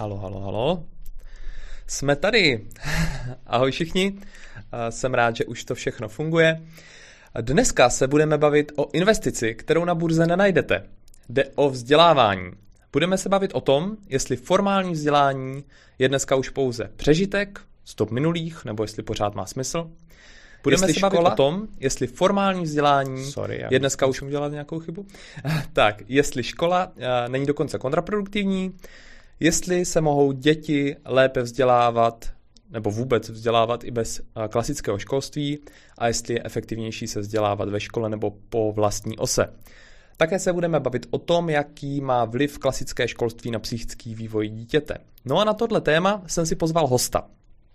Halo, halo, halo. Jsme tady. Ahoj všichni. Jsem rád, že už to všechno funguje. Dneska se budeme bavit o investici, kterou na burze nenajdete. Jde o vzdělávání. Budeme se bavit o tom, jestli formální vzdělání je dneska už pouze přežitek z dob minulých, nebo jestli pořád má smysl. Budeme se bavit o tom, jestli formální vzdělání je dneska už... udělat nějakou chybu? Tak, jestli škola není dokonce kontraproduktivní, jestli se mohou děti lépe vzdělávat nebo vůbec vzdělávat i bez klasického školství a jestli je efektivnější se vzdělávat ve škole nebo po vlastní ose. Také se budeme bavit o tom, jaký má vliv klasické školství na psychický vývoj dítěte. No a na tohle téma jsem si pozval hosta.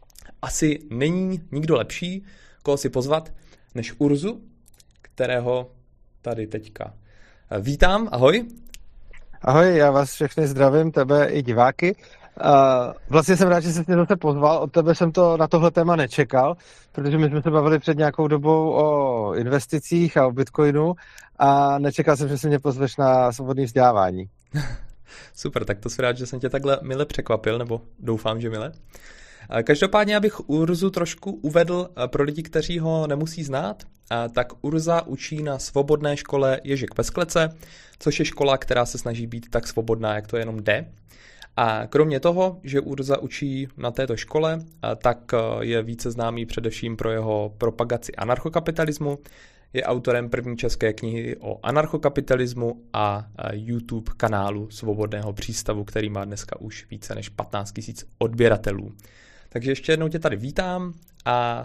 Asi není nikdo lepší, koho si pozvat, než Urzu, kterého tady teďka vítám. Ahoj. Ahoj, já vás všechny zdravím, tebe i diváky. Vlastně jsem rád, že jsi mě zase pozval, od tebe jsem to na tohle téma nečekal, protože my jsme se bavili před nějakou dobou o investicích a o Bitcoinu a nečekal jsem, že si mě pozveš na svobodné vzdělávání. Super, tak to jsem rád, že jsem tě takhle mile překvapil, nebo doufám, že mile. Každopádně, abych Urzu trošku uvedl pro lidi, kteří ho nemusí znát, tak Urza učí na svobodné škole Ježek bez klece, což je škola, která se snaží být tak svobodná, jak to jenom jde. A kromě toho, že Urza učí na této škole, tak je více známý především pro jeho propagaci anarchokapitalismu, je autorem první české knihy o anarchokapitalismu a YouTube kanálu Svobodného přístavu, který má dneska už více než 15 000 odběratelů. Takže ještě jednou tě tady vítám a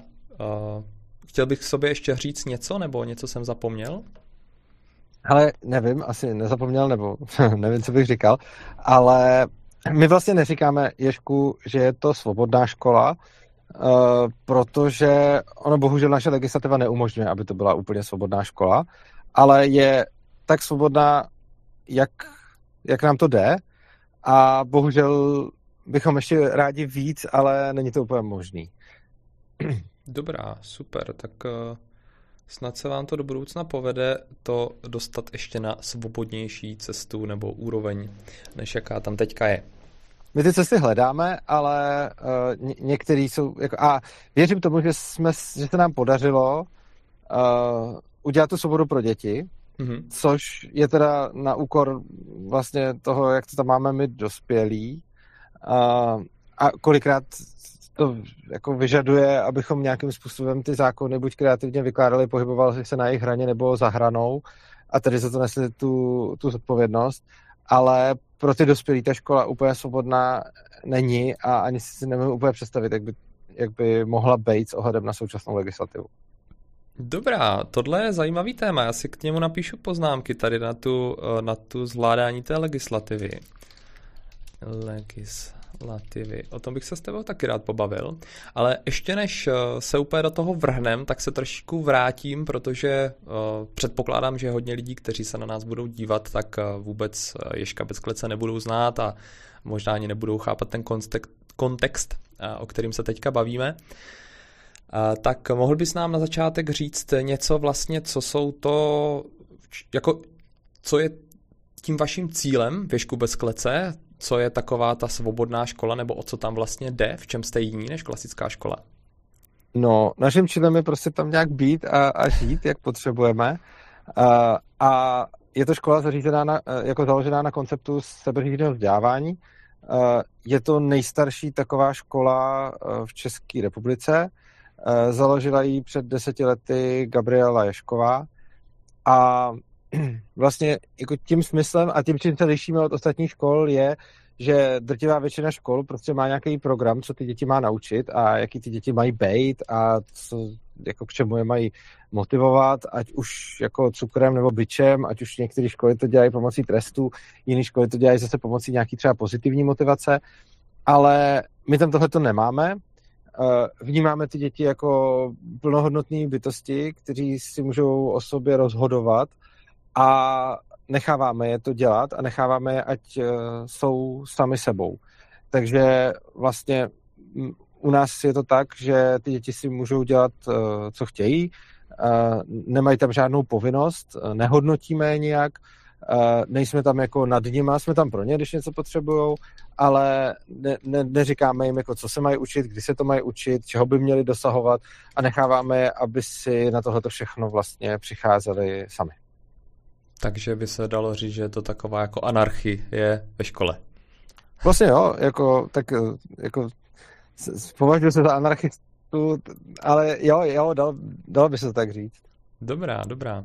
chtěl bych sobě ještě říct něco, nebo něco jsem zapomněl? Hele, nevím, asi nezapomněl, nebo nevím, co bych říkal, ale my vlastně neříkáme, Ježku, že je to svobodná škola, protože ono bohužel naše legislativa neumožňuje, aby to byla úplně svobodná škola, ale je tak svobodná, jak nám to jde a bohužel bychom ještě rádi víc, ale není to úplně možný. Dobrá, super, tak snad se vám to do budoucna povede to dostat ještě na svobodnější cestu nebo úroveň, než jaká tam teďka je. My ty cesty hledáme, ale některý jsou... a věřím tomu, že se nám podařilo udělat tu svobodu pro děti, což je teda na úkor vlastně toho, jak to tam máme my dospělí. A kolikrát to jako vyžaduje, abychom nějakým způsobem ty zákony buď kreativně vykládali, pohybovali se na jejich hraně nebo za hranou a tedy za to nesli tu zodpovědnost, ale pro ty dospělí ta škola úplně svobodná není a ani si nemůžu úplně představit, jak by mohla být s ohledem na současnou legislativu. Dobrá, tohle je zajímavý téma, já si k němu napíšu poznámky tady na tu zvládání té legislativy. O tom bych se s tebou taky rád pobavil, ale ještě než se úplně do toho vrhnem, tak se trošku vrátím, protože předpokládám, že hodně lidí, kteří se na nás budou dívat, tak vůbec Ježka bez klece nebudou znát a možná ani nebudou chápat ten kontext, o kterým se teďka bavíme. Tak mohl bys nám na začátek říct něco vlastně, co je tím vaším cílem v Ježku bez klece, co je taková ta svobodná škola, nebo o co tam vlastně jde, v čem jste jiní než klasická škola? No, naším cílem je prostě tam nějak být a žít, jak potřebujeme. A je to škola založená na konceptu sebeřízeného vzdělávání. Je to nejstarší taková škola v České republice. Založila ji před 10 lety Gabriela Ježková. A vlastně jako tím smyslem a tím, čím se lišíme od ostatních škol, je, že drtivá většina škol prostě má nějaký program, co ty děti má naučit a jaký ty děti mají být a co, jako k čemu je mají motivovat, ať už jako cukrem nebo bičem, ať už některé školy to dělají pomocí trestu, jiné školy to dělají zase pomocí nějaký třeba pozitivní motivace, ale my tam tohleto nemáme. Vnímáme ty děti jako plnohodnotné bytosti, kteří si můžou o sobě rozhodovat a necháváme je to dělat a necháváme je, ať jsou sami sebou. Takže vlastně u nás je to tak, že ty děti si můžou dělat, co chtějí, nemají tam žádnou povinnost, nehodnotíme je nijak, nejsme tam jako nad nima, jsme tam pro ně, když něco potřebujou, ale neříkáme jim, jako co se mají učit, kdy se to mají učit, čeho by měli dosahovat a necháváme je, aby si na tohleto všechno vlastně přicházeli sami. Takže by se dalo říct, že je to taková jako anarchie ve škole. Vlastně jo, považuji se za anarchistu, ale jo, dalo by se to tak říct. Dobrá.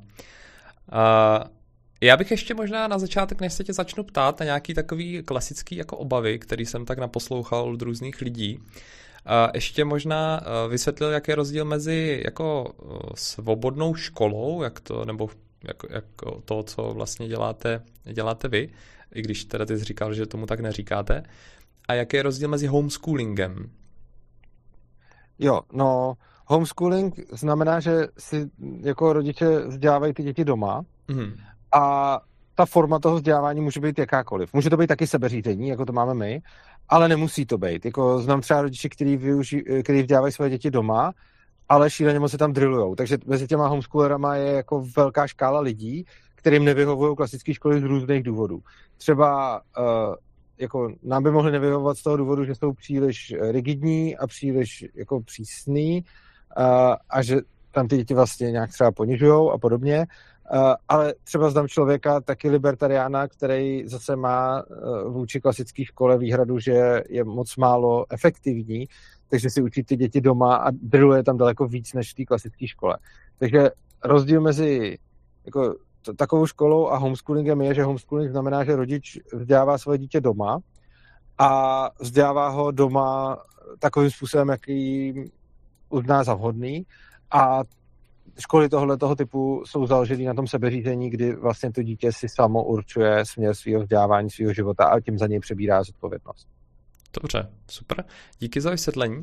Já bych ještě možná na začátek, než se tě začnu ptát na nějaký takový klasický jako obavy, který jsem tak naposlouchal od různých lidí, ještě možná vysvětlil, jaký je rozdíl mezi jako svobodnou školou, nebo jako to, co vlastně děláte vy, i když teda ty jsi říkal, že tomu tak neříkáte, a jaký je rozdíl mezi homeschoolingem? Jo, no, homeschooling znamená, že si jako rodiče vzdělávají ty děti doma a ta forma toho vzdělávání může být jakákoliv. Může to být taky sebeřízení, jako to máme my, ale nemusí to být. Jako znám třeba rodiče, kteří vzdělávají svoje děti doma, ale šíleně moc se tam drillujou. Takže mezi těma homeschoolerama je jako velká škála lidí, kterým nevyhovují klasické školy z různých důvodů. Třeba jako nám by mohly nevyhovovat z toho důvodu, že jsou příliš rigidní a příliš jako přísný a že tam ty děti vlastně nějak třeba ponižujou a podobně. Ale třeba znám člověka, taky libertariána, který zase má vůči klasické škole výhradu, že je moc málo efektivní, takže si učí ty děti doma a drilluje tam daleko víc než v té klasické škole. Takže rozdíl mezi jako takovou školou a homeschoolingem je, že homeschooling znamená, že rodič vzdělává svoje dítě doma a vzdělává ho doma takovým způsobem, jaký uzná za vhodný, a školy tohoto typu jsou založené na tom sebeřízení, kdy vlastně to dítě si samo určuje směr svého vzdělávání, svého života a tím za něj přebírá zodpovědnost. Dobře, super. Díky za vysvětlení.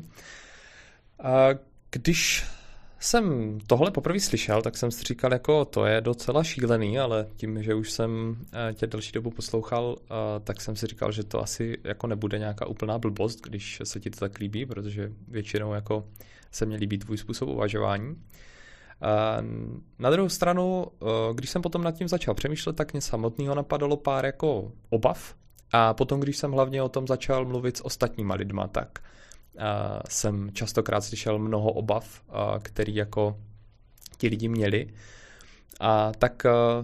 Když jsem tohle poprvé slyšel, tak jsem si říkal, jako to je docela šílený, ale tím, že už jsem tě delší dobu poslouchal, tak jsem si říkal, že to asi jako nebude nějaká úplná blbost, když se ti to tak líbí, protože většinou jako se mně líbí tvůj způsob uvažování. Na druhou stranu, když jsem potom nad tím začal přemýšlet, tak mě samotného napadalo pár jako obav, a potom, když jsem hlavně o tom začal mluvit s ostatníma lidma, tak jsem častokrát slyšel mnoho obav, který jako ti lidi měli. A tak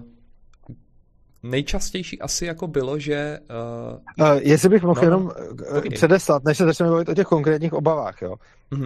nejčastější asi jako bylo, že... Jestli bych mohl jenom předeslat, než se začneme mluvit o těch konkrétních obavách, jo.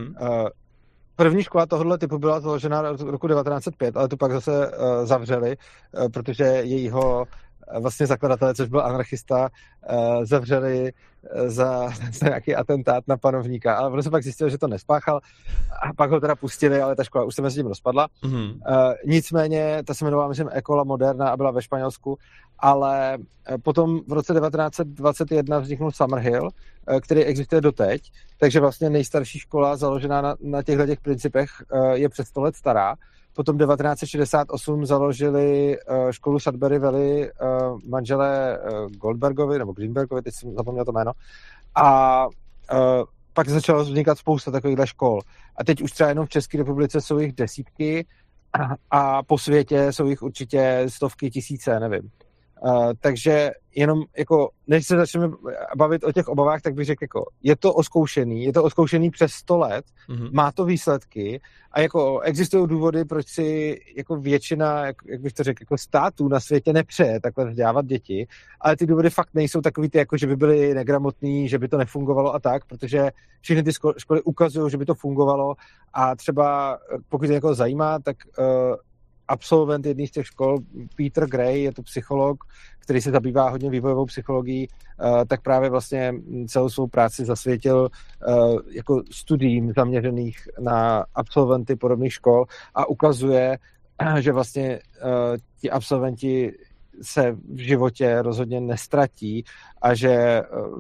První škola tohoto typu byla založena roku 1905, ale tu pak zase zavřeli, protože jejího vlastně zakladatele, což byl anarchista, zavřeli za nějaký atentát na panovníka, ale ono se pak zjistilo, že to nespáchal a pak ho teda pustili, ale ta škola už se mezi tím rozpadla. Nicméně, ta se jmenovala, myslím, Escola Moderna a byla ve Španělsku, ale potom v roce 1921 vzniknul Summerhill, který existuje doteď, takže vlastně nejstarší škola založená na těchto těch principech je přes 100 let stará. Potom 1968 založili školu Sudbury Valley manželé Goldbergovi, nebo Greenbergovi, teď jsem zapomněl to jméno. A pak začalo vznikat spousta takovýchhle škol. A teď už třeba jenom v České republice jsou jich desítky a po světě jsou jich určitě stovky, tisíce, nevím. Takže jenom jako, než se začneme bavit o těch obavách, tak bych řekl, jako, je to oskoušený přes 100 let, má to výsledky a jako existují důvody, proč si jako většina, jak bych to řekl, jako států na světě nepřeje takhle vzdělávat děti, ale ty důvody fakt nejsou takový ty, jako že by byly negramotný, že by to nefungovalo a tak, protože všechny ty školy ukazují, že by to fungovalo, a třeba pokud někoho zajímá, tak absolvent jedné z těch škol, Peter Gray, je to psycholog, který se zabývá hodně vývojovou psychologií, tak právě vlastně celou svou práci zasvětil jako studiím zaměřených na absolventy podobných škol a ukazuje, že vlastně ti absolventi se v životě rozhodně nestratí a že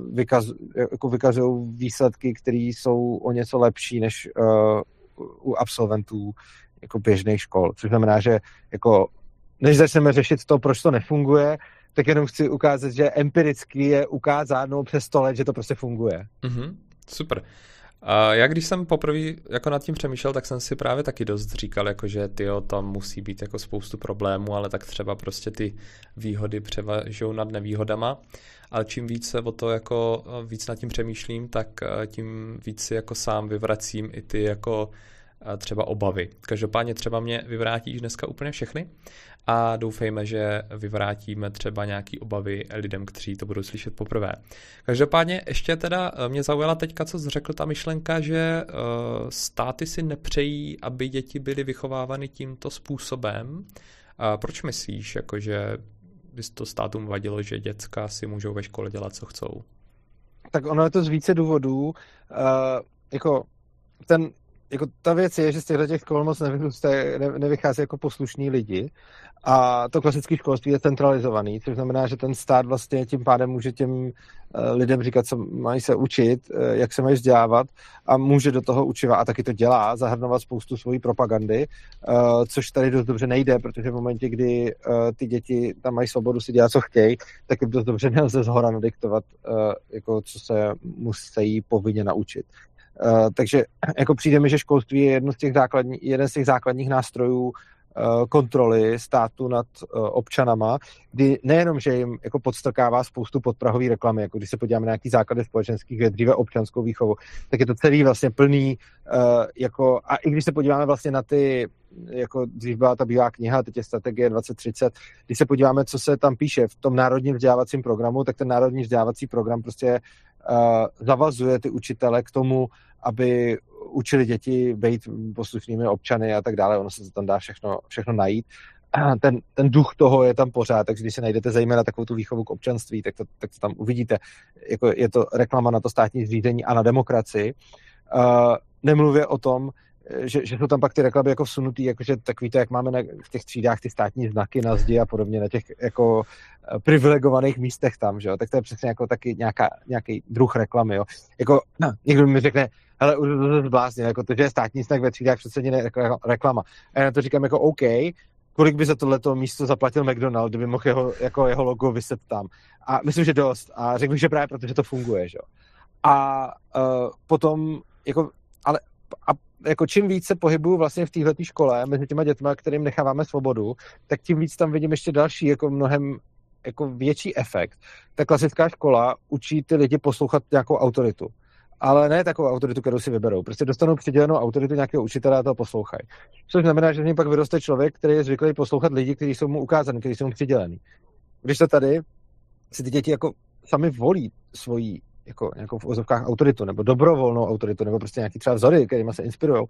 vykazují výsledky, které jsou o něco lepší než u absolventů jako běžných škol, což znamená, že jako než začneme řešit to, proč to nefunguje, tak jenom chci ukázat, že empiricky je ukázáno přes 100 let, že to prostě funguje. Super. A já když jsem poprvé jako nad tím přemýšlel, tak jsem si právě taky dost říkal, jako že tyjo, tam musí být jako spoustu problémů, ale tak třeba prostě ty výhody převažují nad nevýhodama. Ale čím víc se o to jako víc nad tím přemýšlím, tak tím víc si jako sám vyvracím i ty jako třeba obavy. Každopádně třeba mě vyvrátíš dneska úplně všechny a doufejme, že vyvrátíme třeba nějaký obavy lidem, kteří to budou slyšet poprvé. Každopádně ještě teda mě zaujala teďka, co jsi řekl, ta myšlenka, že státy si nepřejí, aby děti byly vychovávány tímto způsobem. Proč myslíš, jakože by to státům vadilo, že děcka si můžou ve škole dělat, co chcou? Tak ono je to z více důvodů. Ta věc je, že z těchto škol moc nevychází jako poslušní lidi a to klasické školství je centralizovaný, což znamená, že ten stát vlastně tím pádem může těm lidem říkat, co mají se učit, jak se mají vzdělávat a může do toho učivat a taky to dělá, zahrnovat spoustu svojí propagandy, což tady dost dobře nejde, protože v momentě, kdy ty děti tam mají svobodu si dělat, co chtějí, tak jim dost dobře nelze zhora nadiktovat, jako co se musí povinně naučit. Takže jako přijde mi, že školství je jeden z těch základních nástrojů kontroly státu nad občanama, kdy nejenom, že jim jako podstrkává spoustu podprahový reklamy, jako když se podíváme na nějaký základy společenských věd, dříve občanskou výchovu, tak je to celý vlastně plný, a i když se podíváme vlastně na ty, jako dřív byla ta bílá kniha, teď je strategie 2030, když se podíváme, co se tam píše v tom národním vzdělávacím programu, tak ten národní vzdělávací program prostě zavazuje ty učitele k tomu, aby učili děti být poslušnými občany a tak dále. Ono se tam dá všechno najít. Ten duch toho je tam pořád, takže když se najdete zejména takovou tu výchovu k občanství, tak to tam uvidíte. Jako je to reklama na to státní zřízení a na demokracii. Nemluvě o tom, že jsou tam pak ty reklamy jako vsunutý, jakože takový to, jak máme v těch třídách ty státní znaky na zdi a podobně na těch jako privilegovaných místech tam, že jo, tak to je přesně jako taky nějaký druh reklamy, jo. Jako, někdo mi řekne, hele, už to zbláznil, jako to, že je státní znak ve třídách, přece není reklama. A já na to říkám jako OK, kolik by za tohleto místo zaplatil McDonald, kdyby mohl jeho logo vyset tam. A myslím, že dost. A řekl bych, že právě protože to funguje, že jo. A potom, jako, ale jako čím víc se pohybuju vlastně v této škole mezi těma dětma, kterým necháváme svobodu, tak tím víc tam vidím ještě další, jako mnohem jako větší efekt. Ta klasická škola učí ty lidi poslouchat nějakou autoritu. Ale ne takovou autoritu, kterou si vyberou. Prostě dostanou přidělenou autoritu nějakého učitele a toho poslouchají. Což znamená, že z něj pak vyroste člověk, který je zvyklý poslouchat lidi, kteří jsou mu ukázaní, kteří jsou mu přidělení. Když to tady si ty děti jako sami volí svoji jako nějakou v ozovkách autoritu, nebo dobrovolnou autoritu, nebo prostě nějaký třeba vzory, kterýma se inspirujou,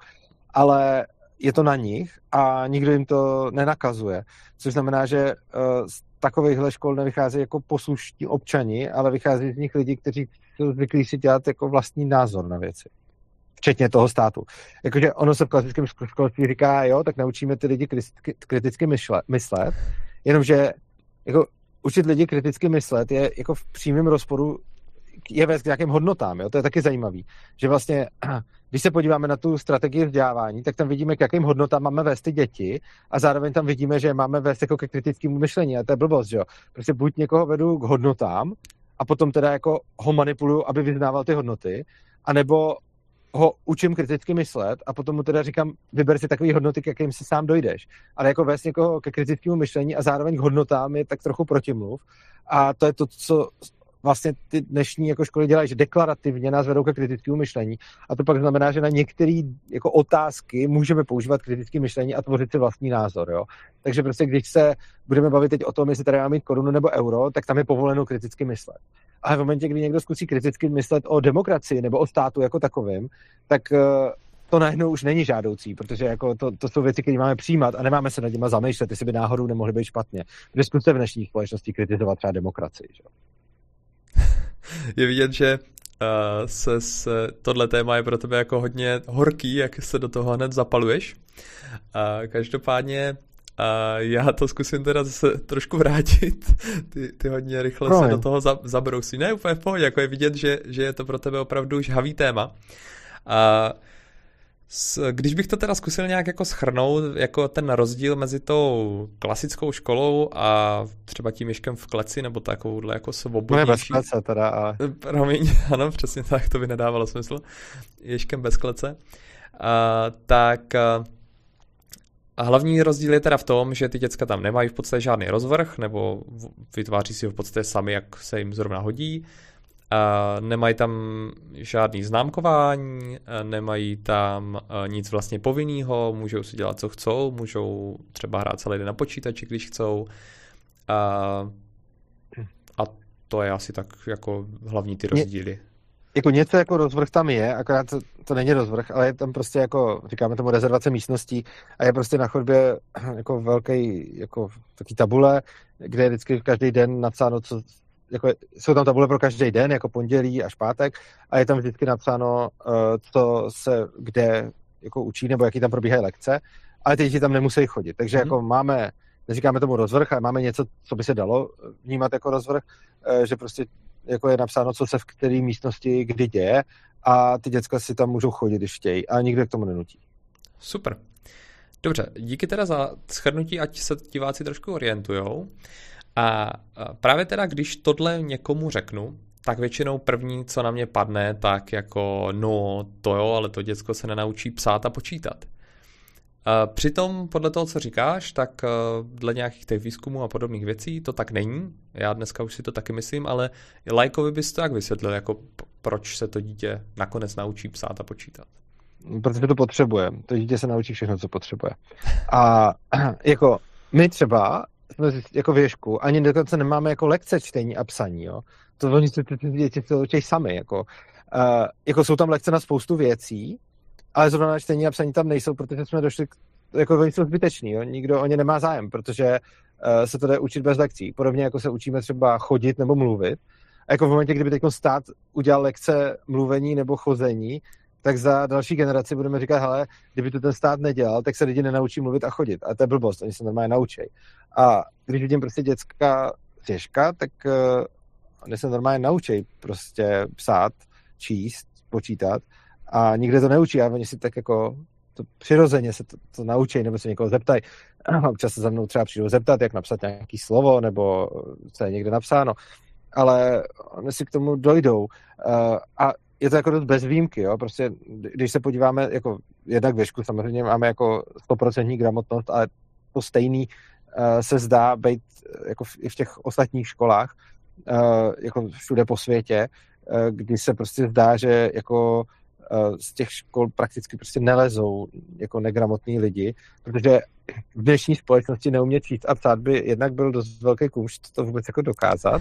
ale je to na nich a nikdo jim to nenakazuje. Což znamená, že z takovýchhle škol nevychází jako poslušní občani, ale vychází z nich lidi, kteří jsou zvyklí si dělat jako vlastní názor na věci. Včetně toho státu. Jakože ono se v klasickém školství říká, jo, tak naučíme ty lidi kriticky myslet, jenomže jako učit lidi kriticky myslet je jako v přímém rozporu je vést k nějakým hodnotám, jo? To je taky zajímavý, že vlastně, když se podíváme na tu strategii vzdělávání, tak tam vidíme, k jakým hodnotám máme vést ty děti a zároveň tam vidíme, že máme vést jako ke kritickému myšlení a to je blbost, že jo. Prostě buď někoho vedu k hodnotám a potom teda jako ho manipuluju, aby vyznával ty hodnoty, anebo ho učím kriticky myslet a potom mu teda říkám, vyber si takový hodnoty, k jakým si sám dojdeš. Ale jako vést někoho ke kritickému myšlení a zároveň k hodnotám je tak trochu protimluv a to je to, co vlastně ty dnešní jako školy dělají, že deklarativně nás vedou ke kritickému myšlení a to pak znamená, že na některé jako otázky můžeme používat kritické myšlení a tvořit si vlastní názor, jo. Takže prostě když se budeme bavit teď o tom, jestli tady máme mít korunu nebo euro, tak tam je povoleno kriticky myslet. Ale v momentě, kdy někdo zkusí kriticky myslet o demokracii nebo o státu jako takovým, tak to najednou už není žádoucí, protože jako to jsou věci, které máme přijímat a nemáme se nad nimi zamýšlet, jestli by náhodou nemohly být špatně. Kde zkuste v dnešní společnosti kritizovat třeba demokracii, že? Je vidět, že tohle téma je pro tebe jako hodně horký, jak se do toho hned zapaluješ. Každopádně já to zkusím teda zase trošku vrátit. Ty hodně rychle se do toho zabrousí. Ne, úplně v pohodě, jako je vidět, že je to pro tebe opravdu žhavý téma. Když bych to teda zkusil nějak jako shrnout, jako ten rozdíl mezi tou klasickou školou a třeba tím Ježkem v kleci, nebo takovouhle jako svobodnější... No bez klece teda, ale... Promiň, ano, přesně tak, to by nedávalo smysl. Ježkem bez klece. A hlavní rozdíl je teda v tom, že ty děcka tam nemají v podstatě žádný rozvrh, nebo vytváří si ho v podstatě sami, jak se jim zrovna hodí. Nemají tam žádný známkování, nemají tam nic vlastně povinného, můžou si dělat, co chcou, můžou třeba hrát celý den na počítači, když chcou. A to je asi tak jako hlavní ty rozdíly. Jako něco jako rozvrh tam je, akorát to není rozvrh, ale je tam prostě jako, říkáme tomu rezervace místností a je prostě na chodbě jako velký, jako taký tabule, kde je vždycky každý den napsáno, co, jako jsou tam tabule pro každý den, jako pondělí až pátek a je tam vždycky napsáno, co se kde jako učí, nebo jaký tam probíhají lekce, ale ty děti tam nemusí chodit, takže jako máme, neříkáme tomu rozvrh, ale máme něco, co by se dalo vnímat jako rozvrh, že prostě jako je napsáno, co se v které místnosti kdy děje a ty děcka si tam můžou chodit, když chtějí a nikdo k tomu nenutí. Super. Dobře, díky teda za shrnutí, ať se diváci trošku orientujou. A právě teda, když tohle někomu řeknu, tak většinou první, co na mě padne, tak jako no to jo, ale to děcko se nenaučí psát a počítat. Přitom podle toho, co říkáš, tak dle nějakých těch výzkumů a podobných věcí to tak není. Já dneska už si to taky myslím, ale lajkovi bys to jak vysvětlil, jako proč se to dítě nakonec naučí psát a počítat? Protože to potřebuje. To dítě se naučí všechno, co potřebuje. A jako my třeba jsme jako v Ježku ani dokonce nemáme jako lekce čtení a psaní, jo. To oni ty děti se učí sami, jako jsou tam lekce na spoustu věcí, ale zrovna na čtení a psaní tam nejsou, protože jsme došli, jako oni jsou zbyteční, jo? Nikdo o ně nemá zájem, protože se to jde učit bez lekcí. Podobně jako se učíme třeba chodit nebo mluvit. A jako v momentě, kdyby teď stát udělal lekce mluvení nebo chození, tak za další generaci budeme říkat, hele, kdyby to ten stát nedělal, tak se lidi nenaučí mluvit a chodit. A to je blbost, oni se normálně naučí. A když vidím prostě děcka z Ježka, tak oni se normálně naučí prostě psát, číst, počítat a nikde to neučí a oni si tak jako to přirozeně se to naučí nebo se někoho zeptají. Občas se za mnou třeba přijdou zeptat, jak napsat nějaký slovo nebo co je někde napsáno, ale oni si k tomu dojdou a je to jako dost bez výjimky, jo, prostě když se podíváme, jako jednak v Ježku samozřejmě máme jako 100% gramotnost, ale to stejný se zdá být jako i v těch ostatních školách, jako všude po světě, kdy se prostě zdá, že jako z těch škol prakticky prostě nelezou jako negramotní lidi, protože v dnešní společnosti neumět číst a psát by jednak byl dost velký kůž to vůbec jako dokázat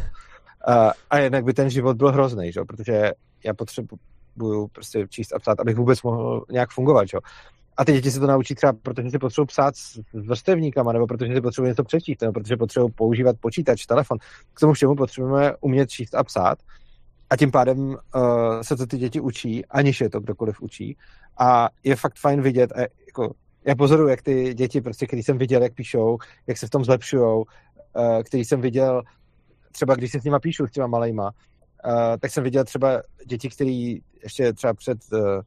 a jednak by ten život byl hrozný, že? Protože já potřebuju prostě číst a psát, abych vůbec mohl nějak fungovat, že? A ty děti se to naučí třeba, protože si potřebují psát s vrstevníkama, nebo protože si potřebují něco přečíst, nebo protože potřebují používat počítač, telefon. K tomu všemu potřebujeme umět číst a psát. A tím pádem se to ty děti učí, aniž je to kdokoliv učí. A je fakt fajn vidět, a jako, já pozoruju, jak ty děti, prostě, který jsem viděl, jak píšou, jak se v tom zlepšujou, který jsem viděl, třeba když se s nima píšu, s těma malejma, tak jsem viděl třeba děti, který ještě třeba před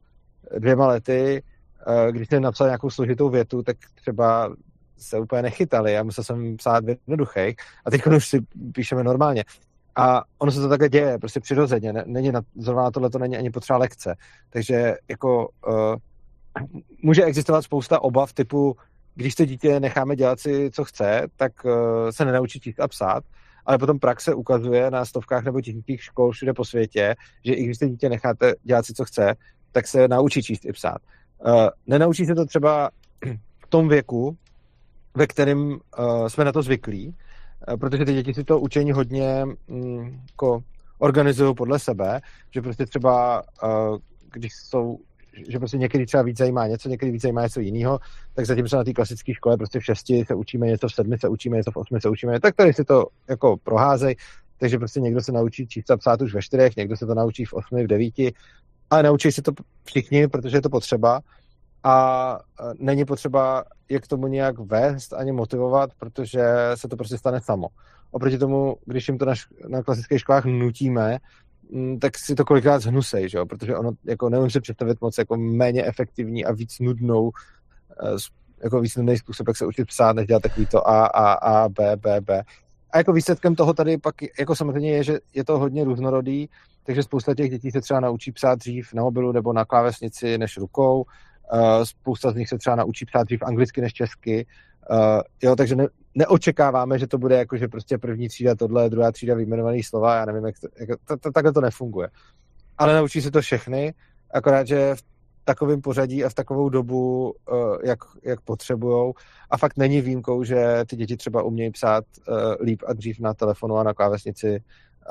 2 lety, když jsem napsal nějakou složitou větu, tak třeba se úplně nechytali a musel jsem psát v jednoduchých a teď už si píšeme normálně. A ono se to takhle děje, prostě přirozeně, není zrovna na tohle to není ani potřeba lekce. Takže jako může existovat spousta obav typu, když to dítě necháme dělat si, co chce, tak se nenaučí číst a psát, ale potom praxe ukazuje na stovkách nebo tisících škol všude po světě, že i když to dítě necháte dělat si, co chce, tak se naučí číst i psát. Nenaučí se to třeba v tom věku, ve kterém jsme na to zvyklí, protože ty děti si to učení hodně jako organizují podle sebe, že prostě třeba, když jsou, že prostě někdy třeba víc zajímá něco, někdy víc zajímá něco jiného, tak zatímco na té klasické škole prostě v 6 se učíme něco, v 7 se učíme něco, v 8 se učíme, tak tady si to jako proházejí, takže prostě někdo se naučí číst a psát už ve 4, někdo se to naučí v 8, v 9, ale naučí si to všichni, protože je to potřeba a není potřeba je k tomu nějak vést ani motivovat, protože se to prostě stane samo. Oproti tomu, když jim to na klasických školách nutíme, tak si to kolikrát zhnusej, že jo? Protože ono, jako neumím si představit moc jako méně efektivní a víc nudnou, jako víc nudný způsob, jak se učit psát, než dělat takový to A, B. A jako výsledkem toho tady pak jako samozřejmě je, že je to hodně různorodý, takže spousta těch dětí se třeba naučí psát dřív na mobilu nebo na klávesnici než rukou, spousta z nich se třeba naučí psát dřív anglicky než česky, jo, takže neočekáváme, že to bude jako, že prostě první třída tohle, druhá třída vyjmenovaný slova, já nevím, takhle to nefunguje. Ale naučí se to všechny, akorát, že v takovém pořadí a v takovou dobu, jak potřebujou. A fakt není výjimkou, že ty děti třeba umějí psát líp a dřív na telefonu a na klávesnici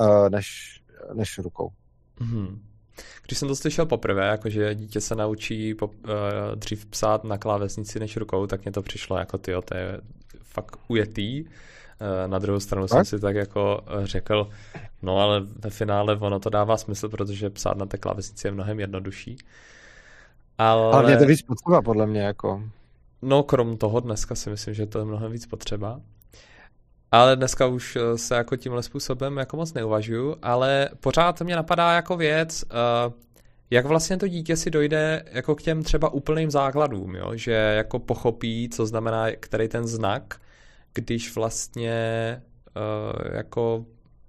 než rukou. Mm-hmm. Když jsem to slyšel poprvé, jakože dítě se naučí dřív psát na klávesnici než rukou, tak mě to přišlo jako tyjo, to je fakt ujetý. Na druhou stranu jsem si tak jako řekl, no ale ve finále ono to dává smysl, protože psát na té klávesnici je mnohem jednodušší. Ale mě to víc potřeba, podle mě, jako. No, krom toho dneska si myslím, že to je mnohem víc potřeba. Ale dneska už se jako tímhle způsobem jako moc neuvažuju, ale pořád mě napadá jako věc, jak vlastně to dítě si dojde jako k těm třeba úplným základům, jo? Že jako pochopí, co znamená který ten znak, když vlastně jako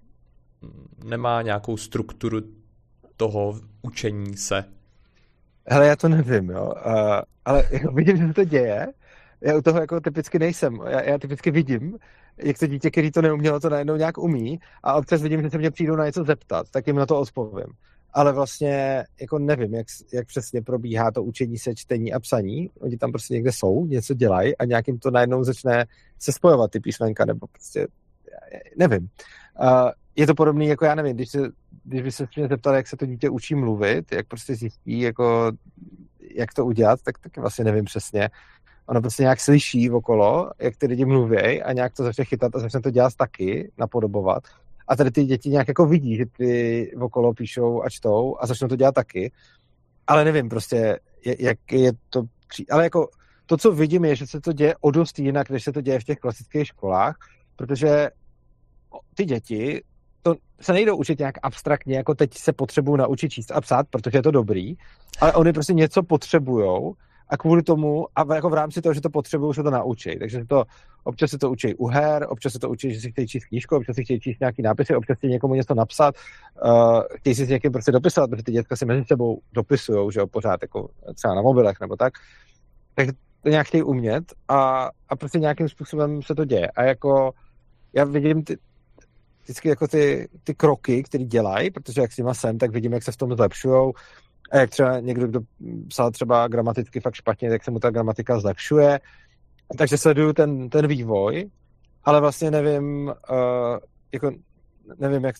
nemá nějakou strukturu toho učení se. Hele, já to nevím, jo, ale jako vidím, že se to děje. Já u toho jako typicky nejsem. Já typicky vidím, jak to dítě, který to neumělo, to najednou nějak umí a občas vidím, že se mě přijdou na něco zeptat, tak jim na to odpovím. Ale vlastně jako nevím, jak přesně probíhá to učení se čtení a psaní. Oni tam prostě někde jsou, něco dělají a nějak jim to najednou začne se spojovat ty písmenka, nebo prostě nevím. Je to podobný, jako já nevím, když by se mě zeptal, jak se to dítě učí mluvit, jak prostě zjistí, jako, jak to udělat, tak taky vlastně nevím přesně. Ono prostě nějak slyší okolo, jak ty lidi mluví a nějak to začne chytat a začne to dělat taky, napodobovat. A tady ty děti nějak jako vidí, že ty okolo píšou a čtou a začnou to dělat taky. Ale nevím prostě, jak je to... Ale jako to, co vidím, je, že se to děje o dost jinak, než se to děje v těch klasických školách, protože ty děti to se nejdou učit nějak abstraktně, jako teď se potřebují naučit číst a psát, protože je to dobrý, ale oni prostě něco potřebujou a kvůli tomu, a jako v rámci toho, že to potřebují, se to naučí. Takže občas se to učí u her, občas se to učí, že si chtějí číst knížku, občas si chtějí číst nějaký nápisy, občas chtějí někomu něco napsat, chtějí si s někým prostě dopisovat, protože ty dětka si mezi sebou dopisujou, že jo, pořád, jako třeba na mobilech nebo tak. Takže to nějak chtějí umět a prostě nějakým způsobem se to děje. A jako já vidím vždycky jako ty kroky, které dělají, protože jak s nima jsem, tak vidím, jak se v tom zlepšujou. A jak třeba někdo, kdo psal třeba gramaticky fakt špatně, tak se mu ta gramatika zlepšuje. Takže sleduju ten vývoj, ale vlastně nevím, nevím, jak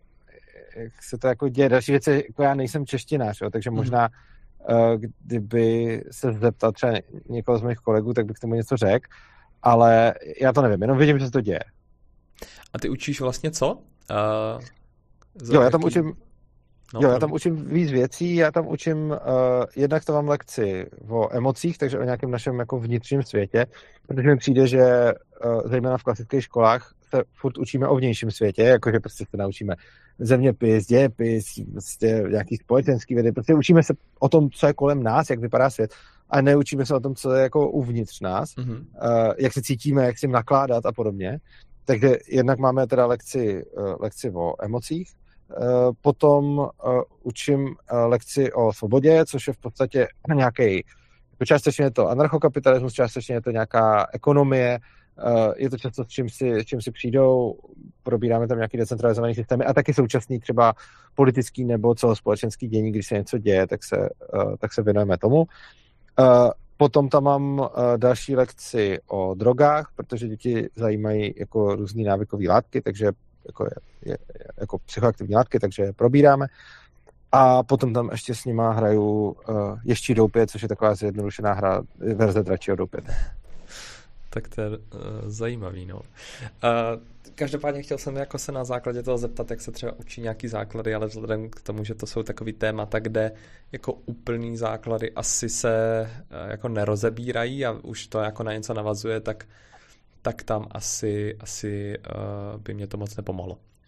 se to jako děje. Další věc je, jako já nejsem češtinář, jo, takže možná, kdyby se zeptal třeba někoho z mých kolegů, tak bych k tomu něco řekl, ale já to nevím, jenom vidím, že se to děje. A ty učíš vlastně co? Já tam učím víc věcí, já tam učím, jednak to mám lekci o emocích, takže o nějakém našem jako vnitřním světě, protože mi přijde, že zejména v klasických školách se furt učíme o vnějším světě, jakože prostě se naučíme zeměpis, dějepis, prostě nějaký společenský vědy, prostě učíme se o tom, co je kolem nás, jak vypadá svět, a neučíme se o tom, co je jako uvnitř nás, jak se cítíme, jak s tím nakládat a podobně. Takže jednak máme teda lekci o emocích, potom učím lekci o svobodě, což je v podstatě nějaký, jako částečně je to anarchokapitalismus, částečně je to nějaká ekonomie, je to často, s čím si přijdou, probíráme tam nějaký decentralizovaný systémy a taky současný třeba politický nebo celospolečenský dění, když se něco děje, tak se věnujeme tomu. Potom tam mám další lekci o drogách, protože děti zajímají jako různý návykové látky, takže jako psychoaktivní látky, takže je probíráme. A potom tam ještě s nima hraju Ještí doupě, což je taková zjednodušená hra, verze Dračího doupěte. Tak to je zajímavý, no. Každopádně chtěl jsem jako se na základě toho zeptat, jak se třeba učí nějaký základy, ale vzhledem k tomu, že to jsou takový témata, kde jako úplný základy asi se jako nerozebírají a už to jako na něco navazuje, tak tam asi by mě to moc nepomohlo.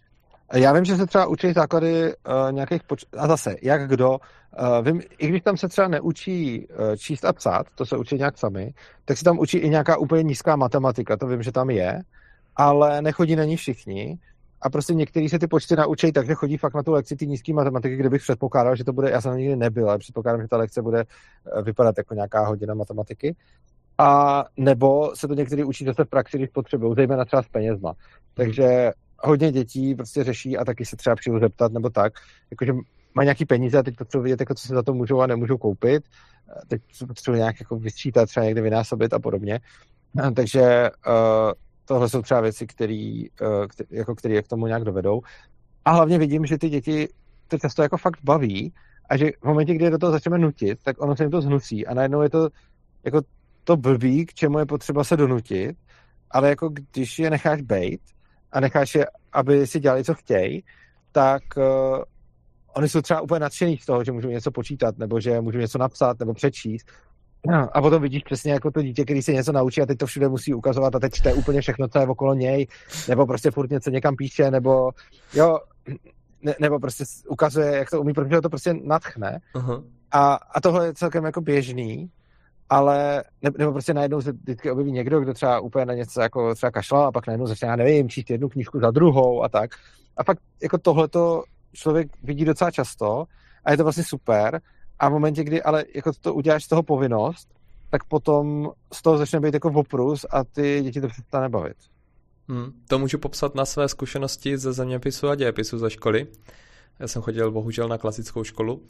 Já vím, že se třeba učí základy nějakých a zase, jak kdo. Vím, i když tam se třeba neučí číst a psát, to se učí nějak sami, tak se tam učí i nějaká úplně nízká matematika, to vím, že tam je, ale nechodí na ní všichni. A prostě někteří se ty počty naučí tak, že chodí fakt na tu lekci ty nízké matematiky, kde bych předpokládal, že to bude, já jsem nikdy nebyl, ale předpokládám, že ta lekce bude vypadat jako nějaká hodina matematiky. A nebo se to někteří učí zase v praxi, když potřebují, zejména třeba s penězma. Takže hodně dětí prostě řeší a taky se třeba přijdu zeptat, nebo tak, jakože mají nějaký peníze a teď potřebují vědět, jako co se za to můžou a nemůžou koupit. Teď se potřebují nějak jako vysčítat, třeba někde vynásobit a podobně. Takže tohle jsou třeba věci, které k tomu nějak dovedou. A hlavně vidím, že ty děti to často jako fakt baví a že v momentě, kdy je do toho začneme nutit, tak ono se jim to zhnusí a najednou je to jako to blbý, k čemu je potřeba se donutit, ale jako když je necháš bejt a necháš je, aby si dělali, co chtějí, tak oni jsou třeba úplně nadšený z toho, že můžou něco počítat, nebo že můžou něco napsat, nebo přečíst. No, a potom vidíš přesně jako to dítě, který se něco naučí a teď to všude musí ukazovat a teď čte úplně všechno, co je okolo něj, nebo prostě furt něco někam píše, nebo jo, nebo prostě ukazuje, jak to umí, protože to prostě nadchne. Uh-huh. A tohle je celkem jako běžný, ale nebo prostě najednou se vždycky objeví někdo, kdo třeba úplně na něco jako třeba kašlal a pak najednou začne, já nevím, číst jednu knížku za druhou a tak. A pak jako tohleto člověk vidí docela často a je to vlastně super. A v momentě, kdy ale jako to uděláš z toho povinnost, tak potom z toho začne být jako oprus a ty děti to přestane bavit. To můžu popsat na své zkušenosti ze zeměpisu a dějepisu ze školy. Já jsem chodil bohužel na klasickou školu.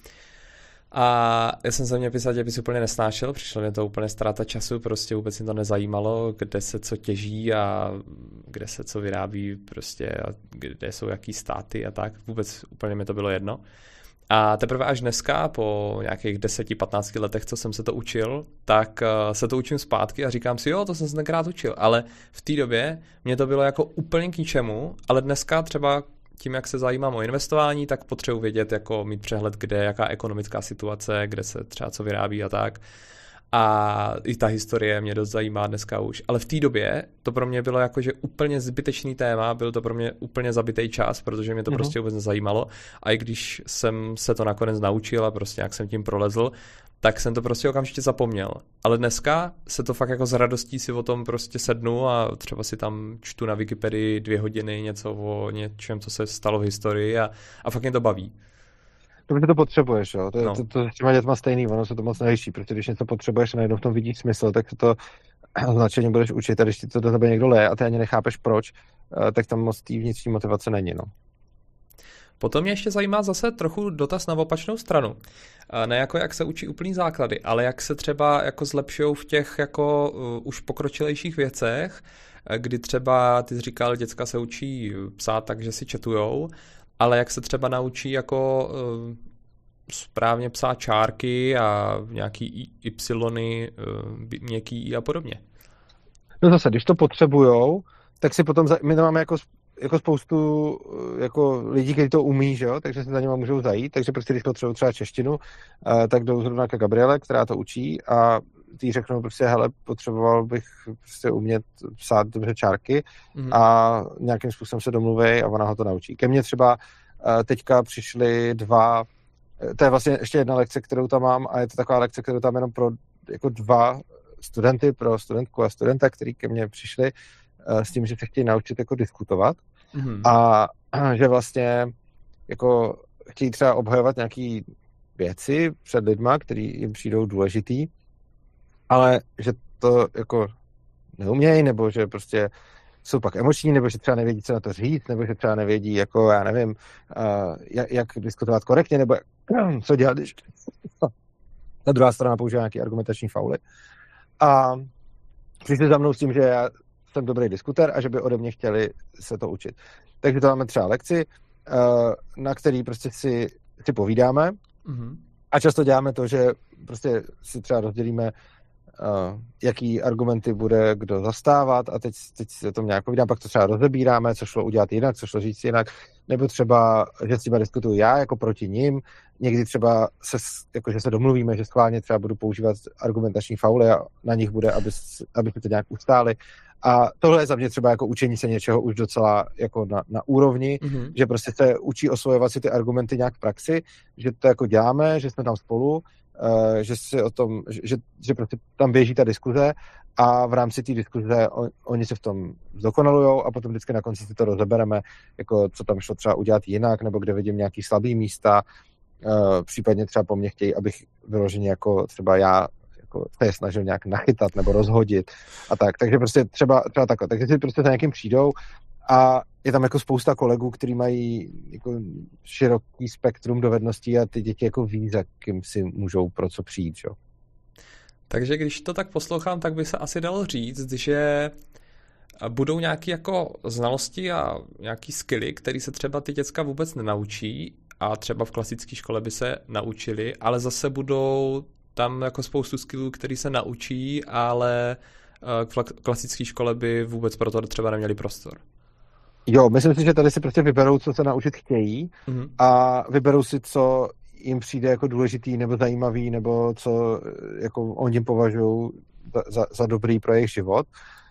A já jsem zeměpis a dějepis úplně nesnášel, přišlo mi to úplně ztráta času, prostě vůbec mi to nezajímalo, kde se co těží a kde se co vyrábí prostě a kde jsou jaký státy a tak, vůbec úplně mi to bylo jedno. A teprve až dneska, po nějakých 10-15 letech, co jsem se to učil, tak se to učím zpátky a říkám si, jo, to jsem se tenkrát učil, ale v té době mě to bylo jako úplně k ničemu, ale dneska třeba tím, jak se zajímám o investování, tak potřebuji vědět, jako mít přehled, kde je jaká ekonomická situace, kde se třeba co vyrábí a tak. A i ta historie mě dost zajímá dneska už. Ale v té době to pro mě bylo jakože úplně zbytečný téma, byl to pro mě úplně zabitý čas, protože mě to prostě vůbec nezajímalo. A i když jsem se to nakonec naučil a prostě jak jsem tím prolezl, tak jsem to prostě okamžitě zapomněl. Ale dneska se to fakt jako s radostí si o tom prostě sednu a třeba si tam čtu na Wikipedii 2 hodiny něco o něčem, co se stalo v historii a fakt mě to baví. Protože to potřebuješ, jo. To s těma dětma stejný, ono se to moc nevyší, protože když něco potřebuješ a najednou v tom vidíš smysl, tak to značeně budeš učit a když ti to do tebe někdo leje a ty ani nechápeš proč, tak tam moc té vnitřní motivace není, no. Potom mě ještě zajímá zase trochu dotaz na opačnou stranu. Ne jako jak se učí úplný základy, ale jak se třeba jako zlepšují v těch jako už pokročilejších věcech, kdy třeba ty jsi říkal, děcka se učí psát tak, že si četujou, ale jak se třeba naučí jako správně psát čárky a nějaký ypsilony, měkký i a podobně. No zase, když to potřebujou, tak si potom, my to máme jako spoustu jako lidí, kteří to umí, že jo? Takže se za něma můžou zajít, takže prostě když potřebují třeba češtinu, tak jdou zrovna ke Gabriele, která to učí a ty řeknou prostě, hele, potřeboval bych prostě umět psát dobře čárky a nějakým způsobem se domluví a ona ho to naučí. Ke mně třeba teďka přišly 2, to je vlastně ještě jedna lekce, kterou tam mám a je to taková lekce, kterou tam jenom pro jako 2 studenty, pro studentku a studenta, který ke mně přišli s tím, že se chtějí naučit jako diskutovat a že vlastně jako chtějí třeba obhajovat nějaký věci před lidma, který jim přijdou důležitý, ale že to jako neumějí, nebo že prostě jsou pak emoční, nebo že třeba nevědí, co na to říct, nebo že třeba nevědí, jako já nevím, jak diskutovat korektně, nebo co dělat, když ta druhá strana používá nějaký argumentační fauly. A přišli za mnou s tím, že já jsem dobrý diskutér a že by ode mě chtěli se to učit. Takže to máme třeba lekci, na který prostě si povídáme a často děláme to, že prostě si třeba rozdělíme, jaký argumenty bude kdo zastávat a teď si o tom nějak povídám, pak to třeba rozebíráme, co šlo udělat jinak, co šlo říct jinak, nebo třeba, že s tím diskutuju já jako proti ním, někdy třeba že se domluvíme, že schválně třeba budu používat argumentační fauly a na nich bude, aby to nějak ustáli. A tohle je za mě třeba jako učení se něčeho už docela jako na úrovni, že prostě se učí osvojovat si ty argumenty nějak v praxi, že to jako děláme, že jsme tam spolu, že si o tom, že prostě tam běží ta diskuze a v rámci té diskuze oni se v tom zdokonalujou a potom vždycky na konci si to rozebereme, jako co tam šlo třeba udělat jinak, nebo kde vidím nějaký slabý místa, případně třeba po mně chtějí, abych vyloženě jako třeba já jako se je snažil nějak nachytat nebo rozhodit a tak. Takže prostě třeba takhle. Takže si prostě za někým přijdou a je tam jako spousta kolegů, kteří mají jako široký spektrum dovedností a ty děti jako ví, za kým si můžou pro co přijít, jo. Takže když to tak poslouchám, tak by se asi dalo říct, že budou nějaké jako znalosti a nějaký skilly, které se třeba ty děcka vůbec nenaučí a třeba v klasické škole by se naučili, ale zase budou tam jako spoustu skillů, který se naučí, ale v klasické škole by vůbec pro to třeba neměli prostor. Jo, myslím si, že tady si prostě vyberou, co se naučit chtějí a vyberou si, co jim přijde jako důležitý nebo zajímavý, nebo co jako oni považují za dobrý pro jejich život.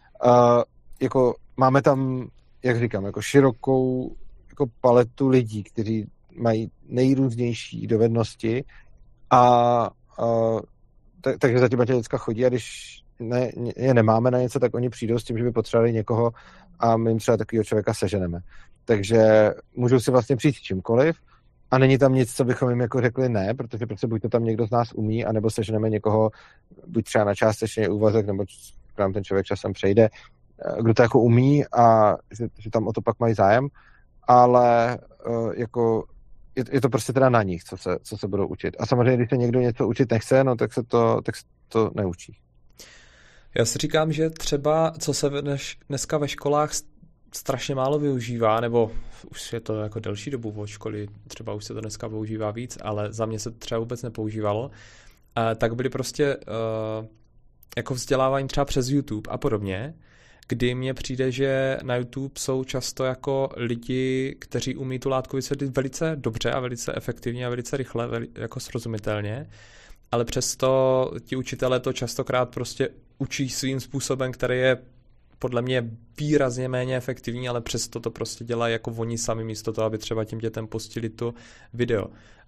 Jako máme tam, jak říkám, jako širokou jako paletu lidí, kteří mají nejrůznější dovednosti a takže za těma děcka chodí a když je nemáme na něco, tak oni přijdou s tím, že by potřebovali někoho a my jim třeba takového člověka seženeme. Takže můžou si vlastně přijít s čímkoliv a není tam nic, co bychom jim jako řekli ne, protože prostě buď to tam někdo z nás umí, anebo seženeme někoho, buď třeba na částečný úvazek, nebo k nám ten člověk časem přejde, kdo to jako umí a že tam o to pak mají zájem, ale jako je to prostě teda na nich, co se budou učit. A samozřejmě, když se někdo něco učit nechce, no tak se to neučí. Já si říkám, že třeba, co se dneska ve školách strašně málo využívá, nebo už je to jako delší dobu od školy, třeba už se to dneska používá víc, ale za mě se to třeba vůbec nepoužívalo, tak byly prostě jako vzdělávání třeba přes YouTube a podobně, kdy mně přijde, že na YouTube jsou často jako lidi, kteří umí tu látku vysvětlit velice dobře a velice efektivně a velice rychle, jako srozumitelně, ale přesto ti učitelé to častokrát prostě učí svým způsobem, který je podle mě výrazně méně efektivní, ale přesto to prostě dělají jako oni sami místo toho, aby třeba těm dětem pustili to video.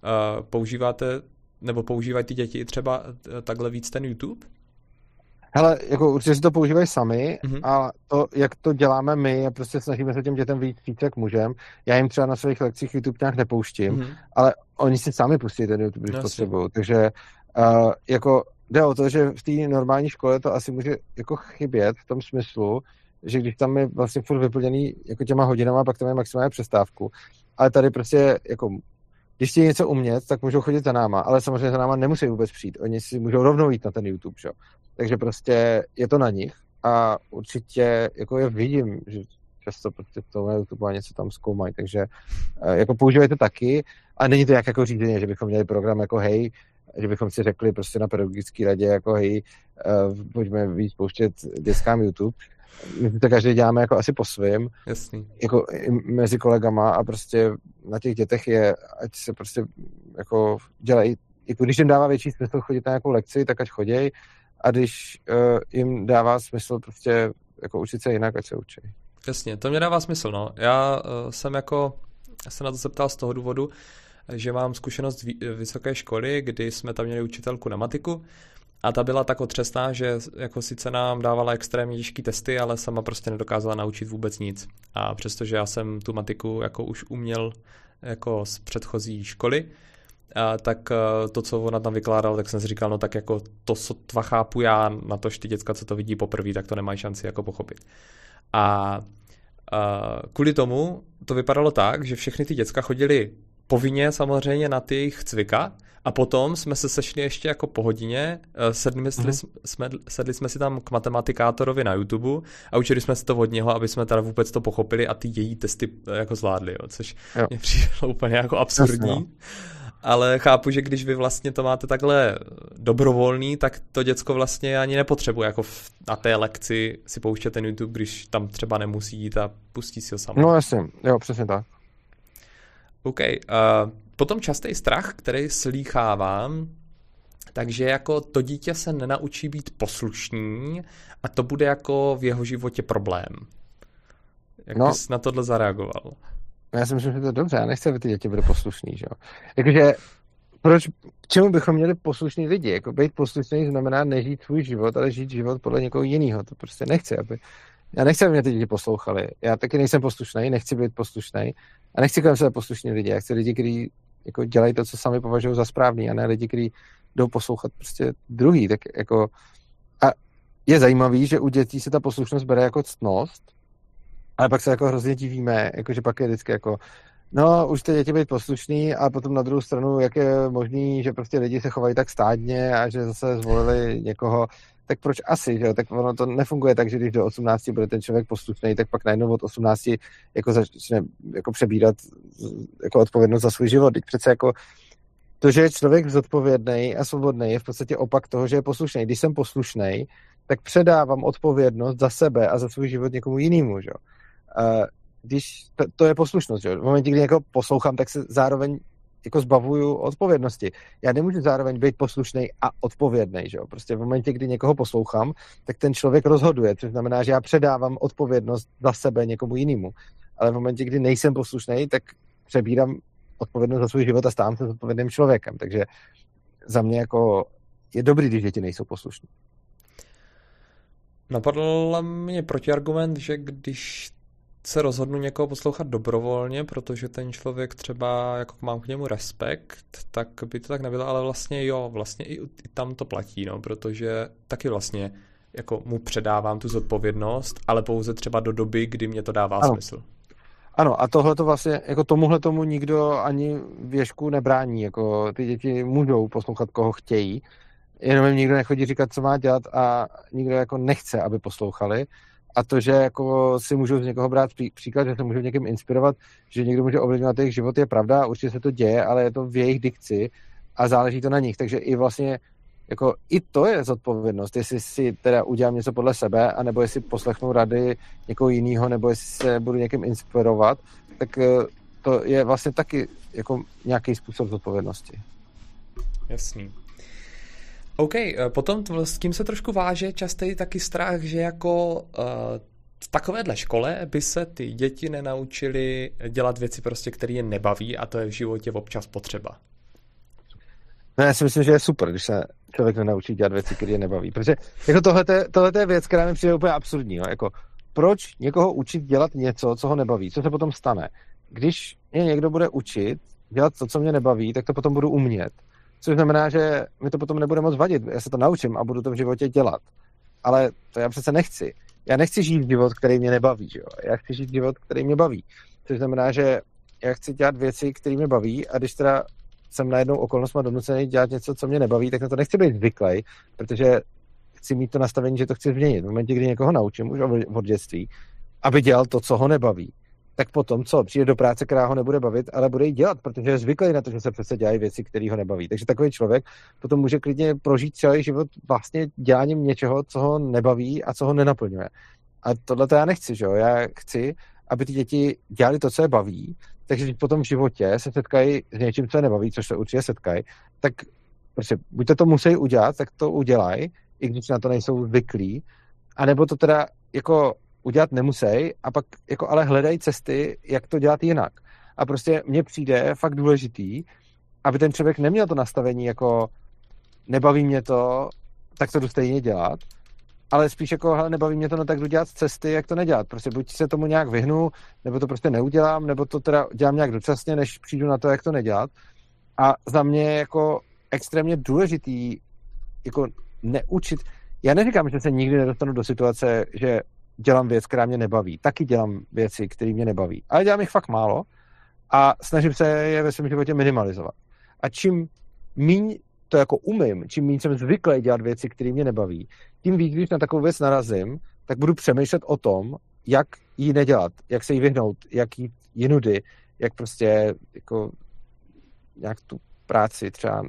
Používají ty děti třeba takhle víc ten YouTube? Hele, jako určitě si to používají sami a to, jak to děláme my, a prostě snažíme se těm dětem víc jak můžem. Já jim třeba na svých lekcích YouTube nějak nepouštím, ale oni si sami pustí ten YouTube, když potřebují. Takže jako jde o to, že v té normální škole to asi může jako chybět v tom smyslu, že když tam je vlastně furt vyplněný jako těma hodinama, pak tam je maximálně přestávku. Ale tady prostě jako když chtějí něco umět, tak můžou chodit za náma, ale samozřejmě za náma nemusí vůbec přijít. Oni si můžou rovnou jít na ten YouTube, že? Takže prostě je to na nich a určitě jako je vidím, že často prostě v tom YouTube a něco tam zkoumají, takže jako používajte taky a není to jak jako řízení, že bychom měli program jako hej, že bychom si řekli prostě na pedagogické radě jako hej, pojďme víc pouštět dětskám YouTube. My to každý děláme jako asi po svým, jako mezi kolegama a prostě na těch dětech je, ať se prostě jako dělají, jako když jim dává větší smysl chodit na nějakou lekci, tak ať choděj a když jim dává smysl prostě jako učit se jinak, ať se učí. Jasně, to mě dává smysl, no. Já jsem jako se na to zeptal z toho důvodu, že mám zkušenost z vysoké školy, kdy jsme tam měli učitelku na matiku a ta byla tak otřesná, že jako sice nám dávala extrémně těžké testy, ale sama prostě nedokázala naučit vůbec nic. A přestože já jsem tu matiku jako už uměl jako z předchozí školy, tak to, co ona tam vykládala, tak jsem si říkal, no tak jako to sotva chápu já, na to, že ty děcka, co to vidí poprvé, tak to nemají šanci jako pochopit. A kvůli tomu to vypadalo tak, že všechny ty děcka chodili povinně samozřejmě na ty jejich cvika a potom jsme se sešli ještě jako po hodině, sedli jsme si tam k matematikátorovi na YouTube a učili jsme se to od něho, aby jsme teda vůbec to pochopili a ty její testy jako zvládli, jo, což mě přišlo úplně jako absurdní. Jasně. Ale chápu, že když vy vlastně to máte takhle dobrovolný, tak to děcko vlastně ani nepotřebuje jako na té lekci si pouštět ten YouTube, když tam třeba nemusí jít a pustí si ho samo. No jasně, jo, přesně tak. OK. Potom častý strach, který slýchávám, takže jako to dítě se nenaučí být poslušný a to bude jako v jeho životě problém. Jak bys na tohle zareagoval? Já si myslím, že to je dobře. Já nechci, aby ty děti byly poslušný, že jo. Jakože k čemu bychom měli poslušný lidi? Jako být poslušný znamená nežít svůj život, ale žít život podle někoho jiného. To prostě nechci, já nechci, aby mě ty děti poslouchali. Já taky nejsem poslušný, nechci být poslušný a nechci kolem sebe poslušní lidi. Já chci lidi, kteří jako dělají to, co sami považují za správný, a ne lidi, kteří jdou poslouchat prostě druhý. Tak jako a je zajímavý, že u dětí se ta poslušnost bere jako ctnost, ale pak se jako hrozně divíme, jakože pak je vždycky jako no, už ty děti být poslušný a potom na druhou stranu, jak je možný, že prostě lidi se chovají tak stádně a že zase zvolili někoho, tak proč asi, že jo? Tak ono to nefunguje tak, že když do 18 bude ten člověk poslušný, tak pak najednou od 18 jako začne jako přebírat jako odpovědnost za svůj život. Teď přece jako to, že je člověk zodpovědný a svobodný, je v podstatě opak toho, že je poslušný. Když jsem poslušný, tak předávám odpovědnost za sebe a za svůj život někomu jinému, že jo? Když to je poslušnost, že? V momentě, kdy někoho poslouchám, tak se zároveň jako zbavuju odpovědnosti. Já nemůžu zároveň být poslušný a odpovědný, že? Prostě v momentě, kdy někoho poslouchám, tak ten člověk rozhoduje, což znamená, že já předávám odpovědnost za sebe někomu jinému. Ale v momentě, kdy nejsem poslušný, tak přebírám odpovědnost za svůj život a stávám se odpovědným člověkem. Takže za mě jako je dobrý, když děti nejsou poslušní. Napadl mě protiargument, že když se rozhodnu někoho poslouchat dobrovolně, protože ten člověk třeba, jako mám k němu respekt, tak by to tak nebylo, ale vlastně jo, vlastně i tam to platí, no, protože taky vlastně jako mu předávám tu zodpovědnost, ale pouze třeba do doby, kdy mě to dává smysl. Ano, a tohle to vlastně, jako tomuhle tomu nikdo ani věšku nebrání, jako ty děti můžou poslouchat, koho chtějí, jenom jim nikdo nechodí říkat, co má dělat a nikdo jako nechce, aby poslouchali. A to, že jako si můžou z někoho brát příklad, že se můžou někým inspirovat, že někdo může ovlivňovat jejich život, je pravda, určitě se to děje, ale je to v jejich dikci a záleží to na nich. Takže i vlastně jako i to je zodpovědnost, jestli si teda udělám něco podle sebe, anebo jestli poslechnu rady někoho jiného, nebo jestli se budu někým inspirovat, tak to je vlastně taky jako nějaký způsob zodpovědnosti. Jasný. OK, potom s tím se trošku váže častý taky strach, že jako v takovéhle škole by se ty děti nenaučily dělat věci prostě, které je nebaví a to je v životě občas potřeba. No, já si myslím, že je super, když se člověk nenaučí dělat věci, které je nebaví. Protože jako tohle je věc, která mi přijde úplně absurdní. Jo? Jako, proč někoho učit dělat něco, co ho nebaví? Co se potom stane? Když mě někdo bude učit dělat to, co mě nebaví, tak to potom budu umět. Což znamená, že mi to potom nebude moc vadit. Já se to naučím a budu to v životě dělat. Ale to já přece nechci. Já nechci žít život, který mě nebaví. Jo? Já chci žít život, který mě baví. Což znamená, že já chci dělat věci, které mě baví, a když teda jsem najednou okolnostma donucený dělat něco, co mě nebaví, tak na to nechci být zvyklý, protože chci mít to nastavení, že to chci změnit. V momentě, kdy někoho naučím už od dětství, aby dělal to, co ho nebaví, tak potom co? Přijde do práce, která ho nebude bavit, ale bude ji dělat, protože je zvyklý na to, že se přece dělají věci, které ho nebaví. Takže takový člověk potom může klidně prožít celý život vlastně děláním něčeho, co ho nebaví a co ho nenaplňuje. A tohle to já nechci, že jo? Já chci, aby ty děti dělali to, co je baví, takže když potom v životě se setkají s něčím, co je nebaví, což se určitě setkají, tak prostě buď to musí udělat, tak to udělají, i když na to nejsou zvyklí, anebo to teda jako udělat nemusí a pak jako ale hledají cesty, jak to dělat jinak. A prostě mně přijde fakt důležitý, aby ten člověk neměl to nastavení jako nebaví mě to, tak to jdu stejně dělat, ale spíš jako hele, nebaví mě to, no tak jdu dělat cesty, jak to nedělat. Prostě buď se tomu nějak vyhnu, nebo to prostě neudělám, nebo to teda dělám nějak dočasně, než přijdu na to, jak to nedělat. A za mě je jako extrémně důležitý jako neučit. Já neříkám, že se nikdy nedostanu do situace, že dělám věc, která mě nebaví. Taky dělám věci, které mě nebaví. Ale dělám jich fakt málo a snažím se je ve svém životě minimalizovat. A čím míň to jako umím, čím méně jsem zvyklý dělat věci, které mě nebaví, tím víc, když na takovou věc narazím, tak budu přemýšlet o tom, jak ji nedělat, jak se jí vyhnout, jak jít jinudy, jak prostě jako nějak tu práci třeba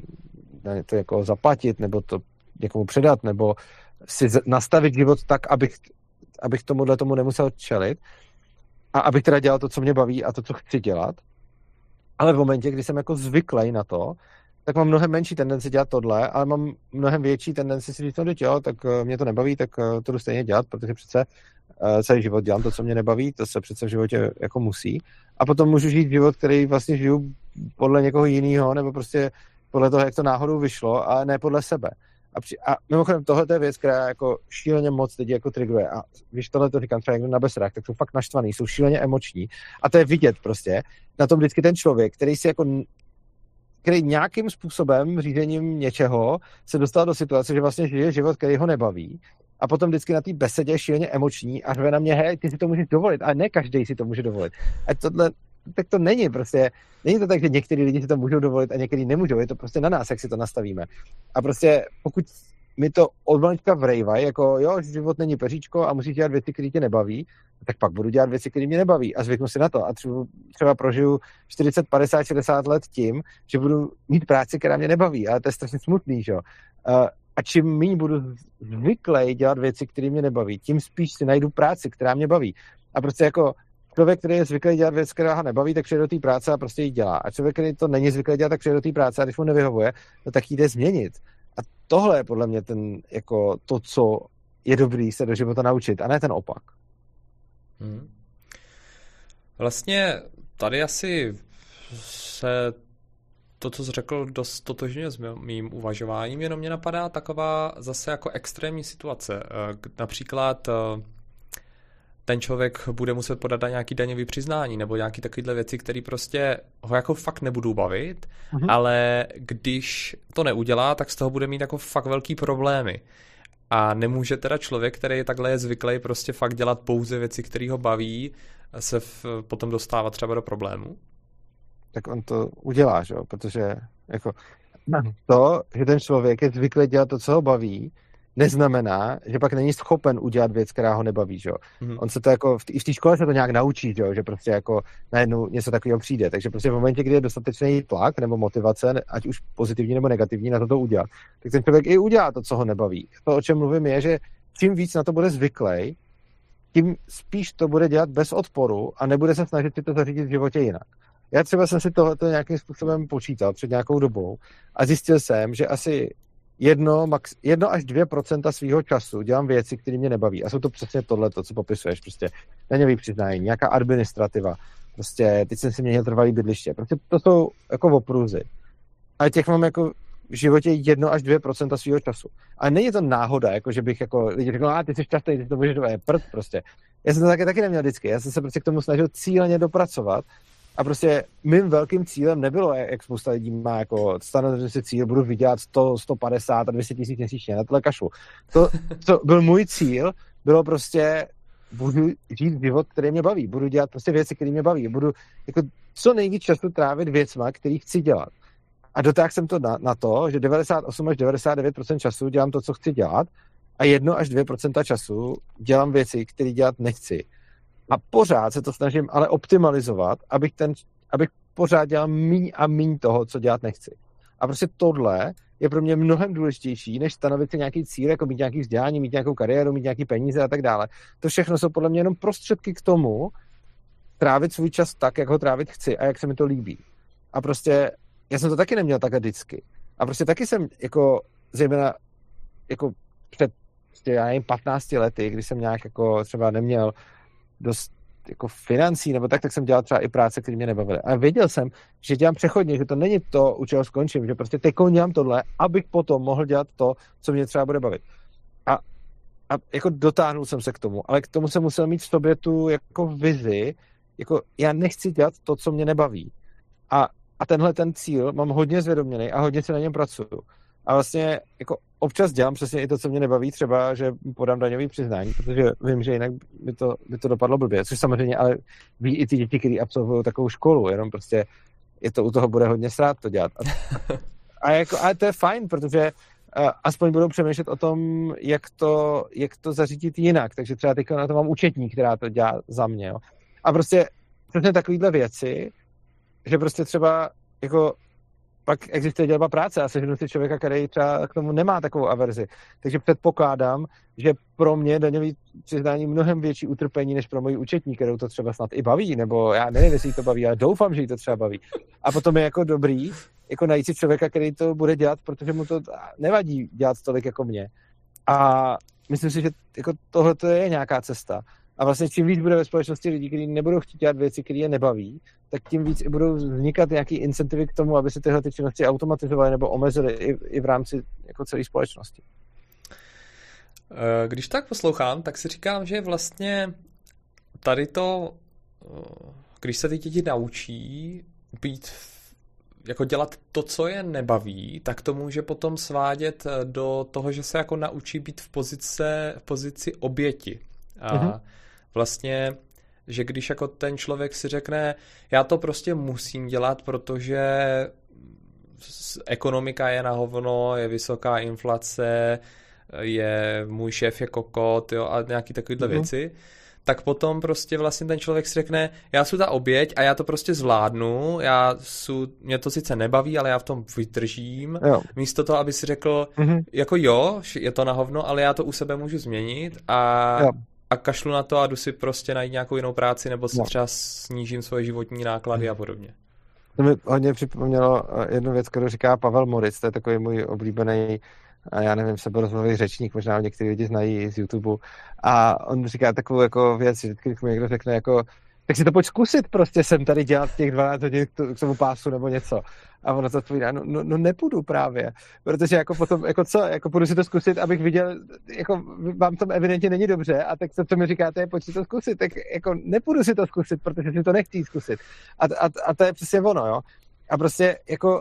to jako zaplatit, nebo to někomu předat, nebo si nastavit život tak, abych tomu nemusel čelit a abych teda dělal to, co mě baví a to, co chci dělat. Ale v momentě, kdy jsem jako zvyklý na to, tak mám mnohem menší tendenci dělat tohle, ale mám mnohem větší tendenci si říct, no jo, tak mě to nebaví, tak to jdu stejně dělat, protože přece celý život dělám to, co mě nebaví, to se přece v životě jako musí. A potom můžu žít život, který vlastně žiju podle někoho jiného, nebo prostě podle toho, jak to náhodou vyšlo, a ne podle sebe. A mimochodem tohle je věc, která jako šíleně moc lidi jako trigruje. A když tohle to říkám třeba někdo na besedách, tak jsou fakt naštvaný, jsou šíleně emoční. A to je vidět prostě. Na tom vždycky ten člověk, který nějakým způsobem, řízením něčeho, se dostal do situace, že vlastně žije život, který ho nebaví. A potom vždycky na té besedě je šíleně emoční a řve na mě, hej, ty si to můžeš dovolit, ale ne každý si to může dovolit. A tohle, tak to není prostě, není to tak, že některý lidi si to můžou dovolit a některý nemůžou, je to prostě na nás, jak si to nastavíme. A prostě pokud mi to od malička vrejvají, jako jo, život není peříčko a musíš dělat věci, které tě nebaví, tak pak budu dělat věci, které mě nebaví a zvyknu si na to. A třeba prožiju 40, 50, 60 let tím, že budu mít práci, která mě nebaví, ale to je strašně smutný, že jo. A čím méně budu zvyklý dělat věci, které mě nebaví, tím spíš si najdu práci, která mě baví. A prostě jako člověk, který je zvyklý dělat věc, která ho nebaví, tak přijde do té práce a prostě ji dělá. A člověk, který to není zvyklý dělat, tak přijde do té práce a když mu nevyhovuje, no tak ji jde změnit. A tohle je podle mě jako to, co je dobrý se do života naučit, a ne ten opak. Vlastně tady asi se to, co jsi řekl, dost totožně s mým uvažováním, jenom mě napadá taková zase jako extrémní situace. Například ten člověk bude muset podat na nějaký daňový přiznání nebo nějaký takovýhle věci, které prostě ho jako fakt nebudou bavit, ale když to neudělá, tak z toho bude mít jako fakt velký problémy. A nemůže teda člověk, který takhle je zvyklý prostě fakt dělat pouze věci, které ho baví, se potom dostávat třeba do problému? Tak on to udělá, že jo? Protože jako to, že ten člověk je zvyklý dělat to, co ho baví, neznamená, že pak není schopen udělat věc, která ho nebaví, že jo. On se to jako, i v té škole se to nějak naučí, že jo, že prostě jako najednou něco takového přijde. Takže prostě v momentě, kdy je dostatečný tlak nebo motivace, ať už pozitivní nebo negativní, na to udělat, tak ten člověk i udělá to, co ho nebaví. To, o čem mluvím, je, že čím víc na to bude zvyklý, tím spíš to bude dělat bez odporu a nebude se snažit si to zařídit v životě jinak. Já třeba jsem si tohleto nějakým způsobem počítal před nějakou dobou a zjistil jsem, že asi 1 až 2% svýho času dělám věci, které mě nebaví. A jsou to přesně tohleto, co popisuješ. Prostě daňový přiznání, nějaká administrativa. Prostě teď jsem si měnil trvalý bydliště. Prostě to jsou jako opruzy. A těch mám jako v životě 1 až 2% svýho času. A není to náhoda, jako že bych jako lidi řekl, ty jsi šťastný, ty to můžeš prd prostě. Já jsem to taky neměl vždycky. Já jsem se prostě k tomu snažil cíleně dopracovat. A prostě mým velkým cílem nebylo, jak spousta lidí má, jako stanovit si cíl, budu vydělat 100, 150 a 200 tisíc měsíčně, na tohle kašlu. To, co byl můj cíl, bylo prostě, budu žít život, který mě baví, budu dělat prostě věci, které mě baví, budu jako co nejvíc času trávit věcma, který chci dělat. A dotáhl jsem to na to, že 98 až 99% času dělám to, co chci dělat a 1 až 2% času dělám věci, které dělat nechci. A pořád se to snažím ale optimalizovat, abych pořád dělal míň a míň toho, co dělat nechci. A prostě tohle je pro mě mnohem důležitější, než stanovit si nějaký cíl, jako mít nějaký vzdělání, mít nějakou kariéru, mít nějaký peníze a tak dále. To všechno jsou podle mě jenom prostředky k tomu, trávit svůj čas tak, jak ho trávit chci a jak se mi to líbí. A prostě já jsem to taky neměl takhle vždycky. A prostě taky jsem jako zejména jako před já nevím, 15 lety, kdy jsem nějak jako třeba neměl dost jako financí nebo tak jsem dělal třeba i práce, které mě nebavily. A věděl jsem, že dělám přechodně, že to není to, u čeho skončím, že prostě teď dělám tohle, abych potom mohl dělat to, co mě třeba bude bavit. A jako dotáhnul jsem se k tomu, ale k tomu jsem musel mít v sobě tu jako vizi, jako já nechci dělat to, co mě nebaví. A tenhle ten cíl mám hodně zvědoměný a hodně se na něm pracuju. A vlastně jako občas dělám přesně i to, co mě nebaví, třeba, že podám daňový přiznání, protože vím, že jinak by to dopadlo blbě, což samozřejmě ale ví i ty děti, kteří absolvují takovou školu, jenom prostě u toho bude hodně srát to dělat. Ale to je fajn, protože aspoň budou přemýšlet o tom, jak to zařídit jinak, takže třeba teď na to mám účetní, která to dělá za mě. Jo. A prostě přesně takovýhle věci, že prostě třeba jako pak existuje dělba práce a seženu si člověka, který třeba k tomu nemá takovou averzi. Takže předpokládám, že pro mě daňový přiznání mnohem větší utrpení, než pro moji účetní, kterou to třeba snad i baví, nebo já nevím, jestli jí to baví, ale doufám, že jí to třeba baví. A potom je jako dobrý, jako najít si člověka, který to bude dělat, protože mu to nevadí dělat tolik jako mě. A myslím si, že jako tohle je nějaká cesta. A vlastně čím víc bude ve společnosti lidí, kteří nebudou chtít dělat věci, které je nebaví, tak tím víc i budou vznikat nějaký incentivy k tomu, aby se tyhle ty činnosti automatizovaly nebo omezily i v rámci jako celé společnosti. Když tak poslouchám, tak si říkám, že vlastně tady to, když se ty děti naučí být, jako dělat to, co je nebaví, tak to může potom svádět do toho, že se jako naučí být v pozici oběti. A vlastně, že když jako ten člověk si řekne, já to prostě musím dělat, protože ekonomika je na hovno, je vysoká inflace, můj šéf je kokot, jo, a nějaký takovýhle věci, tak potom prostě vlastně ten člověk si řekne, já jsem ta oběť a já to prostě zvládnu, mě to sice nebaví, ale já v tom vydržím, místo toho, aby si řekl, jako jo, je to na hovno, ale já to u sebe můžu změnit a kašlu na to a jdu si prostě najít nějakou jinou práci nebo si třeba snížím svoje životní náklady a podobně. To mi hodně připomnělo jednu věc, kterou říká Pavel Moritz, to je takový můj oblíbený, já nevím, seberozvojový řečník, možná někteří lidi znají z YouTube. A on říká takovou jako věc, že když mu někdo řekne jako, tak si to pojď zkusit prostě sem tady dělat těch 12 hodin k tomu pásu nebo něco. A ono to odpovídá, no nepůjdu právě, protože jako potom, jako co, jako půjdu si to zkusit, abych viděl, jako vám to evidentně není dobře a tak co mi říkáte, pojď si to zkusit, tak jako nepůjdu si to zkusit, protože si to nechci zkusit. A to je přesně ono, jo. A prostě jako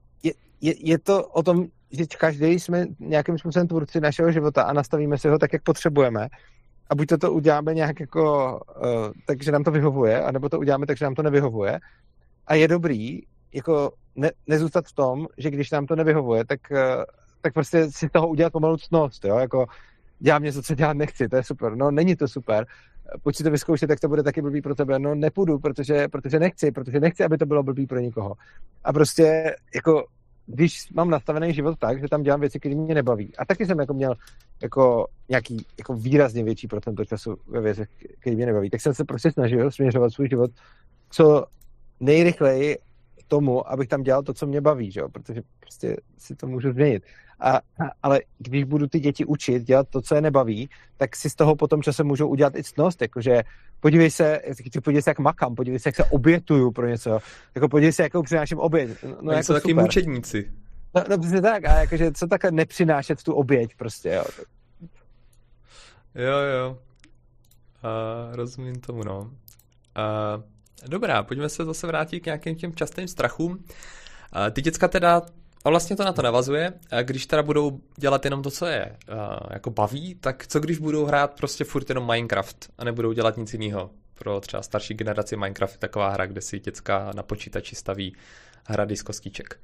je to o tom, že každý jsme nějakým způsobem tvůrci našeho života a nastavíme si ho tak, jak potřebujeme. A buď to uděláme nějak jako tak, že nám to vyhovuje, anebo to uděláme tak, že nám to nevyhovuje. A je dobrý jako nezůstat v tom, že když nám to nevyhovuje, tak prostě si z toho udělat pomalu ctnost, jo, jako dělám něco, co dělat nechci, to je super. No, není to super. Pojď si to vyzkoušet, tak to bude taky blbý pro tebe. No, nepůjdu, protože nechci, aby to bylo blbý pro nikoho. A prostě jako když mám nastavený život tak, že tam dělám věci, které mě nebaví. A taky jsem jako měl jako nějaký jako výrazně větší procento času ve věcech, které mě nebaví. Tak jsem se prostě snažil směřovat svůj život co nejrychleji tomu, abych tam dělal to, co mě baví, že jo? Protože prostě si to můžu změnit. Ale když budu ty děti učit dělat to, co je nebaví, tak si z toho potom časem můžou udělat i ctnost, jakože podívej se, jak makám, podívej se, jak se obětuju pro něco, jako podívej se, jakou přináším oběť. No jako jsou taky mučedníci. No přesně tak, a jakože co takhle nepřinášet tu oběť prostě, jo. Jo. Rozumím tomu, no. Dobrá, pojďme se zase vrátit k nějakým těm častým strachům. Ty děcka teda, a vlastně to na to navazuje, když teda budou dělat jenom to, co je jako baví, tak co když budou hrát prostě furt jenom Minecraft a nebudou dělat nic jiného? Pro třeba starší generaci Minecraft je taková hra, kde si děcka na počítači staví hrady z kostiček.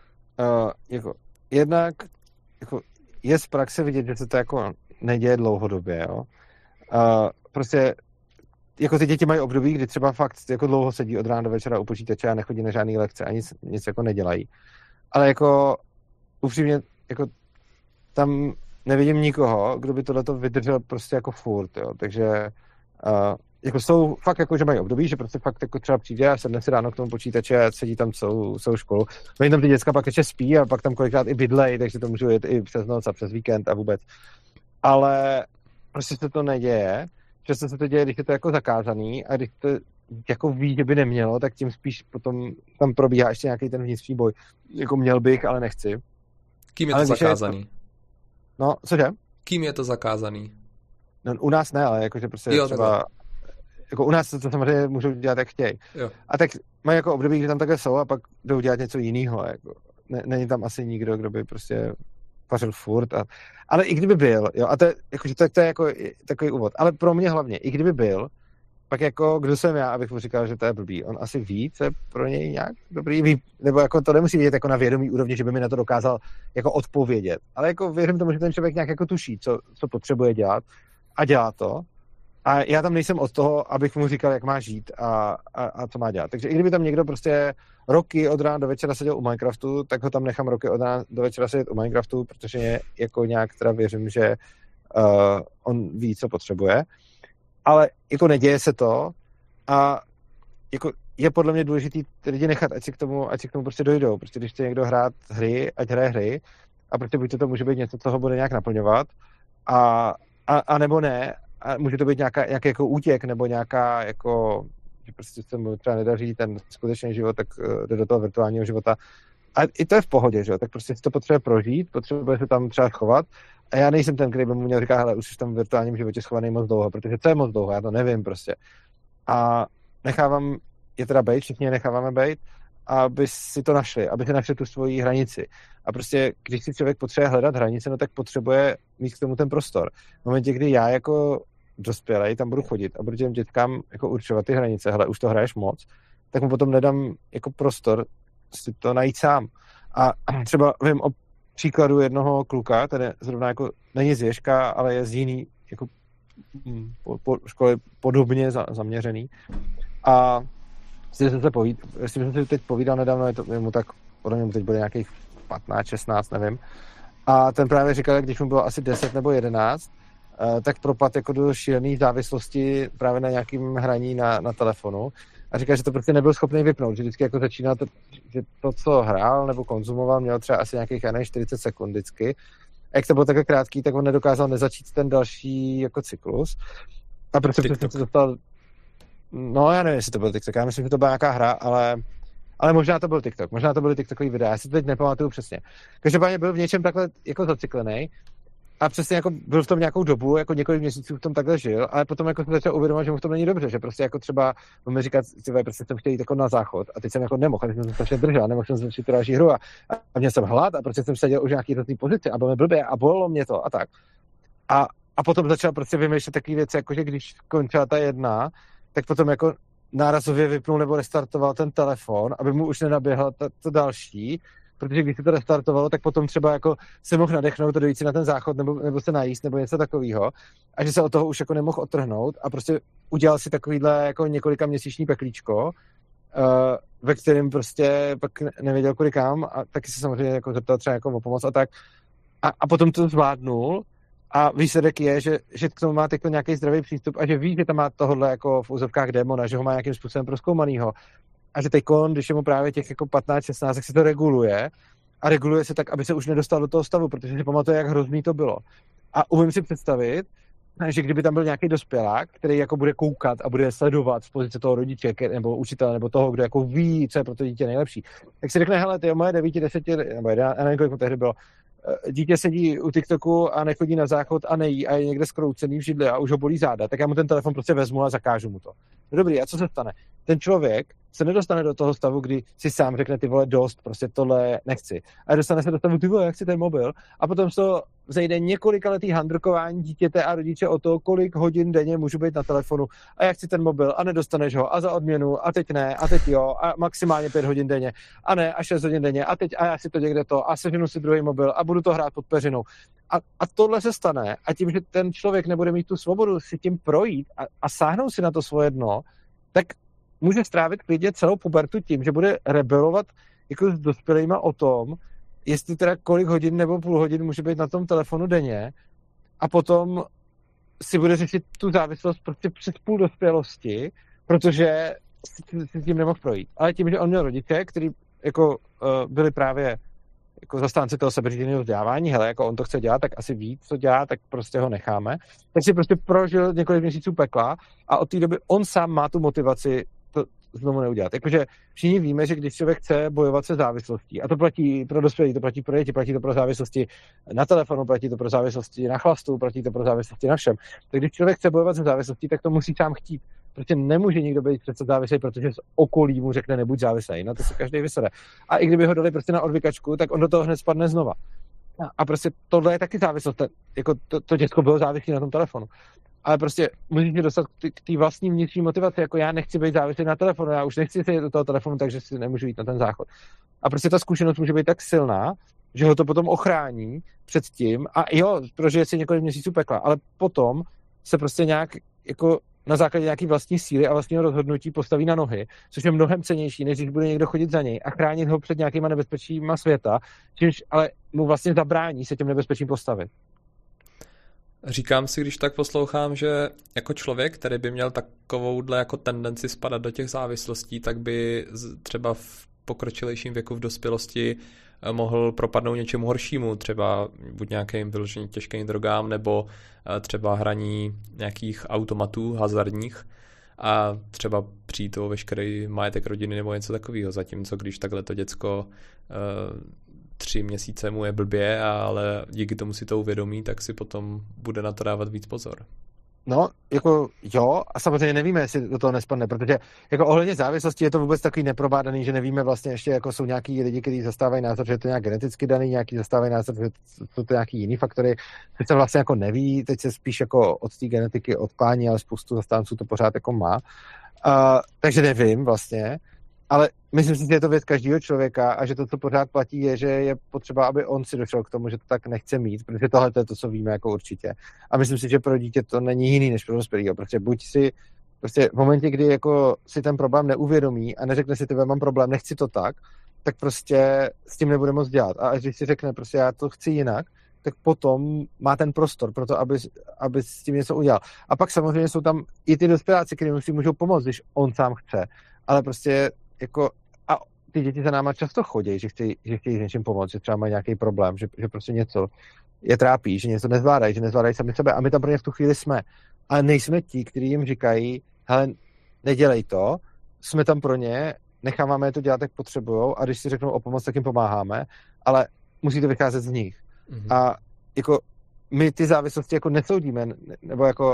Jednak jako je z praxe vidět, že se to jako neděje dlouhodobě, jo. Prostě jako ty děti mají období, kdy třeba fakt jako dlouho sedí od rána do večera u počítače a nechodí na žádný lekce a nic jako nedělají. Ale jako upřímně, jako tam nevidím nikoho, kdo by tohleto vydržel prostě jako furt, jo. Takže jako jsou fakt jako, že mají období, že prostě fakt jako třeba přijde a sedne si ráno k tomu počítače a sedí tam celou školu. Mají tam ty děcka pak ještě spí a pak tam kolikrát i bydlej, takže to můžou jít i přes noc a přes víkend a vůbec. Ale prostě se to neděje. Často se to děje, když je to jako zakázaný a když to jako ví, že by nemělo, tak tím spíš potom tam probíhá ještě nějaký ten vnitřní boj. Jako měl bych, ale nechci. Kým je to zakázaný? No, cože? Kým je to zakázaný? No, u nás ne, ale jakože prostě jo, třeba jako u nás to samozřejmě můžou dělat, jak chtějí. A tak mají jako období, kdy tam takhle jsou a pak jdou dělat něco jiného. Jako. Není tam asi nikdo, kdo by prostě vařil furt. Ale i kdyby byl, jo, a to je jako takový úvod. Ale pro mě hlavně, i kdyby byl, pak jako, kdo jsem já, abych mu říkal, že to je blbý. On asi ví, co je pro něj nějak dobrý, nebo jako to nemusí vidět jako na vědomý úrovni, že by mi na to dokázal jako odpovědět. Ale jako věřím tomu, že ten člověk nějak jako tuší, co potřebuje dělat a dělá to. A já tam nejsem od toho, abych mu říkal, jak má žít a co má dělat. Takže i kdyby tam někdo prostě roky od rána do večera seděl u Minecraftu, tak ho tam nechám roky od rána do večera sedět u Minecraftu, protože jako nějak teda věřím, že on ví, co potřebuje. Ale jako neděje se to a jako je podle mě důležitý ty lidi nechat, ať si k tomu prostě dojdou. Prostě když chce někdo hrát hry, ať hraje hry a prostě buď to může být něco, co ho bude nějak naplňovat a nebo ne. A může to být nějaký jako útěk nebo nějaká jako, že prostě se mu třeba nedaří ten skutečný život, tak jde do toho virtuálního života. A i to je v pohodě, že jo? Tak prostě si to potřebuje prožít, potřebuje se tam třeba chovat. A já nejsem ten, který by mu měl říkat, hele, už jsi v tom virtuálním životě schovaný moc dlouho, protože to je moc dlouho, já to nevím prostě. A nechávám je teda bejt, všichni je necháváme bejt, aby si to našli, aby si našli tu svoji hranici. A prostě, když si člověk potřebuje hledat hranice, no tak potřebuje mít k tomu ten prostor. V momentě, kdy já jako dospělej tam budu chodit a budu těm dětkám jako určovat ty hranice, hele, už to hraješ moc, tak mu potom nedám jako prostor si to najít sám. A třeba vím o příkladu jednoho kluka, ten zrovna jako není z Ježka, ale je z jiný jako po škole podobně zaměřený. A jsem si teď povídal nedávno, je mu tak, podle mě mu teď bude nějakých 15, 16, nevím. A ten právě říkal, že když mu bylo asi 10 nebo 11, tak propad jako do šílené závislosti právě na nějakým hraní na telefonu. A říká, že to prostě nebyl schopný vypnout, že vždycky jako začínal že to, co hrál nebo konzumoval, měl třeba asi nějakých 40 sekund vždycky. A jak to bylo takhle krátký, tak on nedokázal nezačít ten další jako cyklus. A prostě se dostal. No, já nevím, jestli to byl TikTok, já myslím, že to byla nějaká hra, ale možná to byl TikTok, možná to byly TikTokový videa, já si to teď nepamatuju přesně. Každopádně byl v něčem takhle jako zacyklený a přesně jako byl v tom nějakou dobu, jako několik měsíců v tom takhle žil, ale potom jako jsem začal uvědomovat, že mu v tom není dobře, že prostě jako třeba mi říkat, prostě jsem chtěl jít jako na záchod a teď jsem jako nemohl, a teď jsem se strašně držel, nemohl jsem začít tu další hru a měl jsem hlad a prostě jsem seděl už nějaký různý pozici a bylo mi blbě a bolelo mě to a tak. A potom začal prostě vymýšlet takové věci, jako že když skončila ta jedna, tak potom jako nárazově vypnul nebo restartoval ten telefon, aby mu už nenaběhlo to další, protože když se to restartovalo, tak potom třeba jako se mohl nadechnout a dojít si na ten záchod nebo se najíst nebo něco takového a že se od toho už jako nemohl odtrhnout a prostě udělal si takovýhle jako několika měsíční peklíčko, ve kterém prostě pak nevěděl kudy kam a taky se samozřejmě jako zeptal třeba jako o pomoc a tak a potom to zvládnul. A výsledek je, že k tomu má teď nějaký zdravý přístup a že ví, že tam má tohle jako v úzovkách démona, že ho má nějakým způsobem prozkoumanýho. A že teď, když je mu právě těch jako 15-16, tak se to reguluje a reguluje se tak, aby se už nedostal do toho stavu, protože si pamatuje, jak hrozný to bylo. A umím si představit, že kdyby tam byl nějaký dospělák, který jako bude koukat a bude sledovat z pozice toho rodiče nebo učitele nebo toho, kdo jako ví, co je pro to dítě nejlepší, tak si řekne, hele, ty moje 9, 10, nebo 11, já nevím, kolik mu tehdy bylo, dítě sedí u TikToku a nechodí na záchod a nejí a je někde skroucený v židli a už ho bolí záda, tak já mu ten telefon prostě vezmu a zakážu mu to. No dobrý, a co se stane? Ten člověk se nedostane do toho stavu, kdy si sám řekne, ty vole, dost, prostě tohle nechci. A dostane se do stavu, ty vole, jak chci ten mobil. A potom se to zajde několikaletý handrkování dítěte a rodiče o to, kolik hodin denně můžu být na telefonu a jak chci ten mobil a nedostaneš ho a za odměnu a teď ne a teď jo a maximálně 5 hodin denně a ne a 6 hodin denně a teď a já si to někde to a seženu si druhý mobil a budu to hrát pod peřinou. A tohle se stane a tím, že ten člověk nebude mít tu svobodu si tím projít a sáhnout si na to svoje dno, tak může strávit klidně celou pubertu tím, že bude rebelovat jako s dospělejma o tom, jestli teda kolik hodin nebo půl hodin může být na tom telefonu denně a potom si bude řešit tu závislost prostě přes půl dospělosti, protože si tím nemohl projít. Ale tím, že on měl rodiče, kteří jako byli právě jako zastánci toho sebeřízeného vzdělávání, hele, jako on to chce dělat, tak asi ví, co dělá, tak prostě ho necháme. Tak si prostě prožil několik měsíců pekla a od té doby on sám má tu motivaci to znovu neudělat. Jakože všichni víme, že když člověk chce bojovat se závislostí, a to platí pro dospělí, to platí pro děti, platí to pro závislosti na telefonu, platí to pro závislosti na chlastu, platí to pro závislosti na všem. Tak když člověk chce bojovat se závislostí, tak to musí sám chtít. Prostě nemůže nikdo být přece závislý, protože z okolí mu řekne nebuď závislý. No to se každý vysede. A i kdyby ho dali prostě na odvykačku, tak on do toho hned spadne znova. A prostě tohle je taky závislost. Jako to děcko bylo závislé na tom telefonu. Ale prostě musíš mě dostat k té vlastní vnitřní motivaci, jako já nechci být závislý na telefonu, já už nechci sedět do toho telefonu, takže si nemůžu jít na ten záchod. A prostě ta zkušenost může být tak silná, že ho to potom ochrání před tím a jo, prožije si několik měsíců pekla, ale potom se prostě nějak jako na základě nějaký vlastní síly a vlastního rozhodnutí postaví na nohy, což je mnohem cennější, než když bude někdo chodit za něj a chránit ho před nějakýma nebezpečíma světa, čímž ale mu vlastně zabrání se těm nebezpečím postavit. Říkám si, když tak poslouchám, že jako člověk, který by měl takovouhle jako tendenci spadat do těch závislostí, tak by třeba v pokročilejším věku v dospělosti mohl propadnout něčemu horšímu, třeba buď nějakým vyloženě těžkým drogám, nebo třeba hraní nějakých automatů hazardních a třeba přijít o veškerý majetek rodiny nebo něco takového, zatímco když takhle to děcko 3 měsíce mu je blbě, ale díky tomu si to uvědomí, tak si potom bude na to dávat víc pozor. No, jako jo, a samozřejmě nevíme, jestli do toho nespadne, protože jako ohledně závislosti je to vůbec takový neprobádaný, že nevíme vlastně ještě, jako jsou nějaký lidi, kteří zastávají názor, že je to nějak geneticky daný, nějaký zastávají názor, že jsou to nějaký jiný faktory, teď se vlastně jako neví, teď se spíš jako od té genetiky odklání, ale spoustu zastánců to pořád jako má. Takže nevím vlastně, ale myslím si, že je to věc každého člověka a že to, co pořád platí, je, že je potřeba, aby on si došel k tomu, že to tak nechce mít, protože tohle je to, co víme jako určitě. A myslím si, že pro dítě to není jiný než pro dospělého, protože buď si prostě v momentě, kdy jako si ten problém neuvědomí a neřekne si, tyhle mám problém, nechci to tak prostě s tím nebude moc dělat. A až když si řekne, prostě já to chci jinak, tak potom má ten prostor pro to, aby s tím něco udělal. A pak samozřejmě jsou tam i ty dospěláci, kteří si můžou pomoct, když on sám chce. Ale prostě jako a ty děti za náma často chodí, že chtějí s něčím pomoct, že třeba mají nějaký problém, že prostě něco je trápí, že něco nezvládají, že nezvládají sami sebe a my tam pro ně v tu chvíli jsme. Ale nejsme ti, kteří jim říkají, hele, nedělej to, jsme tam pro ně, necháváme je to dělat, jak potřebujou a když si řeknou o pomoc, tak jim pomáháme, ale musí to vycházet z nich. Mm-hmm. A jako my ty závislosti jako nesoudíme, nebo jako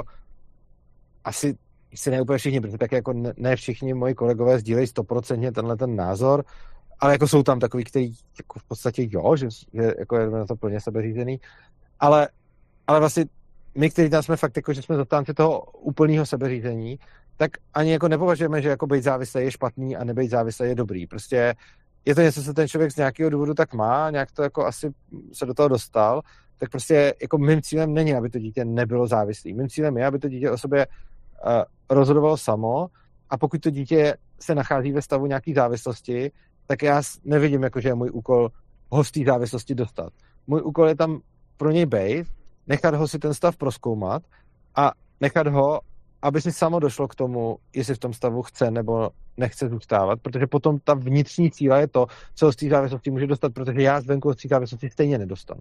asi si ne úplně všichni, protože tak jako ne všichni moji kolegové sdílejí 100% tenhle ten názor, ale jako jsou tam takový, kteří jako v podstatě jo, že jako je na to plně sebeřízený, ale vlastně my, kteří tam jsme fakt jako, že jsme zastánci toho úplného sebeřízení, tak ani jako nepovažujeme, že jako být závislý je špatný a nebejt závislý je dobrý. Prostě je to něco, co ten člověk z nějakého důvodu tak má, nějak to jako asi se do toho dostal, tak prostě jako mým cílem není, aby to dítě nebylo závislý. Mým cílem je, aby to dítě o sobě rozhodovalo samo a pokud to dítě se nachází ve stavu nějaký závislosti, tak já nevidím, jako, že je můj úkol ho z té závislosti dostat. Můj úkol je tam pro něj bejt, nechat ho si ten stav prozkoumat a nechat ho, aby si samo došlo k tomu, jestli v tom stavu chce nebo nechce zůstávat, protože potom ta vnitřní cíla je to, co z té závislosti může dostat, protože já zvenku z té závislosti stejně nedostanu.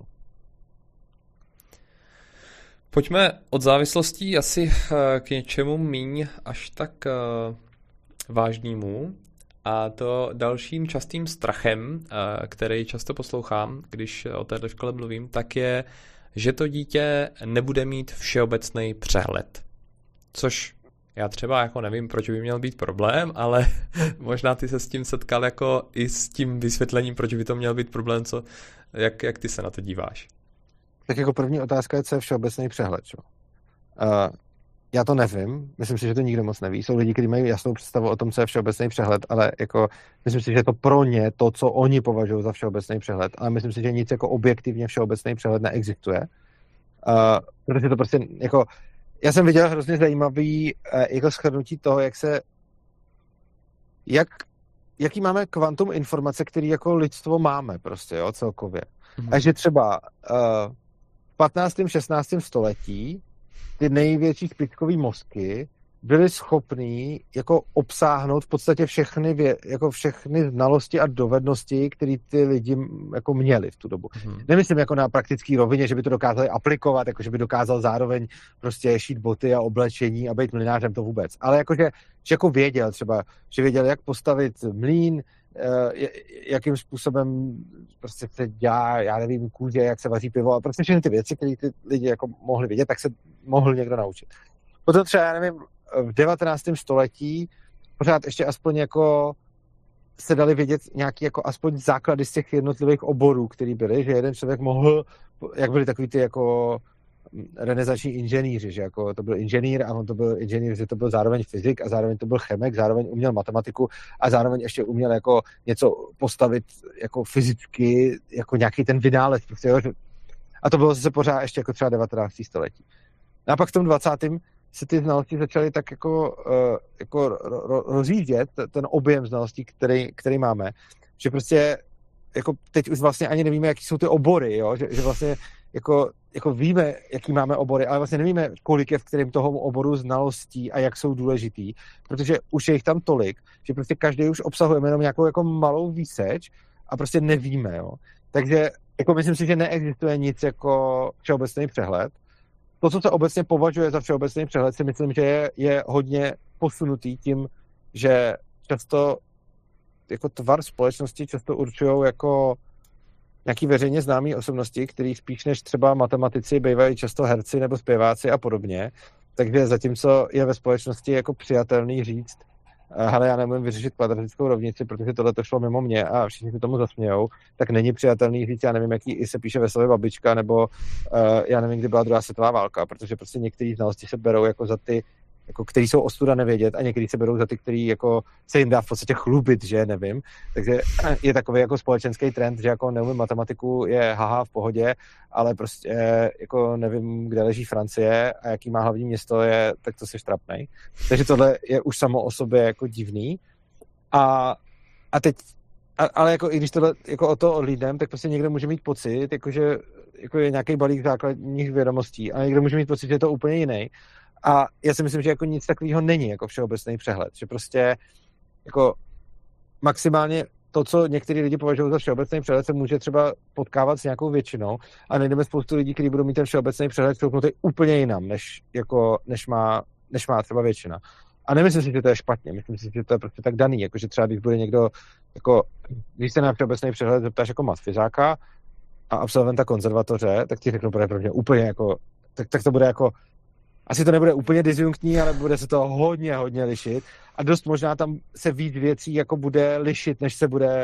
Pojďme od závislostí asi k něčemu míň až tak vážnému. A to dalším častým strachem, který často poslouchám, když o této škole mluvím, tak je, že to dítě nebude mít všeobecný přehled. Což já třeba jako nevím, proč by měl být problém, ale možná ty se s tím setkal jako i s tím vysvětlením, proč by to měl být problém, jak ty se na to díváš? Tak jako první otázka je, co je všeobecný přehled. Já to nevím, myslím si, že to nikdo moc neví. Jsou lidi, kteří mají jasnou představu o tom, co je všeobecný přehled, ale jako myslím si, že je to pro ně to, co oni považují za všeobecný přehled. Ale myslím si, že nic jako objektivně všeobecný přehled neexistuje. Protože to prostě jako já jsem viděl hrozně zajímavý jako shrnutí toho, jaký máme kvantum informace, který jako lidstvo máme prostě, jo, celkově. A že třeba v 15. 16. století ty největší špičkový mozky byly schopný jako obsáhnout v podstatě všechny znalosti a dovednosti, které ty lidi jako měli v tu dobu. Nemyslím jako na praktický rovině, že by to dokázali aplikovat, jako že by dokázal zároveň prostě šít boty a oblečení a být mlynářem, to vůbec. Ale jakože, že jako věděl třeba, že věděl, jak postavit mlýn, jakým způsobem prostě se dělá, já nevím, kůže, jak se vaří pivo a prostě všechny ty věci, které ty lidi jako mohli vědět, tak se mohl někdo naučit. Potom třeba, já nevím, v 19. století pořád ještě aspoň jako se dali vědět nějaký jako aspoň základy z těch jednotlivých oborů, který byly, že jeden člověk mohl, jak byli takový ty jako renesanční inženýři, že jako to byl inženýr a on to byl inženýr, že to byl zároveň fyzik a zároveň to byl chemik, zároveň uměl matematiku a zároveň ještě uměl jako něco postavit jako fyzicky, jako nějaký ten vynález. Prostě, jo, a to bylo zase pořád ještě jako třeba 19. století. A pak v tom 20. se ty znalosti začaly tak jako rozjíždět, ten objem znalostí, který máme, že prostě jako teď už vlastně ani nevíme, jaký jsou ty obory, jo? Že vlastně jako víme, jaký máme obory, ale vlastně nevíme, kolik je v kterém toho oboru znalostí a jak jsou důležitý, protože už je jich tam tolik, že prostě každý už obsahujeme jenom nějakou jako malou výseč a prostě nevíme, jo. Takže jako myslím si, že neexistuje nic jako všeobecný přehled. To, co se obecně považuje za všeobecný přehled, si myslím, že je hodně posunutý tím, že často jako tvar společnosti často určují jako nějaký veřejně známý osobnosti, který spíš než třeba matematici bývají často herci nebo zpěváci a podobně. Takže zatímco je ve společnosti jako přijatelný říct, hele, já nemůžu vyřešit kvadratickou rovnici, protože tohle to šlo mimo mě a všichni se tomu zasmějou, tak není přijatelný říct, já nevím, jaký se píše Veselé babička, nebo já nevím, kdy byla druhá světová válka, protože prostě některé znalosti se berou jako za ty, jako který jsou ostuda nevědět a některý se berou za ty, který jako se jim dá v podstatě chlubit, že nevím. Takže je takový jako společenský trend, že jako neumím matematiku, je haha v pohodě, ale prostě jako nevím, kde leží Francie a jaký má hlavní město je, tak to se štrapnej. Takže tohle je už samo o sobě jako divný. A teď, ale jako i když tohle jako o to lidem, tak prostě někdo může mít pocit, jakože jako je nějaký balík základních vědomostí a někdo může mít pocit, že je to úplně jiný. A já si myslím, že jako nic takového není jako všeobecný přehled, že prostě jako maximálně to, co některý lidi považují za všeobecný přehled, se může třeba potkávat s nějakou většinou a najdeme spoustu lidí, kteří budou mít ten všeobecný přehled šouknutý úplně jinam, než má třeba většina. A nemyslím si, že to je špatně, myslím si, že to je prostě tak daný, jakože třeba když bude někdo, jako, když se na všeobecný přehled zeptáš jako matfizáka a absolventa konzervatoře, tak ti řeknu pro mě úplně jako, tak to bude jako asi to nebude úplně disjunktní, ale bude se to hodně, hodně lišit a dost možná tam se víc věcí jako bude lišit, než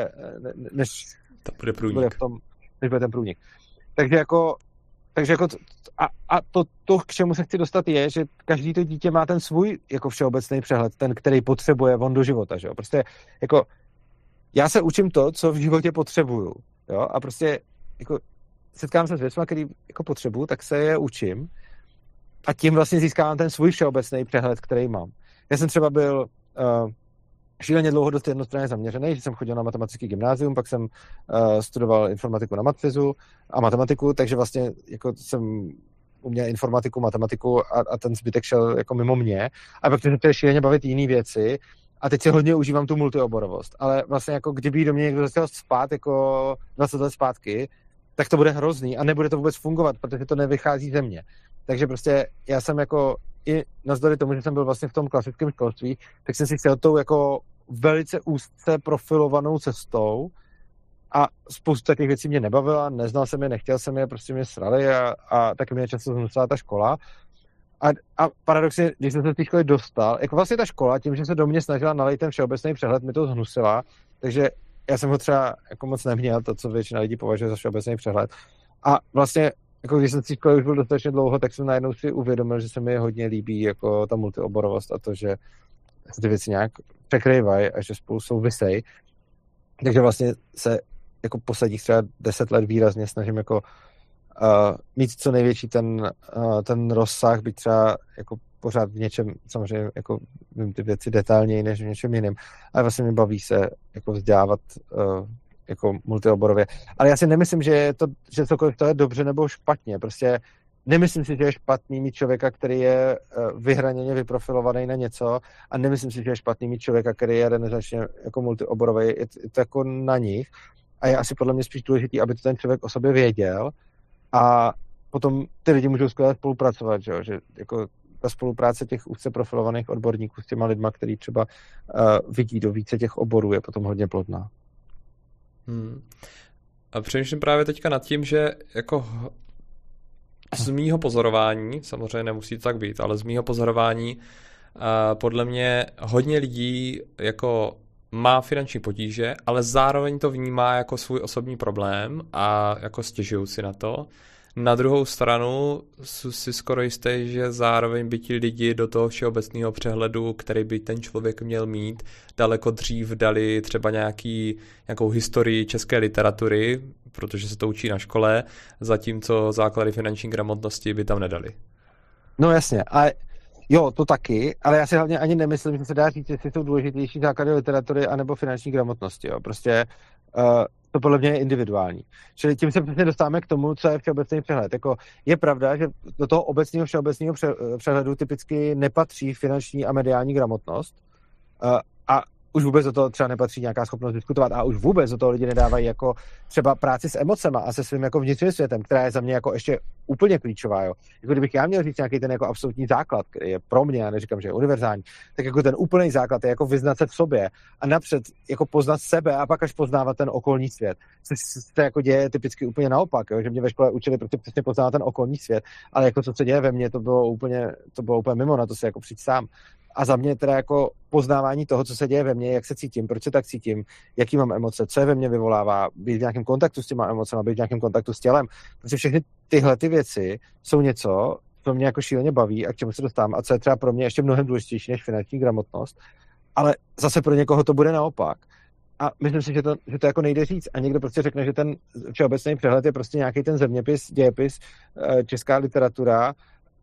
to bude průnik. Než bude ten průnik. Takže jako to, k čemu se chci dostat, je, že každý to dítě má ten svůj jako všeobecný přehled, ten, který potřebuje on do života, že jo. Prostě jako já se učím to, co v životě potřebuju, jo, a prostě jako setkám se s věcmi, který jako potřebuju, tak se je učím. A tím vlastně získávám ten svůj všeobecný přehled, který mám. Já jsem třeba byl šíleně dlouho dost jednostranně zaměřený, že jsem chodil na matematický gymnázium, pak jsem studoval informatiku na matfizu a matematiku, takže vlastně jako jsem uměl informatiku, matematiku a ten zbytek šel jako mimo mě. A pak jsem chtěl šíleně bavit jiné věci a teď si hodně užívám tu multioborovost. Ale vlastně jako kdyby do mě někdo začal spát jako 20 let zpátky, tak to bude hrozný a nebude to vůbec fungovat, protože to nevychází ze mě. Takže prostě já jsem jako i navzdory tomu, že jsem byl vlastně v tom klasickém školství, tak jsem si chtěl tou jako velice úzce profilovanou cestou a spousta těch věcí mě nebavila, neznal jsem je, nechtěl jsem je, prostě mě srali a taky mě často zhnusila ta škola. A paradoxně, když jsem se z té školy dostal, jako vlastně ta škola, tím, že se do mě snažila nalejt ten všeobecný přehled, mi to zhnusila, takže já jsem ho třeba jako moc neměl, to, co většina lidí považuje za všeobecný přehled. A vlastně jako když jsem v té škole už byl dostatečně dlouho, tak jsem najednou si uvědomil, že se mi hodně líbí jako ta multioborovost a to, že se ty věci nějak překrývají a že spolu souvisejí. Takže vlastně se jako posledních třeba 10 let výrazně snažím jako mít co největší ten rozsah, byť třeba jako pořád v něčem, samozřejmě jako vím ty věci detailněji než v něčem jiném, ale vlastně mě baví se jako vzdělávat jako multioborově. Ale já si nemyslím, že cokoliv to je dobře nebo špatně. Prostě nemyslím si, že je špatný mít člověka, který je vyhraněně vyprofilovaný na něco a nemyslím si, že je špatný mít člověka, který je renesančně jako multioborový. Je to jako na nich a je asi podle mě spíš důležitý, aby to ten člověk o sobě věděl a potom ty lidi můžou skvěle spolupracovat, že jako ta spolupráce těch úzce profilovaných odborníků s těma lidma, který třeba vidí do více těch oborů, je potom hodně plodná. A přemýšlím právě teďka nad tím, že jako z mýho pozorování, samozřejmě nemusí to tak být, ale z mýho pozorování podle mě hodně lidí jako má finanční potíže, ale zároveň to vnímá jako svůj osobní problém a jako stěžují si na to. Na druhou stranu si skoro jistý, že zároveň by ti lidi do toho všeobecného přehledu, který by ten člověk měl mít, daleko dřív dali třeba nějakou historii české literatury, protože se to učí na škole, zatímco základy finanční gramotnosti by tam nedali. No jasně, ale Jo, to taky, ale já si hlavně ani nemyslím, že se dá říct, jestli jsou důležitější základy literatury anebo finanční gramotnosti. Jo. Prostě to podle mě je individuální. Čili tím se přesně dostáváme k tomu, co je všeobecný přehled. Jako je pravda, že do toho všeobecného přehledu typicky nepatří finanční a mediální gramotnost a už vůbec do toho třeba nepatří nějaká schopnost diskutovat a už vůbec do toho lidi nedávají jako třeba práci s emocema a se svým jako vnitřním světem, která je za mě jako ještě úplně klíčová. Jo. Jako kdybych já měl říct nějaký ten jako absolutní základ, který je pro mě, já neříkám, že je univerzální, tak jako ten úplný základ je jako vyznat se v sobě a napřed jako poznat sebe a pak až poznávat ten okolní svět. Což se jako děje typicky úplně naopak, jo, že mě ve škole učili prostě přesně poznávat ten okolní svět, ale jako co se děje ve mně, to bylo úplně mimo, na to se jako přijít sám. A za mě teda jako poznávání toho, co se děje ve mně, jak se cítím, proč se tak cítím, jaký mám emoce, co je ve mně vyvolává, být v nějakém kontaktu s těma emocemi, být v nějakém kontaktu s tělem. Protože všechny tyhle ty věci jsou něco, co mě jako šíleně baví a k čemu se dostávám a co je třeba pro mě ještě mnohem důležitější než finanční gramotnost. Ale zase pro někoho to bude naopak. A myslím si, že to jako nejde říct. A někdo prostě řekne, že ten všeobecný přehled je prostě nějaký ten zeměpis, dějepis, česká literatura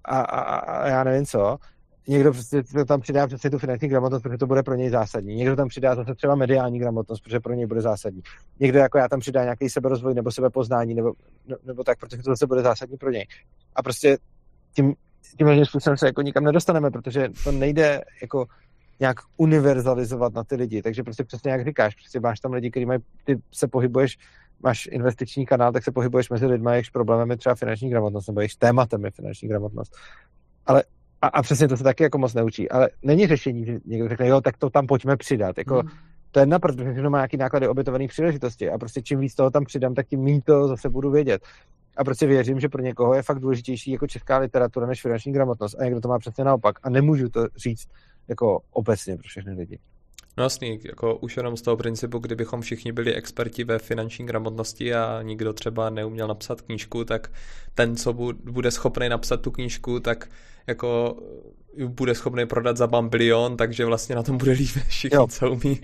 a já nevím co. Někdo prostě tam přidá přesně tu finanční gramotnost, protože to bude pro něj zásadní. Někdo tam přidá zase třeba mediální gramotnost, protože pro něj bude zásadní. Někdo jako já tam přidá nějaký seberozvoj nebo sebepoznání nebo tak, protože to zase bude zásadní pro něj. A prostě tím způsobem se jako nikam nedostaneme, protože to nejde jako nějak univerzalizovat na ty lidi. Takže prostě přesně jak říkáš, prostě máš tam lidi, kteří mají, ty se pohybuješ, máš investiční kanál, tak se pohybuješ mezi lidmi, jejichž problémem je třeba finanční gramotnost nebo jejichž tématem je finanční gramotnost. Ale a přesně to se taky jako moc neučí, ale není řešení, že někdo řekne, jo, tak to tam pojďme přidat. Jako, to je jedna, protože všechno má nějaký náklady obětované příležitosti a prostě čím víc toho tam přidám, tak tím méně to zase budu vědět. A prostě věřím, že pro někoho je fakt důležitější jako česká literatura než finanční gramotnost a někdo to má přesně naopak. A nemůžu to říct jako obecně pro všechny lidi. No jasný, jako už jenom z toho principu, kdybychom všichni byli experti ve finanční gramotnosti a nikdo třeba neuměl napsat knížku, tak ten, co bude schopný napsat tu knížku, tak jako bude schopný prodat za bambilion, takže vlastně na tom bude líp všichni, co umí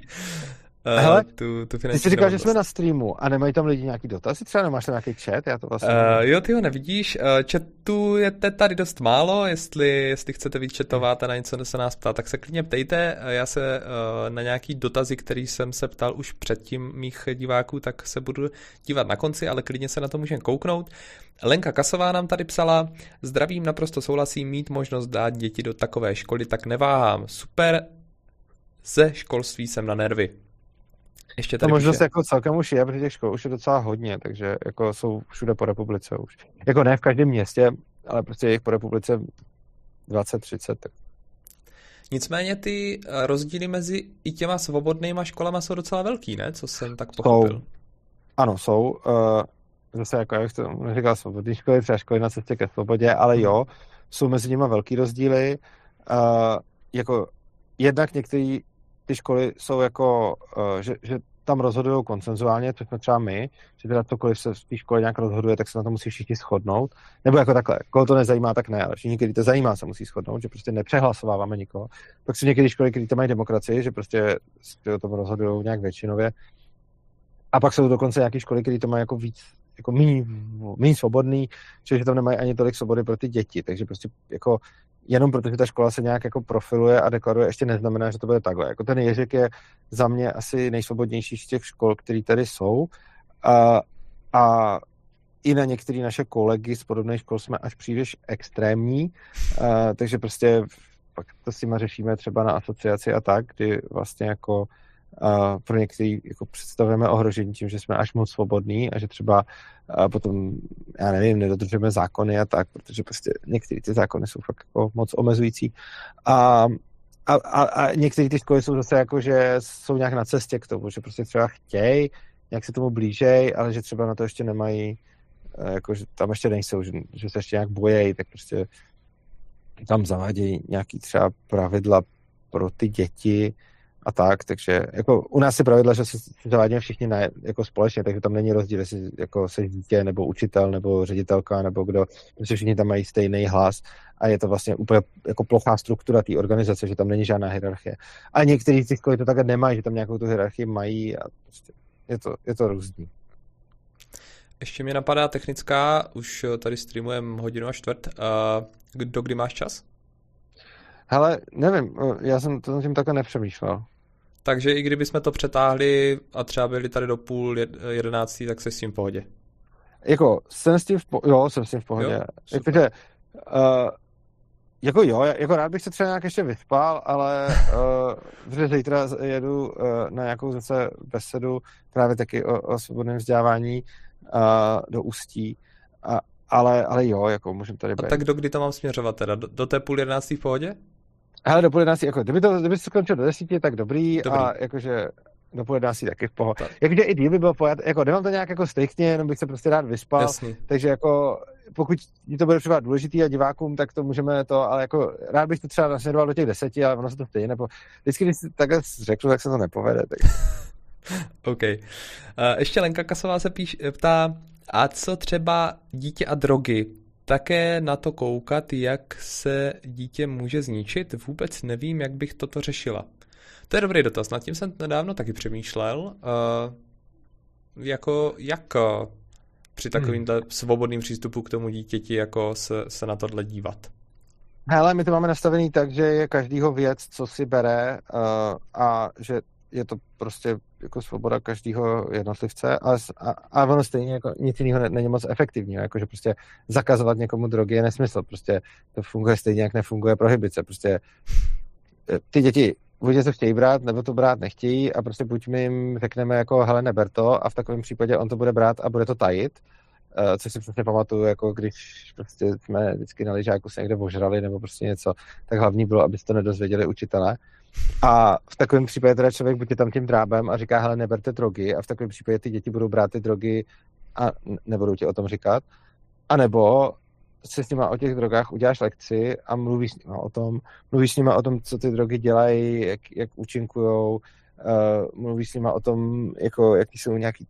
tu finanční. Ty jsi říkal, že jsme na streamu a nemají tam lidi nějaký dotazy? Třeba nemáš tam nějaký chat? Já to vlastně jo, ty ho nevidíš. Chatu je tady dost málo, jestli chcete vychatovat a na něco se nás ptát, tak se klidně ptejte. Já se na nějaký dotazy, který jsem se ptal už předtím mých diváků, tak se budu dívat na konci, ale klidně se na to můžeme kouknout. Lenka Kasová nám tady psala: zdravím, naprosto souhlasím, mít možnost dát děti do takové školy, tak neváhám. Super, ze školství jsem na nervy. Ještě tady to možnost jako celkem už je, protože těch škol už je docela hodně, takže jako jsou všude po republice už. Jako ne v každém městě, ale prostě jich po republice 20-30. Tak. Nicméně ty rozdíly mezi i těma svobodnýma školama jsou docela velký, ne? Co jsem tak pochopil. Ano, jsou. Zase jako jak to říkal, svobodné školy, třeba školy na cestě ke svobodě, ale jo, jsou mezi nimi velký rozdíly. Jako jednak některé ty školy jsou jako, že tam rozhodují konsenzuálně, což jsme třeba my, že teda cokoliv se v té škole nějak rozhoduje, tak se na to musí všichni shodnout. Nebo jako takhle, koho to nezajímá, tak ne, ale všichni, kteří to zajímá, se musí shodnout, že prostě nepřehlasováváme nikoho. Pak jsou některé školy, které tam mají demokracii, že prostě o tom rozhodují nějak většinově. A pak jsou dokonce nějaké školy, které to mají jako víc, jako méně svobodný, že tam nemají ani tolik svobody pro ty děti, takže prostě jako jenom protože ta škola se nějak jako profiluje a deklaruje, ještě neznamená, že to bude takhle. Jako ten Ježek je za mě asi nejsvobodnější z těch škol, které tady jsou. A i na některé naše kolegy z podobných škol jsme až příliš extrémní, takže prostě pak to s nima řešíme třeba na asociaci a tak, kdy vlastně jako pro některý jako představujeme ohrožení tím, že jsme až moc svobodní a že třeba potom, já nevím, nedodržujeme zákony a tak, protože prostě některé ty zákony jsou fakt jako moc omezující. A některé ty školy jsou zase jako, že jsou nějak na cestě k tomu, že prostě třeba chtějí, nějak se tomu blížej, ale že třeba na to ještě nemají, jako, že tam ještě nejsou, že se ještě nějak bojejí, tak prostě tam zavádějí nějaký třeba pravidla pro ty děti a tak, takže jako u nás je pravidla, že se zavádíme všichni jako společně, takže tam není rozdíl, jestli jako jsi dítě, nebo učitel, nebo ředitelka, nebo kdo, protože všichni tam mají stejný hlas a je to vlastně úplně jako plochá struktura té organizace, že tam není žádná hierarchie. A některý z těch školy to takhle nemají, že tam nějakou tu hierarchii mají a prostě je to různý. Ještě mě napadá technická, už tady streamujeme 1:15. Do kdy máš čas? Hele, nevím, já jsem to tím takhle nepřemýšlel. Takže i kdybychom to přetáhli a třeba byli tady do 10:30, tak se s tím v pohodě. Jako, jsem s tím jo, jsem s tím v pohodě. Jo? Jakože, jako jo, jako rád bych se třeba nějak ještě vyspal, ale protože zítra jedu na nějakou zase besedu právě taky o svobodném vzdělávání do Ústí, ale jo, jako můžeme tady být. A tak do kdy to mám směřovat teda? Do té 10:30 v pohodě? Hele, do 10:30, jako kdyby se skončil do 10, tak dobrý. A jakože do 10:30 taky v pohodě. Jakože i díl by byl pojat, jako nemám to nějak jako striktně, jenom bych se prostě rád vyspal. Jasný. Takže jako pokud ti to bude třeba důležitý a divákům, tak to můžeme to, ale jako rád bych to třeba nasměroval do těch 10, ale ono se to stejně vždycky, když si takhle řeknu, tak se to nepovede. Tak. OK. Ještě Lenka Kasová se ptá, a co třeba dítě a drogy? Také na to koukat, jak se dítě může zničit? Vůbec nevím, jak bych toto řešila. To je dobrý dotaz, nad tím jsem nedávno taky přemýšlel. Jak při takovýmhle svobodným přístupu k tomu dítěti jako se na tohle dívat? Hele, my to máme nastavený tak, že je každýho věc, co si bere a že je to prostě jako svoboda každého jednotlivce a ono stejně jako nic jiného není moc efektivního, jakože prostě zakazovat někomu drogy je nesmysl, prostě to funguje stejně, jak nefunguje prohibice, prostě ty děti buď to chtějí brát, nebo to brát nechtějí a prostě buď my jim řekneme jako hele, neber to a v takovém případě on to bude brát a bude to tajit, což si přesně pamatuju, jako když prostě jsme vždycky na lyžáku se někde ožrali nebo prostě něco, tak hlavní bylo, aby se to nedozvěděli učitelé. A v takovém případě teda člověk buď je tam tím drábem a říká, hele, neberte drogy a v takovém případě ty děti budou brát ty drogy a nebudou ti o tom říkat. A nebo se s nima o těch drogách uděláš lekci a mluvíš s nima o tom, co ty drogy dělají, jak účinkujou, mluvíš s nima o tom, jako, jaký jsou nějaký,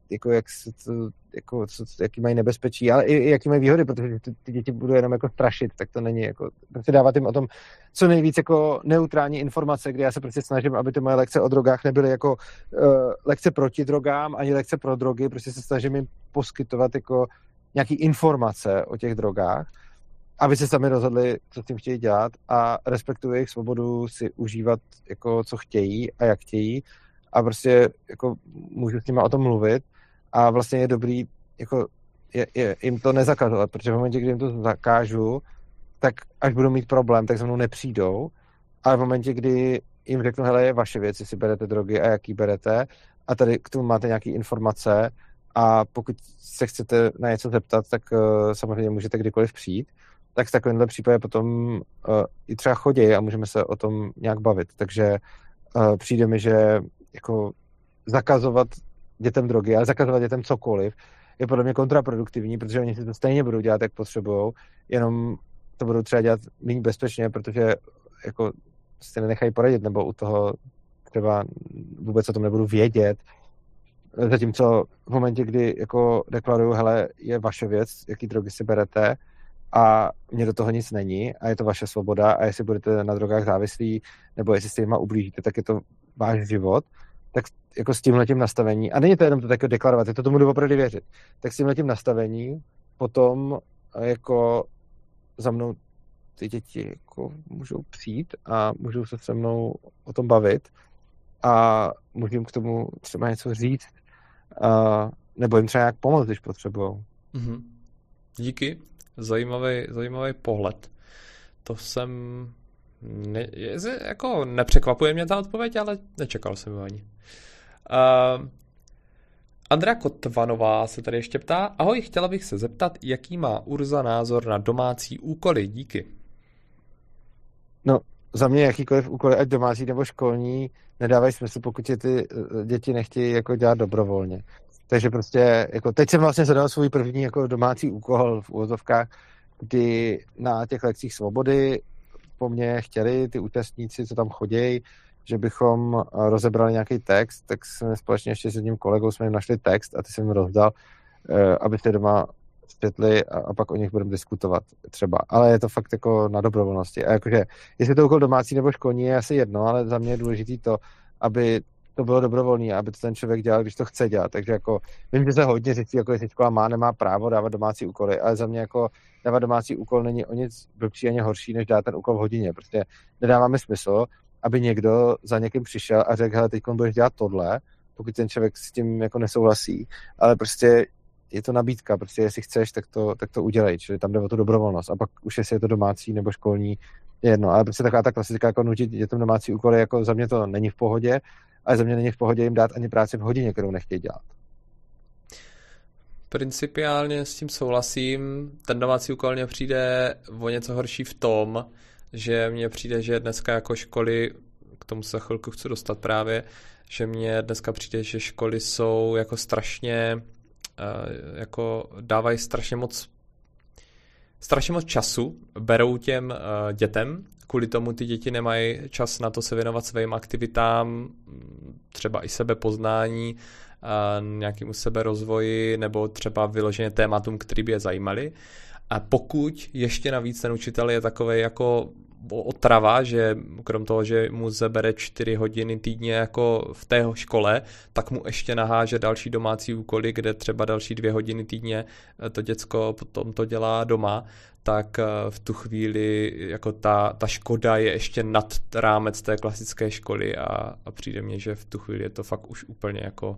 jaký mají nebezpečí, ale i jaký mají výhody, protože ty děti budou jenom jako strašit, tak to není jako, prostě dávat jim o tom co nejvíc jako neutrální informace, kdy já se prostě snažím, aby ty moje lekce o drogách nebyly jako lekce proti drogám, ani lekce pro drogy, prostě se snažím jim poskytovat jako nějaký informace o těch drogách, aby se sami rozhodli, co s tím chtějí dělat a respektuju jejich svobodu si užívat jako co chtějí a jak chtějí a prostě jako můžu s nimi o tom mluvit a vlastně je dobrý jako jim to nezakazovat, protože v momentě, kdy jim to zakážu, tak až budou mít problém, tak se mnou nepřijdou, ale v momentě, kdy jim řeknu, hele, je vaše věc, jestli berete drogy a jaký berete a tady k tomu máte nějaké informace a pokud se chcete na něco zeptat, tak samozřejmě můžete kdykoliv přijít, tak v takovémhle případě potom i třeba chodí a můžeme se o tom nějak bavit. Takže přijde mi, že jako zakazovat dětem drogy, ale zakazovat dětem cokoliv, je podle mě kontraproduktivní, protože oni si to stejně budou dělat, jak potřebujou, jenom to budou třeba dělat méně bezpečně, protože jako si nenechají poradit, nebo u toho třeba vůbec o tom nebudu vědět. Zatímco v momentě, kdy jako deklaruju, hele, je vaše věc, jaký drogy si berete a mně do toho nic není a je to vaše svoboda a jestli budete na drogách závislí nebo jestli s těma ublížíte, tak je to váš život, tak jako s tímhletím nastavení, a není to jenom to tak deklarovat, je to tomu opravdu věřit, tak s tímhletím nastavení potom jako za mnou ty děti jako můžou přijít a můžou se se mnou o tom bavit a můžu jim k tomu třeba něco říct nebo jim třeba nějak pomoct, když potřebujou. Mm-hmm. Díky. Zajímavý pohled. To jsem... jako nepřekvapuje mě ta odpověď, ale nečekal jsem ani. Andrea Kotvanová se tady ještě ptá. Ahoj, chtěla bych se zeptat, jaký má Urza názor na domácí úkoly. Díky. No, za mě jakýkoliv úkoly, ať domácí nebo školní, nedávají smysl, pokud je ty děti nechtějí jako dělat dobrovolně. Takže prostě, jako teď jsem vlastně zadal svůj první jako domácí úkol v úvozovkách, kdy na těch lekcích svobody po mně chtěli ty účastníci, co tam chodějí, že bychom rozebrali nějaký text, tak jsme společně ještě s jedním kolegou jsme jim našli text a ty jsem jim rozdal, aby se doma četli a pak o nich budeme diskutovat třeba. Ale je to fakt jako na dobrovolnosti. A jakože, jestli to úkol domácí nebo školní je asi jedno, ale za mě je důležitý to, aby to bylo dobrovolné, aby to ten člověk dělal, když to chce dělat. Takže jako vím, že se hodně řeší, jako jestli škola má, nemá právo dávat domácí úkoly, ale za mě jako dávat domácí úkol není o nic blbší ani horší, než dát ten úkol v hodině. Prostě nedává mi smysl, aby někdo za někým přišel a řekl, hele, teď budeš dělat tohle, pokud ten člověk s tím jako nesouhlasí, ale prostě je to nabídka, prostě jestli chceš, tak to udělej, čili tam jde o tu dobrovolnost a pak už jestli je to domácí nebo školní, je jedno, ale prostě taková ta klasická jako nutit dětem domácí úkoly, jako za mě to není v pohodě, ale za mě není v pohodě jim dát ani práci v hodině, kterou nechtějí dělat. Principiálně s tím souhlasím, ten domácí úkol mně přijde o něco horší v tom, že mně přijde, že dneska jako školy, k tomu se chvilku chci dostat právě, že mně dneska přijde, že školy jsou jako strašně, jako dávají strašně moc času, berou těm dětem, kvůli tomu ty děti nemají čas na to se věnovat svým aktivitám, třeba i sebepoznání, nějakému seberozvoji nebo třeba vyloženě tématům, který by je zajímaly. A pokud ještě navíc ten učitel je takovej jako otrava, že krom toho, že mu zabere 4 hodiny týdně jako v té škole, tak mu ještě naháže další domácí úkoly, kde třeba další 2 hodiny týdně to děcko potom to dělá doma, tak v tu chvíli jako ta škoda je ještě nad rámec té klasické školy a přijde mně, že v tu chvíli je to fakt už úplně jako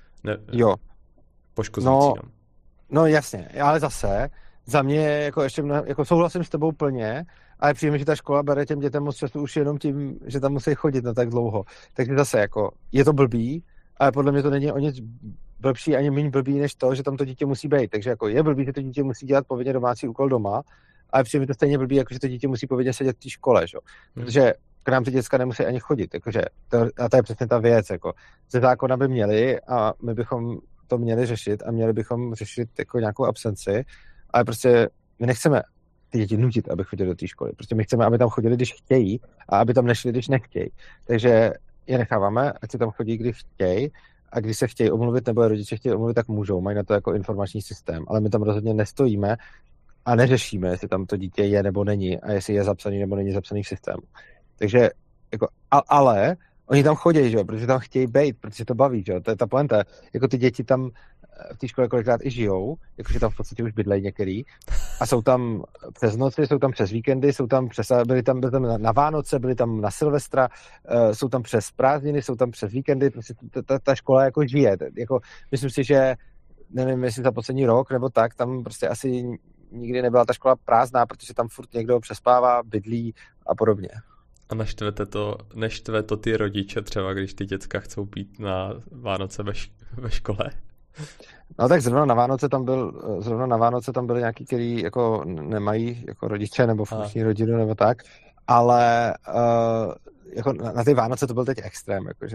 poškozující. No jasně, ale zase za mě jako ještě jako souhlasím s tebou plně, ale přijde mi, že ta škola bere těm dětem moc času už jenom tím, že tam musí chodit na tak dlouho. Takže zase jako je to blbý, ale podle mě to není o nic blbší ani méně blbý, než to, že tam to dítě musí být. Takže jako je blbý, že to dítě musí dělat povinně domácí úkol doma, ale přijde mi to stejně blbý, jako že to dítě musí povinně sedět v té škole, že? Protože k nám ty děcka nemusí ani chodit. Jakože a to je přesně ta věc. Jako, ze zákona by měli a my bychom to měli řešit a měli bychom řešit jako nějakou absenci, ale prostě my nechceme ty děti nutit, aby chodili do té školy. Prostě my chceme, aby tam chodili, když chtějí a aby tam nešli, když nechtějí. Takže je necháváme, ať si tam chodí, když chtějí a když se chtějí omluvit nebo je rodiče chtějí omluvit, tak můžou. Mají na to jako informační systém, ale my tam rozhodně nestojíme a neřešíme, jestli tam to dítě je nebo není a jestli je zapsaný nebo není zapsaný v systému. Takže jako, ale oni tam chodí, že jo, protože tam chtějí bejt, protože to baví, že jo, to je ta pointa. Jako ty děti tam v té škole kolikrát i žijou, jakože tam v podstatě už bydlejí některý a jsou tam přes noci, jsou tam přes víkendy, byli tam na Vánoce, byli tam na Silvestra, jsou tam přes prázdniny, jsou tam přes víkendy, prostě ta škola jako žije. Jako, myslím si, že nevím, jestli za poslední rok nebo tak, tam prostě asi nikdy nebyla ta škola prázdná, protože tam furt někdo přespává, bydlí a podobně. A neštve to ty rodiče třeba, když ty děcka chcou být na Vánoce ve škole? No tak zrovna na Vánoce tam byly nějaký, který jako nemají jako rodiče nebo funkční rodinu nebo tak, ale jako na ty Vánoce to byl teď extrém, jakože.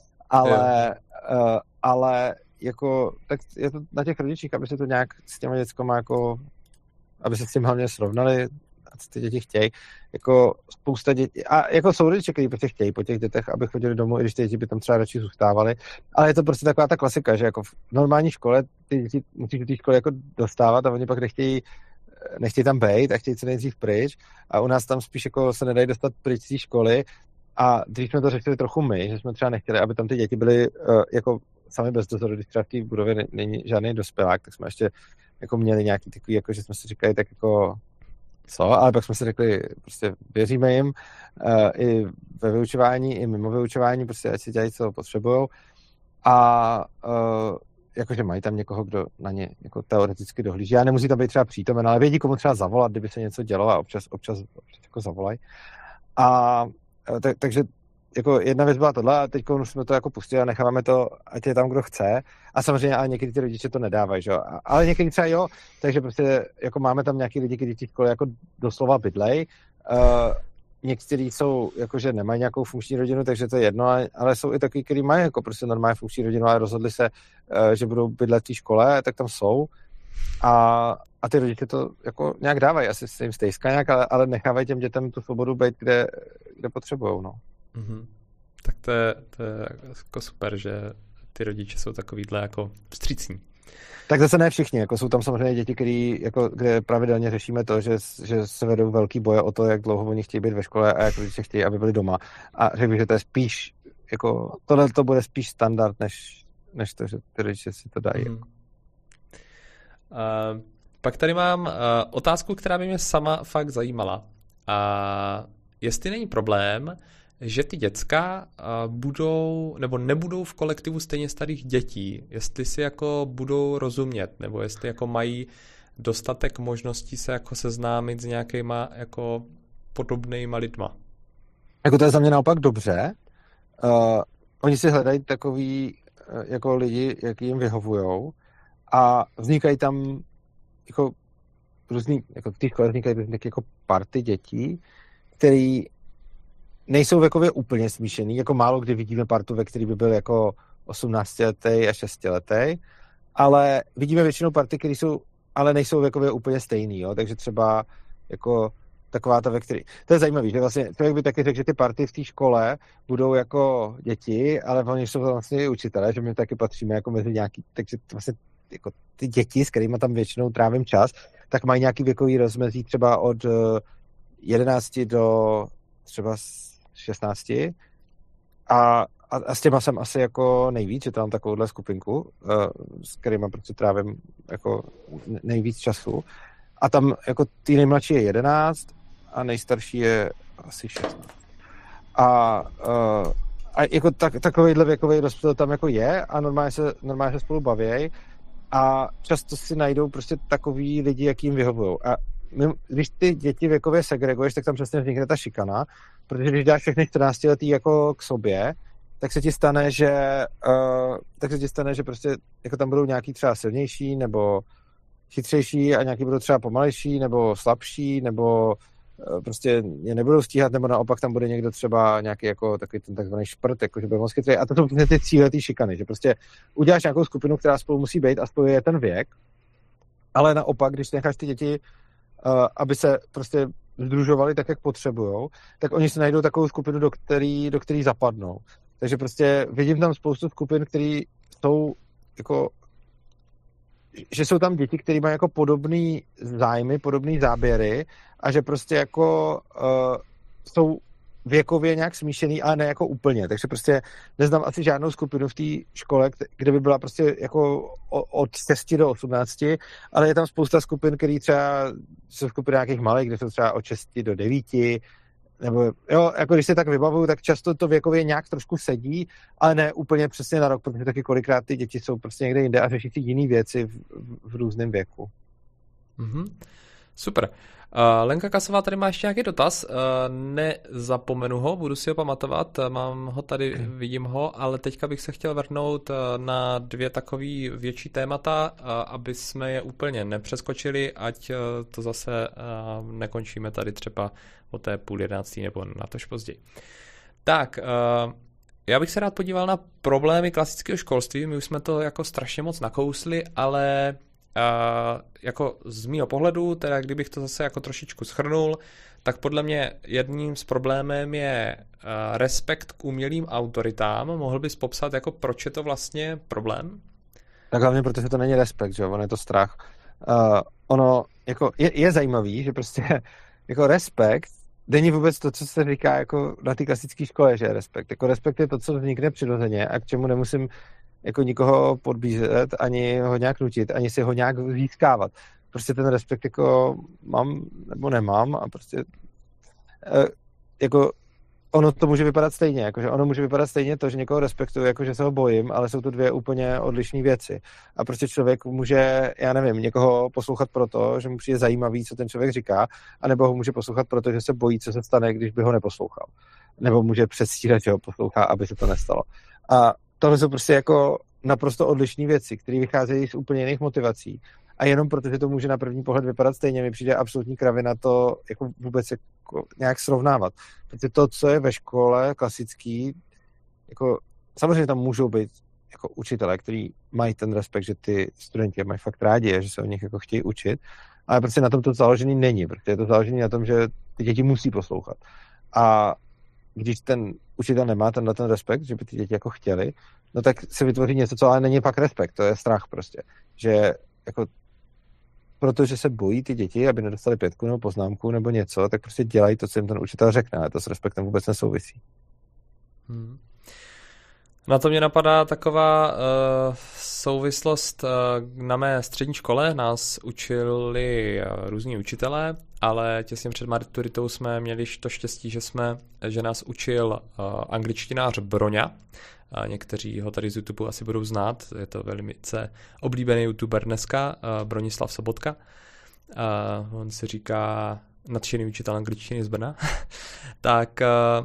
Ale jako tak je to na těch rodičích, aby se to nějak s těmi dětskama jako, aby se s tím hlavně srovnali, a co ty děti chtějí, jako spousta dětí, a jako jsou rodiče, kteří prostě chtějí po těch dětech, aby chodili domů, i když ty děti by tam třeba radši zůstávaly, ale je to prostě taková ta klasika, že jako v normální škole ty děti musí do té školy jako dostávat a oni pak nechtějí tam bejt a chtějí co nejdřív pryč a u nás tam spíš jako se nedají dostat pryč z té školy a když jsme to řešili trochu my, že jsme třeba nechtěli, aby tam ty děti byly jako sami bez dozoru, když třeba v té budově není žádný dospělák, tak jsme ještě jako měli nějaký takový, jako že jsme si říkali tak jako ale pak jsme si řekli, prostě věříme jim i ve vyučování, i mimo vyučování, prostě ať si dělají, co potřebujou a jakože mají tam někoho, kdo na ně jako teoreticky dohlíží. Já nemusí tam být třeba přítomen, ale vědí, komu třeba zavolat, kdyby se něco dělo a občas jako zavolají. A takže jako jedna věc byla tohle a teď jsme to jako pustili a necháváme to, ať je tam kdo chce. A samozřejmě ale někdy ty rodiče to nedávají, že jo. Ale někdy třeba jo, takže prostě jako máme tam nějaký lidi, kteří v škole jako doslova bydlej. Někteří jsou, jakože nemají nějakou funkční rodinu, takže to je jedno, ale jsou i takový, kteří mají jako prostě normální funkční rodinu, ale rozhodli se, že budou bydlet v té škole, tak tam jsou. A ty rodiče to jako nějak dávají, asi se jim stejská nějak, ale nechávají těm dětem tu svobodu být, kde potřebujou, no. Mm-hmm. Tak to je jako super, že ty rodiče jsou takovýhle jako vstřícní. Tak zase ne všichni, jako jsou tam samozřejmě děti, kde pravidelně řešíme to, že se vedou velký boje o to, jak dlouho oni chtějí být ve škole a jak rodiče chtějí, aby byli doma. A řekl bych, že to je spíš jako tohle to bude spíš standard, než to, že ty rodiče si to dají. Pak tady mám otázku, která by mě sama fakt zajímala. Jestli není problém, že ty děcka budou nebo nebudou v kolektivu stejně starých dětí, jestli si jako budou rozumět, nebo jestli jako mají dostatek možností se jako seznámit s nějakýma jako podobnýma lidma. Jako to je za mě naopak dobře. Oni si hledají takový jako lidi, jaký jim vyhovujou a vznikají tam jako různý, jako v té škole vznikají různý jako party dětí, který nejsou věkově úplně smíšený, jako málo kdy vidíme partu, ve který by byl jako 18letý a 6letý, ale vidíme většinou party, které jsou, ale nejsou věkově úplně stejný, jo? Takže třeba jako taková ta, ve který... To je zajímavý, že vlastně člověk by taky řekl, že ty party v té škole budou jako děti, ale oni jsou vlastně i učitelé, že my taky patříme jako mezi nějaký, takže vlastně jako ty děti, s kterými tam většinou trávím čas, tak mají nějaký věkový rozmezí třeba od 11 do třeba 16 a s těma jsem asi jako nejvíc, že tam mám takovouhle skupinku, s kterýma prostě trávím jako nejvíc času. A tam jako ty nejmladší je 11 a nejstarší je asi 16. A jako takovýhle věkový rozptyl tam jako je a normálně se spolu baví a často si najdou prostě takový lidi, jaký jim vyhovujou. A když ty děti věkově segreguješ, tak tam přesně vznikne ta šikana, protože když dáš všechny 14letý jako k sobě, tak se ti stane, že prostě jako tam budou nějaký třeba silnější nebo chytřejší a nějaký budou třeba pomalejší nebo slabší, nebo prostě je nebudou stíhat, nebo naopak tam bude někdo třeba nějaký jako takový ten takzvaný šprt, jakože bude moc chytrý. A to jsou ty cíle té šikany, že prostě uděláš nějakou skupinu, která spolu musí být a spolu je ten věk, ale naopak, když necháš ty děti, aby se prostě sdružovali tak, jak potřebujou, tak oni si najdou takovou skupinu, do který zapadnou. Takže prostě vidím tam spoustu skupin, které jsou jako že jsou tam děti, které mají jako podobný zájmy, podobný záběry a že prostě jako jsou věkově nějak smíšený, ale ne jako úplně. Takže prostě neznám asi žádnou skupinu v té škole, kde by byla prostě jako od 6 do 18, ale je tam spousta skupin, které třeba jsou skupiny nějakých malých, kde jsou třeba od 6 do 9, nebo jo, jako když se tak vybavuju, tak často to věkově nějak trošku sedí, ale ne úplně přesně na rok, protože taky kolikrát ty děti jsou prostě někde jinde a řeší si jiný věci v různém věku. Mm-hmm. Super. Lenka Kasová tady má ještě nějaký dotaz. Nezapomenu ho, budu si ho pamatovat, mám ho tady, vidím ho, ale teďka bych se chtěl vrhnout na 2 takový větší témata, aby jsme je úplně nepřeskočili, ať to zase nekončíme tady třeba o té 10:30 nebo na tož později. Tak, já bych se rád podíval na problémy klasického školství, my už jsme to jako strašně moc nakousli, ale jako z mýho pohledu, teda kdybych to zase jako trošičku shrnul, tak podle mě jedním z problémem je respekt k umělým autoritám. Mohl bys popsat, jako proč je to vlastně problém? Tak hlavně, protože to není respekt, že jo, on je to strach. Ono jako je zajímavý, že prostě jako respekt není vůbec to, co se říká jako na té klasické škole, že je respekt. Jako respekt je to, co vznikne přirozeně a k čemu nemusím jako nikoho podbízet, ani ho nějak nutit, ani si ho nějak získávat. Prostě ten respekt jako mám nebo nemám a prostě jako ono to může vypadat stejně, jakože ono může vypadat stejně to, že někoho respektuju, jakože se ho bojím, ale jsou to 2 úplně odlišné věci. A prostě člověk může, já nevím, někoho poslouchat proto, že mu přijde zajímavý, co ten člověk říká, anebo ho může poslouchat proto, že se bojí, co se stane, když by ho neposlouchal. Nebo může předstírat, že ho poslouchá, aby se to nestalo. A tohle jsou prostě jako naprosto odlišné věci, které vycházejí z úplně jiných motivací. A jenom protože to může na první pohled vypadat stejně, mi přijde absolutní kravina to jako vůbec jako nějak srovnávat. Protože to, co je ve škole klasický, jako samozřejmě tam můžou být jako učitelé, kteří mají ten respekt, že ty studenti mají fakt rádi a že se o nich jako chtějí učit, ale prostě na tom to založený není, protože je to založený na tom, že ty děti musí poslouchat. A když ten učitel nemá ten respekt, že by ty děti jako chtěli, no tak se vytvoří něco, co ale není pak respekt, to je strach prostě. Že jako protože se bojí ty děti, aby nedostali 5 nebo poznámku nebo něco, tak prostě dělají to, co jim ten učitel řekne, ale to s respektem vůbec nesouvisí. Na to mě napadá taková souvislost. Na mé střední škole nás učili různí učitelé, ale těsně před maturitou jsme měli to štěstí, že nás učil angličtinář Broňa. Někteří ho tady z YouTube asi budou znát, je to velice oblíbený YouTuber dneska, Bronislav Sobotka. On se říká nadšený učitel angličtiny z Brna. Tak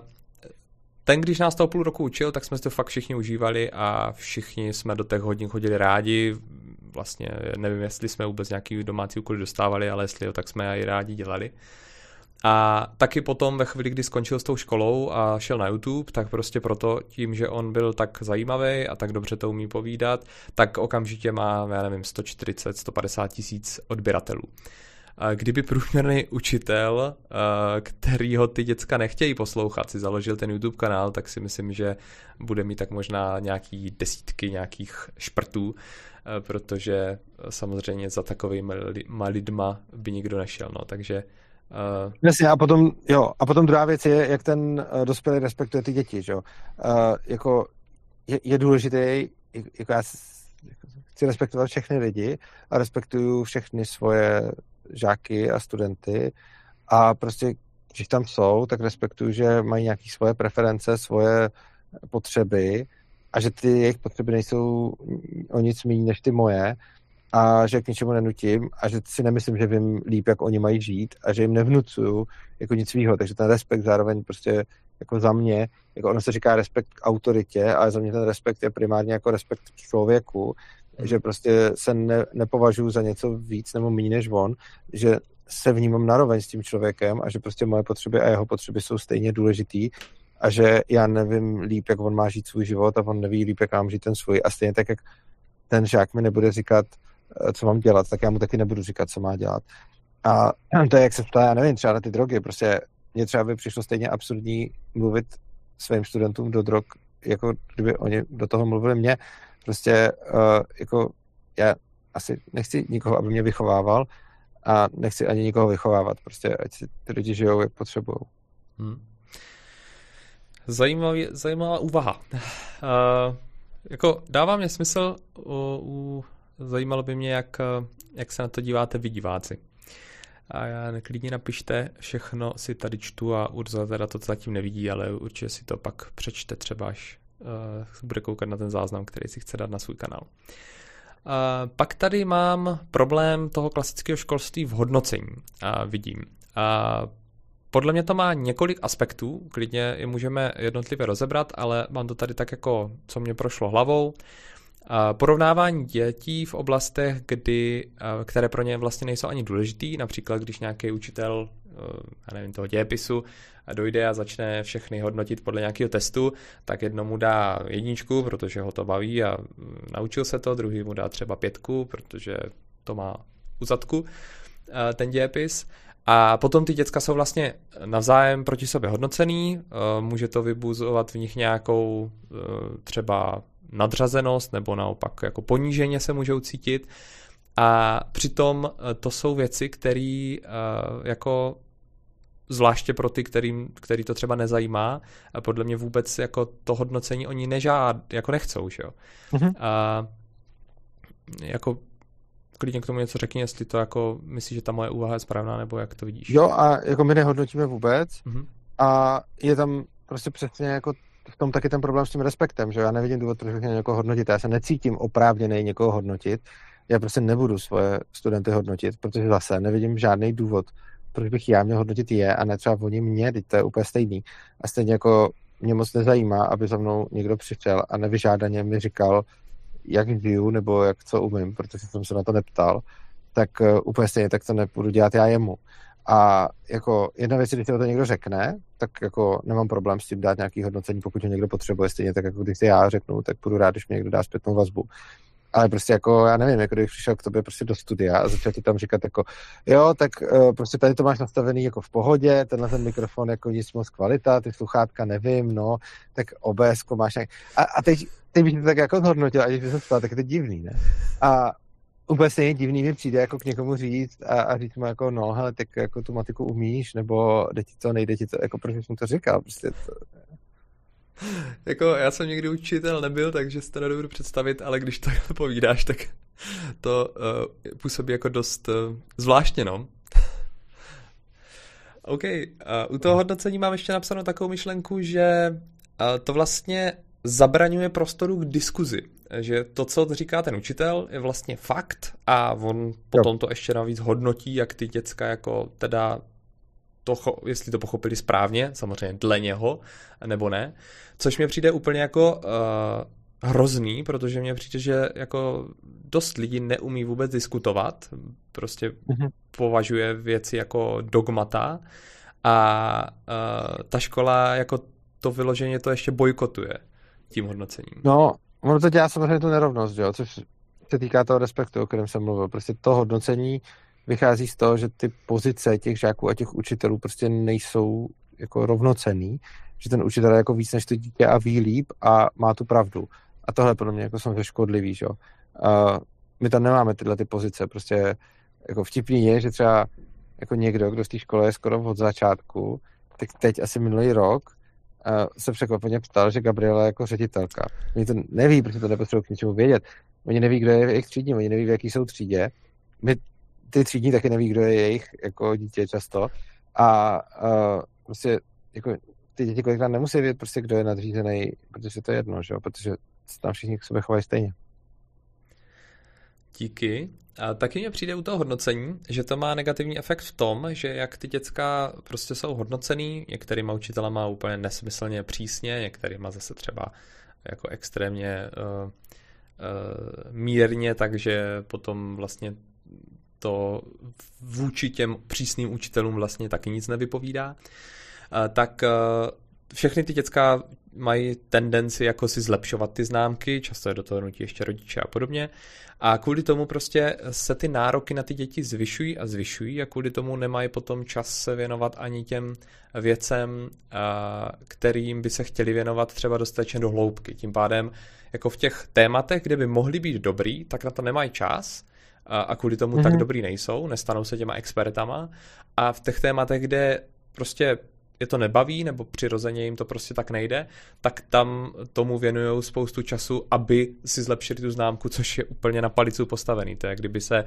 ten, když nás toho půl roku učil, tak jsme si to fakt všichni užívali a všichni jsme do těch hodin chodili rádi. Vlastně nevím, jestli jsme vůbec nějaký domácí úkoly dostávali, ale jestli jo, tak jsme je rádi dělali. A taky potom ve chvíli, kdy skončil s tou školou a šel na YouTube, tak prostě proto tím, že on byl tak zajímavý a tak dobře to umí povídat, tak okamžitě má, já nevím, 140-150 tisíc odběratelů. Kdyby průměrný učitel, kterýho ty děcka nechtějí poslouchat, si založil ten YouTube kanál, tak si myslím, že bude mít tak možná nějaký desítky nějakých šprtů, protože samozřejmě za takovými lidma by nikdo nešel. No. Takže Jasně, a potom druhá věc je, jak ten dospělý respektuje ty děti, že jo. Jako je důležité, jako já chci respektovat všechny lidi a respektuju všechny svoje žáky a studenty a prostě, když tam jsou, tak respektuju, že mají nějaké svoje preference, svoje potřeby a že ty jejich potřeby nejsou o nic méně než ty moje a že k ničemu nenutím a že si nemyslím, že vím líp, jak oni mají žít a že jim nevnucuju jako nic svýho, takže ten respekt zároveň prostě jako za mě, jako ono se říká respekt k autoritě, ale za mě ten respekt je primárně jako respekt k člověku, že prostě se nepovažuji za něco víc nebo méně než on, že se vnímám naroveň s tím člověkem a že prostě moje potřeby a jeho potřeby jsou stejně důležitý a že já nevím líp, jak on má žít svůj život a on neví líp, jak mám žít ten svůj a stejně tak, jak ten žák mi nebude říkat, co mám dělat, tak já mu taky nebudu říkat, co má dělat. A to je, jak se ptá, já nevím, třeba na ty drogy, prostě mně třeba by přišlo stejně absurdní mluvit svým studentům do drog, jako kdyby oni do toho mluvili mě. Prostě jako já asi nechci nikoho, aby mě vychovával a nechci ani nikoho vychovávat, prostě ať si ty lidi žijou, jak potřebujou. Zajímavá úvaha. Jako dává mě smysl, zajímalo by mě, jak se na to díváte vy diváci. A já klidně napište, všechno si tady čtu a Urza teda to zatím nevidí, ale určitě si to pak přečte třeba, až bude koukat na ten záznam, který si chce dát na svůj kanál. Pak tady mám problém toho klasického školství v hodnocení. Vidím. Podle mě to má několik aspektů, klidně je můžeme jednotlivě rozebrat, ale mám to tady tak jako, co mě prošlo hlavou. Porovnávání dětí v oblastech, které pro ně vlastně nejsou ani důležitý, například když nějaký učitel, já nevím, toho dějepisu dojde a začne všechny hodnotit podle nějakého testu, tak jednomu dá 1, protože ho to baví a naučil se to, druhý mu dá třeba 5, protože to má u zadku, ten dějepis. A potom ty děcka jsou vlastně navzájem proti sobě hodnocený, může to vybuzovat v nich nějakou třeba nadřazenost nebo naopak jako poníženě se můžou cítit a přitom to jsou věci, které jako zvláště pro ty, který to třeba nezajímá a podle mě vůbec jako to hodnocení oni jako nechcou, že jo. A jako klidně k tomu něco řekni, jestli to jako myslíš, že ta moje úvaha je správná, nebo jak to vidíš. Jo a jako my nehodnotíme vůbec a je tam prostě přesně jako v tom taky ten problém s tím respektem, že já nevidím důvod, proč bych měl někoho hodnotit. Já se necítím oprávněnej někoho hodnotit. Já prostě nebudu svoje studenty hodnotit, protože zase nevidím žádný důvod, proč bych já měl hodnotit je a ne třeba oni mě, teď to je úplně stejný. A stejně jako mě moc nezajímá, aby za mnou někdo přišel a nevyžádaně mi říkal, jak žiju nebo jak co umím, protože jsem se na to neptal, tak úplně stejně tak to nebudu dělat já jemu. A jako jedna věc, když to někdo řekne, tak jako nemám problém s tím dát nějaký hodnocení, pokud ho někdo potřebuje, stejně tak jako když si já řeknu, tak budu rád, když mi někdo dá zpětnou vazbu. Ale prostě jako, já nevím, jako když přišel k tobě prostě do studia a začal ti tam říkat jako, jo, tak prostě tady to máš nastavený jako v pohodě, tenhle ten mikrofon jako nic moc kvalita, ty sluchátka nevím, no, tak OBS-ko máš nějak. A teď bych to tak jako zhodnotil, a když bych se ptal, tak je to divný, ne? A úplně stejně divný mi přijde jako k někomu říct a říct mu jako, no, hele, tak jako tu matiku umíš, nebo jde ti to, nejde ti to, jako proč jsem to říkal, prostě to. Jako já jsem nikdy učitel nebyl, takže si to nedovedu představit, ale když to povídáš, tak to působí jako dost zvláštně, no. OK, u toho hodnocení mám ještě napsanou takovou myšlenku, že to vlastně zabraňuje prostoru k diskuzi. Že to, co říká ten učitel, je vlastně fakt a on potom to ještě navíc hodnotí, jak ty děcka jako teda jestli to pochopili správně, samozřejmě dle něho, nebo ne. Což mi přijde úplně jako hrozný, protože mně přijde, že jako dost lidí neumí vůbec diskutovat, prostě považuje věci jako dogmata a ta škola jako to vyloženě to ještě bojkotuje tím hodnocením. No, ono to dělá samozřejmě tu nerovnost, jo, což se týká toho respektu, o kterém jsem mluvil. Prostě to hodnocení vychází z toho, že ty pozice těch žáků a těch učitelů prostě nejsou jako rovnocenný, že ten učitel je jako víc než to dítě a ví líp a má tu pravdu. A tohle pro mě jako samozřejmě škodlivý, že jo. My tam nemáme tyhle ty pozice, prostě jako vtipný je, že třeba jako někdo, kdo z té školy je skoro od začátku, tak teď asi minulý rok se překvapeně ptal, že Gabriela je jako ředitelka. Oni to neví, protože to nepotřebují k něčemu vědět. Oni neví, kdo je jejich třídní, oni neví, v jaký jsou třídě. My ty třídní taky neví, kdo je jejich jako dítě často. A prostě jako ty děti kolikrát nemusí vědět prostě, kdo je nadřízený, protože to je jedno, že jo? Protože tam všichni k sobě chovají stejně. Díky. A taky mně přijde u toho hodnocení, že to má negativní efekt v tom, že jak ty děcka prostě jsou hodnocený, některýma učitelama úplně nesmyslně přísně, některýma zase třeba jako extrémně mírně, takže potom vlastně to vůči těm přísným učitelům vlastně taky nic nevypovídá, tak všechny ty děcka mají tendenci jako si zlepšovat ty známky, často je do toho nutí ještě rodiče a podobně. A kvůli tomu prostě se ty nároky na ty děti zvyšují a zvyšují a kvůli tomu nemají potom čas se věnovat ani těm věcem, kterým by se chtěli věnovat třeba dostatečně do hloubky. Tím pádem jako v těch tématech, kde by mohli být dobrý, tak na to nemají čas a kvůli tomu tak dobrý nejsou, nestanou se těma expertama. A v těch tématech, kde prostě je to nebaví, nebo přirozeně jim to prostě tak nejde, tak tam tomu věnujou spoustu času, aby si zlepšili tu známku, což je úplně na palicu postavený. To je, kdyby se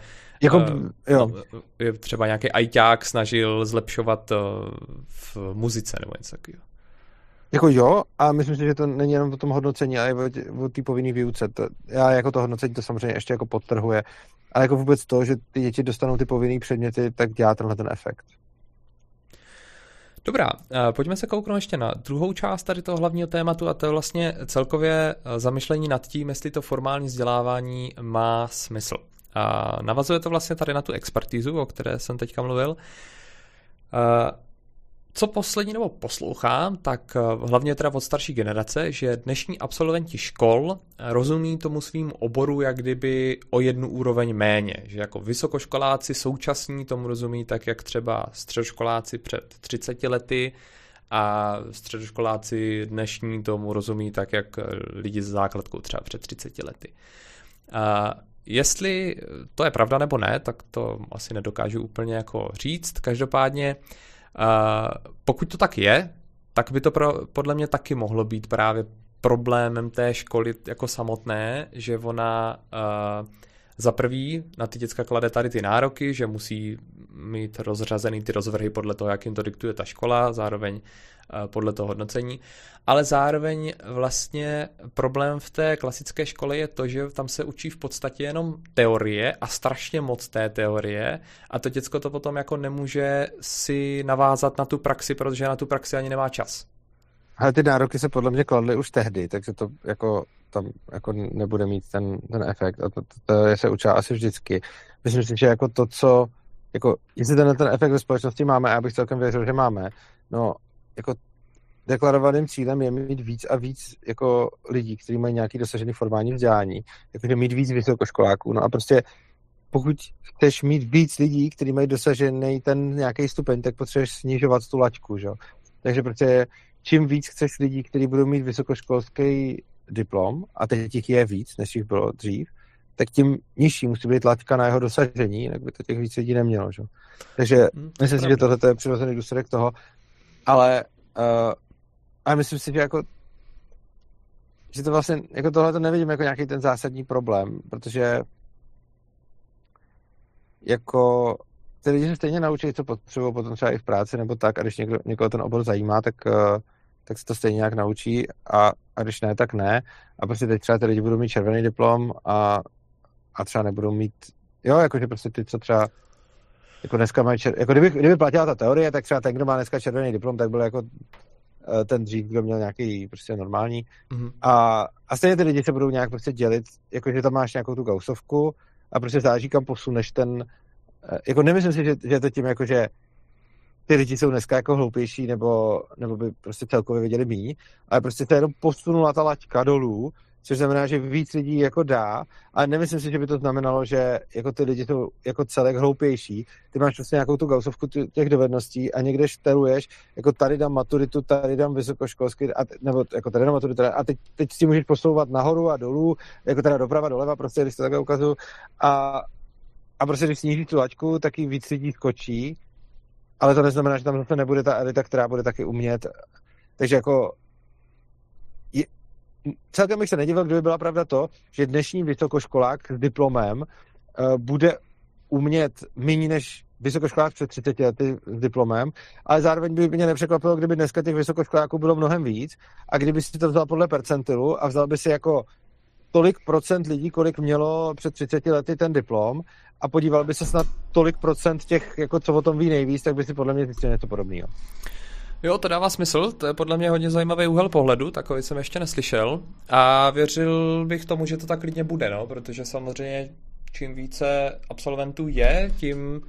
třeba nějaký ajťák snažil zlepšovat v muzice nebo něco takového. Jako jo, a myslím si, že to není jenom o tom hodnocení, ale o té povinné výuce. Já jako to hodnocení to samozřejmě ještě jako podtrhuje, ale jako vůbec to, že ty děti dostanou ty povinné předměty, tak dělá tenhle ten efekt. Dobrá, pojďme se kouknout ještě na druhou část tady toho hlavního tématu a to je vlastně celkově zamyšlení nad tím, jestli to formální vzdělávání má smysl. A navazuje to vlastně tady na tu expertízu, o které jsem teďka mluvil. Co poslední nebo poslouchám, tak hlavně teda od starší generace, že dnešní absolventi škol rozumí tomu svým oboru jak kdyby o jednu úroveň méně. Že jako vysokoškoláci současní tomu rozumí tak, jak třeba středoškoláci před 30 lety a středoškoláci dnešní tomu rozumí tak, jak lidi s základkou třeba před 30 lety. A jestli to je pravda nebo ne, tak to asi nedokážu úplně jako říct. Každopádně pokud to tak je, tak by to podle mě taky mohlo být právě problémem té školy jako samotné, že ona za prvý na ty děcka klade tady ty nároky, že musí mít rozřazený ty rozvrhy podle toho, jak jim to diktuje ta škola, zároveň podle toho hodnocení, ale zároveň vlastně problém v té klasické škole je to, že tam se učí v podstatě jenom teorie a strašně moc té teorie a to děcko to potom jako nemůže si navázat na tu praxi, protože na tu praxi ani nemá čas. Ale ty nároky se podle mě kladly už tehdy, takže to jako tam jako nebude mít ten efekt a to se učá asi vždycky. Myslím si, že jako to, co jako, jestli ten efekt ve společnosti máme, a já bych celkem věřil, že máme, no jako deklarovaným cílem je mít víc a víc jako lidí, kteří mají nějaký dosažený formální vzdělání, jakože mít víc vysokoškoláků, no a prostě pokud chceš mít víc lidí, kteří mají dosažený ten nějaký stupeň, tak potřebuješ snižovat tu laťku, že jo. Takže prostě čím víc chceš lidí, kteří budou mít vysokoškolský diplom, a teď těch je víc, než jich bylo dřív, tak tím nižší musí být laťka na jeho dosažení, jinak by to těch víc lidí nemělo, že? Takže myslím si, že tohle je přirozený důsledek toho, ale myslím si, že jako že to vlastně, jako tohle to nevidím jako nějaký ten zásadní problém, protože jako ty lidi se stejně naučí, co potřebují potom třeba i v práci nebo tak, a když někoho ten obor zajímá, tak se to stejně nějak naučí a když ne, tak ne. A prostě teď třeba ty lidi budou mít červený diplom a třeba nebudou mít, jo, jakože prostě ty, co třeba jako dneska mají jako kdyby platila ta teorie, tak třeba ten, kdo má dneska červený diplom, tak byl jako ten dřív, kdo měl nějaký prostě normální. Mm-hmm. A stejně ty lidi se budou nějak prostě dělit, jakože tam máš nějakou tu gausovku a prostě záleží, kam posuneš ten, jako nemyslím si, že je to tím, jako že ty lidi jsou dneska jako hloupější nebo by prostě celkově viděli míň, ale prostě to jenom posunula ta laťka dolů, což znamená, že víc lidí jako dá, ale nemyslím si, že by to znamenalo, že jako ty lidi jsou jako celek hloupější. Ty máš prostě nějakou tu gausovku těch dovedností a někde šteluješ, jako tady dám maturitu, tady dám vysokoškolský, nebo jako tady dám maturitu, a teď si můžeš posouvat nahoru a dolů, jako teda doprava, doleva, prostě když to takhle ukazuju. A prostě když snížíš tu laťku, tak jí víc lidí skočí, ale to neznamená, že tam zase nebude ta elita, která bude taky umět. Takže jako celkem bych se nedivil, kdyby byla pravda to, že dnešní vysokoškolák s diplomem bude umět méně než vysokoškolák před 30 lety s diplomem, ale zároveň by mě nepřekvapilo, kdyby dneska těch vysokoškoláků bylo mnohem víc a kdyby si to vzal podle percentilu a vzal by si jako tolik procent lidí, kolik mělo před 30 lety ten diplom a podíval by se snad tolik procent těch, jako co o tom ví nejvíc, tak by si podle mě zjistil něco podobného. Jo, to dává smysl, to je podle mě hodně zajímavý úhel pohledu, takový jsem ještě neslyšel a věřil bych tomu, že to tak klidně bude, no, protože samozřejmě čím více absolventů je, tím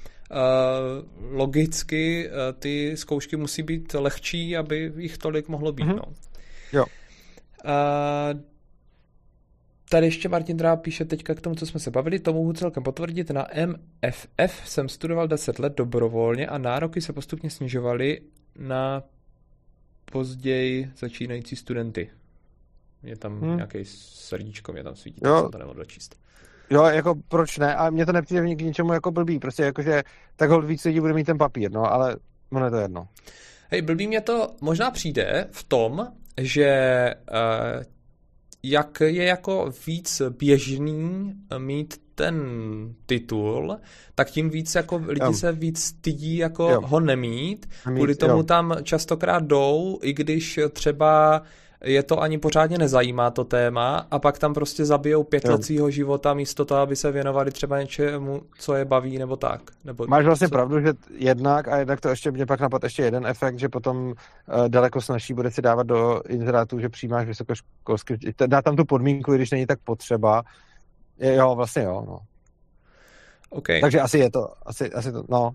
logicky ty zkoušky musí být lehčí, aby jich tolik mohlo být, no. Jo. Tady ještě Martin Dráb píše teďka k tomu, co jsme se bavili, to mohu celkem potvrdit. Na MFF jsem studoval 10 let dobrovolně a nároky se postupně snižovaly na později začínající studenty. Je tam nějaký srdíčko, mě tam svítí, tak jsem to nemohl dočíst. Jo, jako proč ne? A mně to nepřijde k ničemu jako blbý, prostě jakože tak hold víc lidí bude mít ten papír, no, ale ono je to jedno. Hej, blbý mě to možná přijde v tom, že jak je jako víc běžný mít ten titul, tak tím víc jako lidi se víc stydí jako ho nemít. Kvůli tomu tam častokrát jdou, i když třeba je to ani pořádně nezajímá to téma a pak tam prostě zabijou 5 let svýho života místo toho, aby se věnovali třeba něčemu, co je baví nebo tak. Nebo máš vlastně pravdu, že jednak to ještě mě pak napadl ještě jeden efekt, že potom daleko snazší bude si dávat do inzerátů, že přijímáš vysokoškolský, dá tam tu podmínku, i když není tak potřeba. Jo, vlastně jo, no. Okay. Takže asi je to, asi to, no.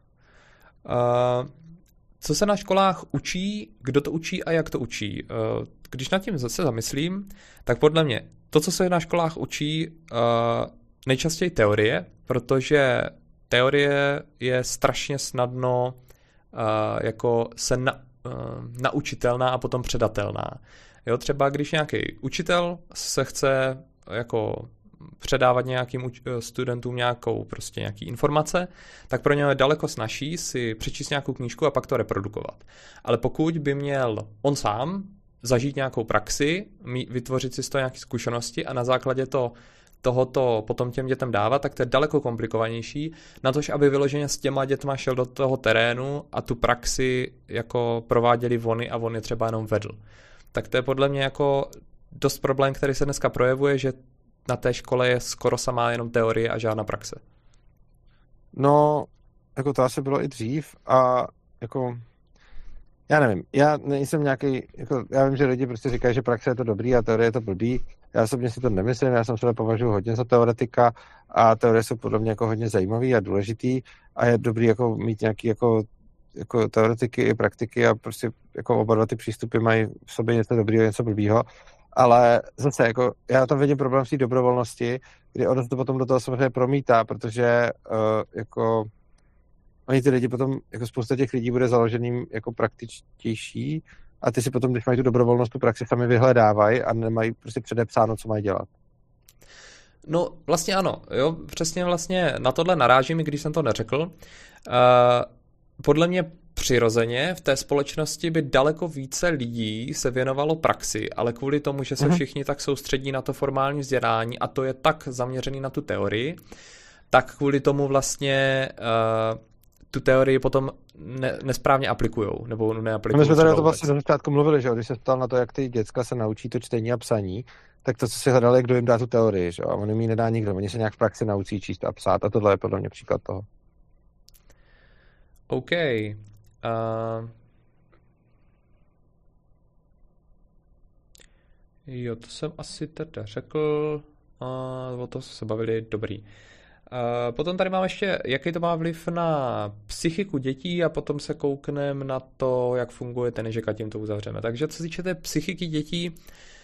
Co se na školách učí, kdo to učí a jak to učí? Když nad tím zase zamyslím, tak podle mě to, co se na školách učí, nejčastěji teorie, protože teorie je strašně snadno jako se naučitelná a potom předatelná. Jo, třeba když nějaký učitel se chce jako předávat nějakým studentům nějaký informace, tak pro něj je daleko snazší si přečíst nějakou knížku a pak to reprodukovat. Ale pokud by měl on sám zažít nějakou praxi, vytvořit si z toho nějaké zkušenosti a na základě tohoto potom těm dětem dávat, tak to je daleko komplikovanější, na to, aby vyloženě s těma dětma šel do toho terénu a tu praxi jako prováděli vony a on je třeba jenom vedl. Tak to je podle mě jako dost problém, který se dneska projevuje, že na té škole je skoro samá jenom teorie a žádná praxe. No, jako to asi bylo i dřív a jako já nevím, já nejsem nějaký, jako já vím, že lidi prostě říkají, že praxe je to dobrý a teorie je to blbý. Já osobně si to nemyslím, já jsem se považuji hodně za teoretika a teorie jsou podle mě jako hodně zajímavý a důležitý a je dobrý jako mít nějaký jako teoretiky i praktiky a prostě jako oba dva ty přístupy mají v sobě něco dobrýho, něco blbýho. Ale zase, jako, já tam vidím problém s té dobrovolnosti, kdy ono to potom do toho samozřejmě promítá, protože jako oni ty lidi potom, jako spousta těch lidí bude založeným jako praktičtější a ty si potom, když mají tu dobrovolnost, tu praxi sami vyhledávají a nemají prostě předepsáno, co mají dělat. No vlastně ano, jo, přesně vlastně na tohle narážím, i když jsem to neřekl. Podle mě přirozeně v té společnosti by daleko více lidí se věnovalo praxi, ale kvůli tomu, že se všichni tak soustředí na to formální vzdělání a to je tak zaměřený na tu teorii, tak kvůli tomu vlastně tu teorii potom nesprávně aplikujou, nebo neaplikují. My jsme tady o to vlastně na začátku mluvili, že když se ptal na to, jak ty děcka se naučí to čtení a psaní, tak to, co si hledali, kdo jim dá tu teorii, že? A on jim ji nedá nikdo, oni se nějak v praxi naučí číst a psát a tohle je podle mě příklad toho. OK. Jo, to jsem asi teda řekl. O to se bavili, dobrý. Potom tady mám ještě, jaký to má vliv na psychiku dětí a potom se koukneme na to, jak funguje ten ježek a tím to uzavřeme. Takže co se týče té psychiky dětí,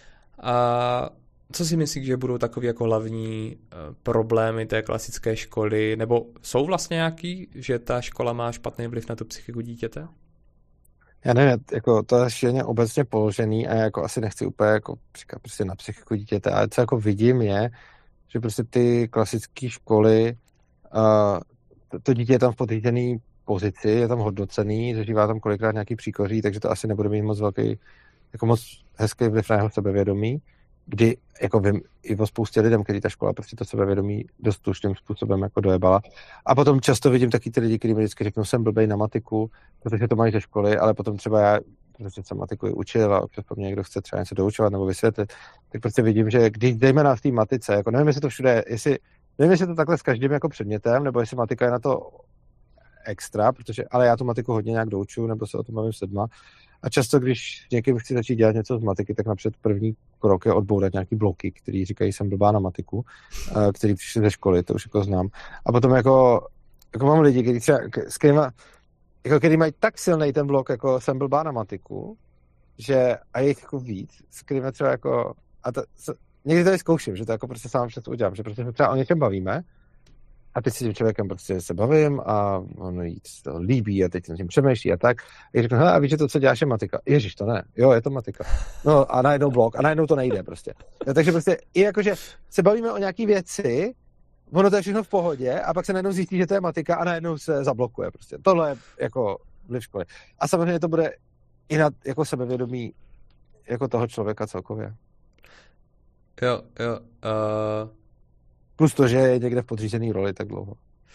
co si myslíš, že budou takový jako hlavní problémy té klasické školy, nebo jsou vlastně nějaký, že ta škola má špatný vliv na tu psychiku dítěte? Já nevím, jako to je šíleně obecně položený a jako asi nechci úplně jako říkat prostě na psychiku dítěte, ale co jako vidím je, že prostě ty klasické školy, to dítě je tam v podřízený pozici, je tam hodnocený, zažívá tam kolikrát nějaký příkoří, takže to asi nebude mít moc velký, jako moc hezký vliv na jeho sebevědomí, kdy jako vím i o spoustě lidem, kteří ta škola prostě to sebevědomí dost tušným způsobem jako dojebala. A potom často vidím taky ty lidi, kteří mi vždycky řeknou, jsem blbej na matiku, protože to mají ze školy, ale potom třeba já, protože jsem matiku i učil a občas po mně někdo chce třeba něco doučovat nebo vysvětlit, tak prostě vidím, že když dejme nás v té matice, jako nevím, jestli to všude, nevím, jestli to takhle s každým jako předmětem, nebo jestli matika je na to extra, ale já tu matiku hodně nějak doučuju, nebo se o tom bavím s lidma. A často, když někým chci začít dělat něco z matiky, tak napřed první krok je odbourat nějaký bloky, který říkají, jsem blbá na matiku, který přišli ze školy, to už jako znám. A potom jako mám lidi, kteří třeba, který mají tak silný ten blok, jako jsem blbá na matiku, že a je jich jako víc, s kterými třeba jako, někdy to i zkouším, že to jako prostě sám všechno udělám, že prostě se třeba o něčem bavíme a teď si tím člověkem prostě se bavím a on jí to líbí a teď se tím přemýšlí a tak. A řeknu, hele, a víš, že to, co děláš, je matika. Ježiš, to ne. Jo, je to matika. No a najednou blok a najednou to nejde prostě. No, takže prostě i jakože se bavíme o nějaký věci, ono to je všechno v pohodě a pak se najednou zjistí, že to je matika a najednou se zablokuje prostě. Tohle je jako vliv školy. A samozřejmě to bude i na jako sebevědomí jako toho člověka celkově. Jo. Plus to, že je někde v podřízený roli tak dlouho.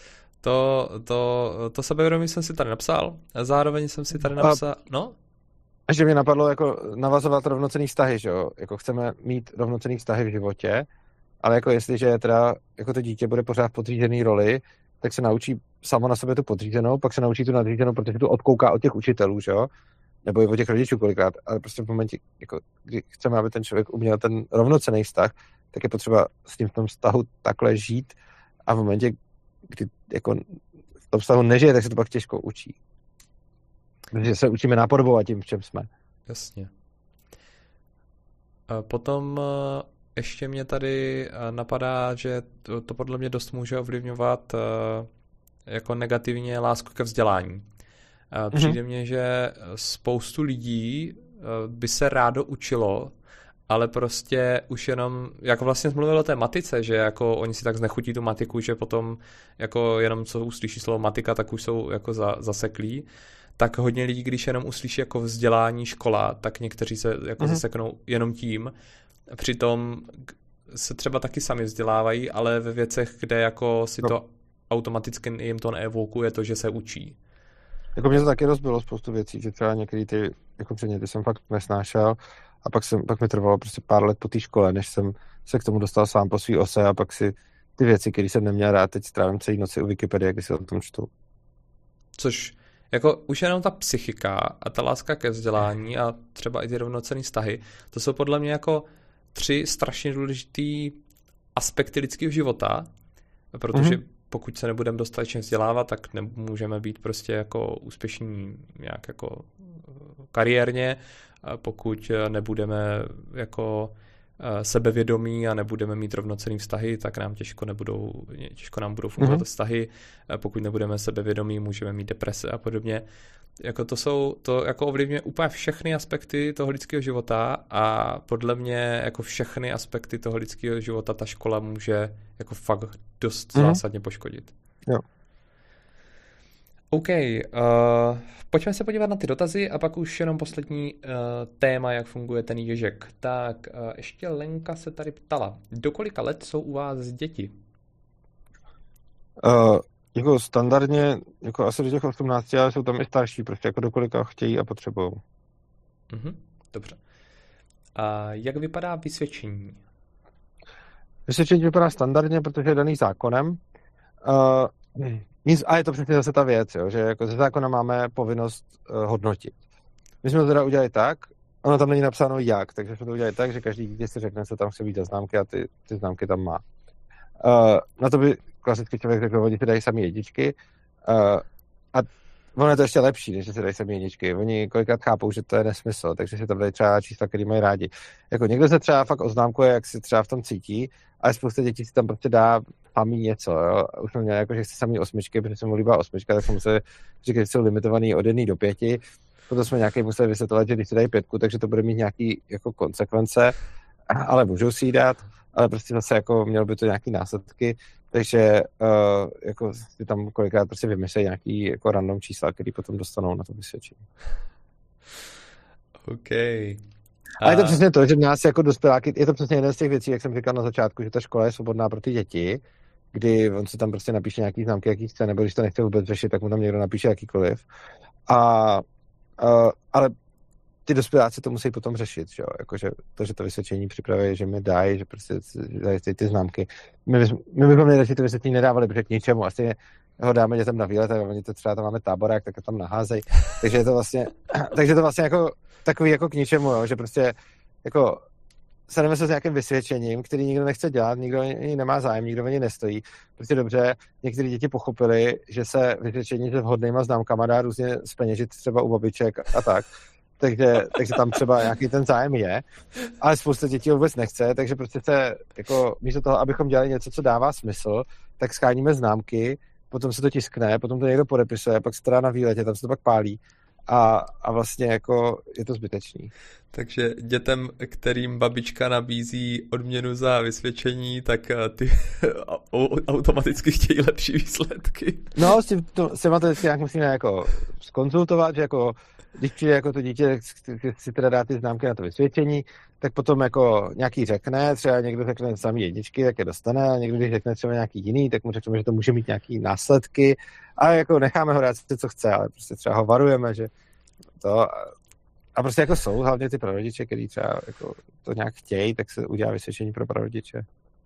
To sebevědomí jsem si tady napsal. Zároveň jsem si tady napsal... No? Že mě napadlo jako navazovat rovnocenný vztahy, že jo? Jako chceme mít rovnocenný vztahy v životě, ale jako jestliže teda jako to dítě bude pořád v podřízený roli, tak se naučí samo na sebe tu podřízenou, pak se naučí tu nadřízenou, protože tu odkouká od těch učitelů, že jo? Nebo i od těch rodičů kolikrát, ale prostě v momentě, jako, kdy chceme, aby ten člověk uměl ten rovnocenný vztah, tak je potřeba s tím v tom vztahu takhle žít a v momentě, kdy jako v tom vztahu nežije, tak se to pak těžko učí. Takže se učíme napodobovat tím, v čem jsme. Jasně. Potom ještě mě tady napadá, že to podle mě dost může ovlivňovat jako negativně lásku ke vzdělání. Přijde mně, že spoustu lidí by se rádo učilo, ale prostě už jenom, jako vlastně jsme mluvili o té matice, že jako oni si tak znechutí tu matiku, že potom jako jenom co uslyší slovo matika, tak už jsou jako zaseklí. Tak hodně lidí, když jenom uslyší jako vzdělání škola, tak někteří se jako zaseknou jenom tím. Přitom se třeba taky sami vzdělávají, ale ve věcech, kde jako si to automaticky jim to neevokuje to, že se učí. Jako mě to taky rozbilo spoustu věcí, že třeba některý ty jako předměty jsem fakt nesnášel a pak mi trvalo prostě pár let po té škole, než jsem se k tomu dostal sám po svý ose a pak si ty věci, které jsem neměl rád, teď strávím celý noci u Wikipedie, když si o tom čtu. Což jako už jenom ta psychika a ta láska ke vzdělání a třeba i ty rovnocenné vztahy, to jsou podle mě jako 3 strašně důležitý aspekty lidského života, protože pokud se nebudeme dostatečně vzdělávat, tak nemůžeme být prostě jako úspěšní nějak jako kariérně, pokud nebudeme jako sebevědomí a nebudeme mít rovnocenný vztahy, tak nám těžko nám budou fungovat vztahy. Pokud nebudeme sebevědomí, můžeme mít deprese a podobně. Jako to jako ovlivňuje úplně všechny aspekty toho lidského života a podle mě jako všechny aspekty toho lidského života ta škola může jako fakt dost zásadně poškodit. Jo. OK, pojďme se podívat na ty dotazy a pak už jenom poslední téma, jak funguje ten ježek. Tak ještě Lenka se tady ptala, do kolika let jsou u vás děti? Jako standardně, jako asi do těch 18, ale jsou tam i starší, prostě jako do kolika chtějí a potřebují. Dobře. A jak vypadá vysvědčení? Vysvědčení vypadá standardně, protože je daný zákonem. A je to přesně zase ta věc, jo, že jako ze zákona máme povinnost hodnotit. My jsme to teda udělali tak, ono tam není napsáno jak, takže jsme to udělali tak, že každý dítě si řekne, co tam chce být za známky a ty známky tam má. Na to by klasický člověk řekl, oni si dají sami jedničky a ono je to ještě lepší, než si dají sami jedničky. Oni kolikrát chápou, že to je nesmysl, takže si tam dají třeba čísla, který mají rádi. Jako někdo se třeba fakt oznámkuje, jak si třeba v tom cítí, ale spousta dětí si tam prostě dá samý něco. Jo? Už jsme měli jako, že chce samý osmičky, protože se mu líbá osmička, tak jsme museli říkat, že jsou limitovaný od 1 do 5. Potom jsme nějaký museli vysvětlovat, že když si dají 5, takže to bude mít nějaký jako konsekvence, ale můžou si jí dát, ale prostě zase jako mělo by to nějaký následky, takže jako si tam kolikrát prostě vymyslejí nějaký jako random čísla, který potom dostanou na to vysvědčení. OK. A je to přesně to, že nás jako dospěláky, je to přesně jedna z těch věcí, jak jsem říkal na začátku, že ta škola je svobodná pro ty děti, kdy on si tam prostě napíše nějaký známky, jaký chce, nebo když to nechce vůbec řešit, tak mu tam někdo napíše jakýkoliv. Ale ty dospěláci to musí potom řešit, že jo? Jakože to, že to vysvědčení připraví, že mi dají, že prostě dají ty známky. My bychom měli radši to vysvědčení nedávali, protože k ničemu. Asi ho dáme dětem na výlet, a oni to třeba tam máme táborák, tak tam naházejí. Takže je to vlastně, jako takový jako k ničemu, jo? Že prostě jako staneme se s nějakým vysvědčením, který nikdo nechce dělat, nikdo ani nemá zájem, nikdo ani nestojí. Prostě dobře, některé děti pochopili, že se vysvědčení se vhodnýma známkama dá různě zpeněžit třeba u babiček a tak. Takže tam třeba nějaký ten zájem je, ale spousta dětí vůbec nechce, takže prostě se, jako místo toho, abychom dělali něco, co dává smysl, tak scháníme známky, potom se to tiskne, potom to někdo podepisuje, pak se to dá na výletě, tam se to pak pálí a vlastně jako je to zbytečný. Takže dětem, kterým babička nabízí odměnu za vysvědčení, tak ty automaticky chtějí lepší výsledky. No, s těma to vždycky nějak musíme jako zkonzultovat, že jako když přijde jako to dítě, si teda dá ty známky na to vysvědčení, tak potom jako nějaký řekne, třeba někdo řekne samý jedničky, tak je dostane, a někdo když řekne třeba nějaký jiný, tak mu řekneme, že to může mít nějaký následky a jako necháme ho dát si, co chce, ale prostě třeba ho varujeme, že to a prostě jako jsou hlavně ty prarodiče, kteří třeba jako to nějak chtějí, tak se udělá vysvědčení pro prarodiče.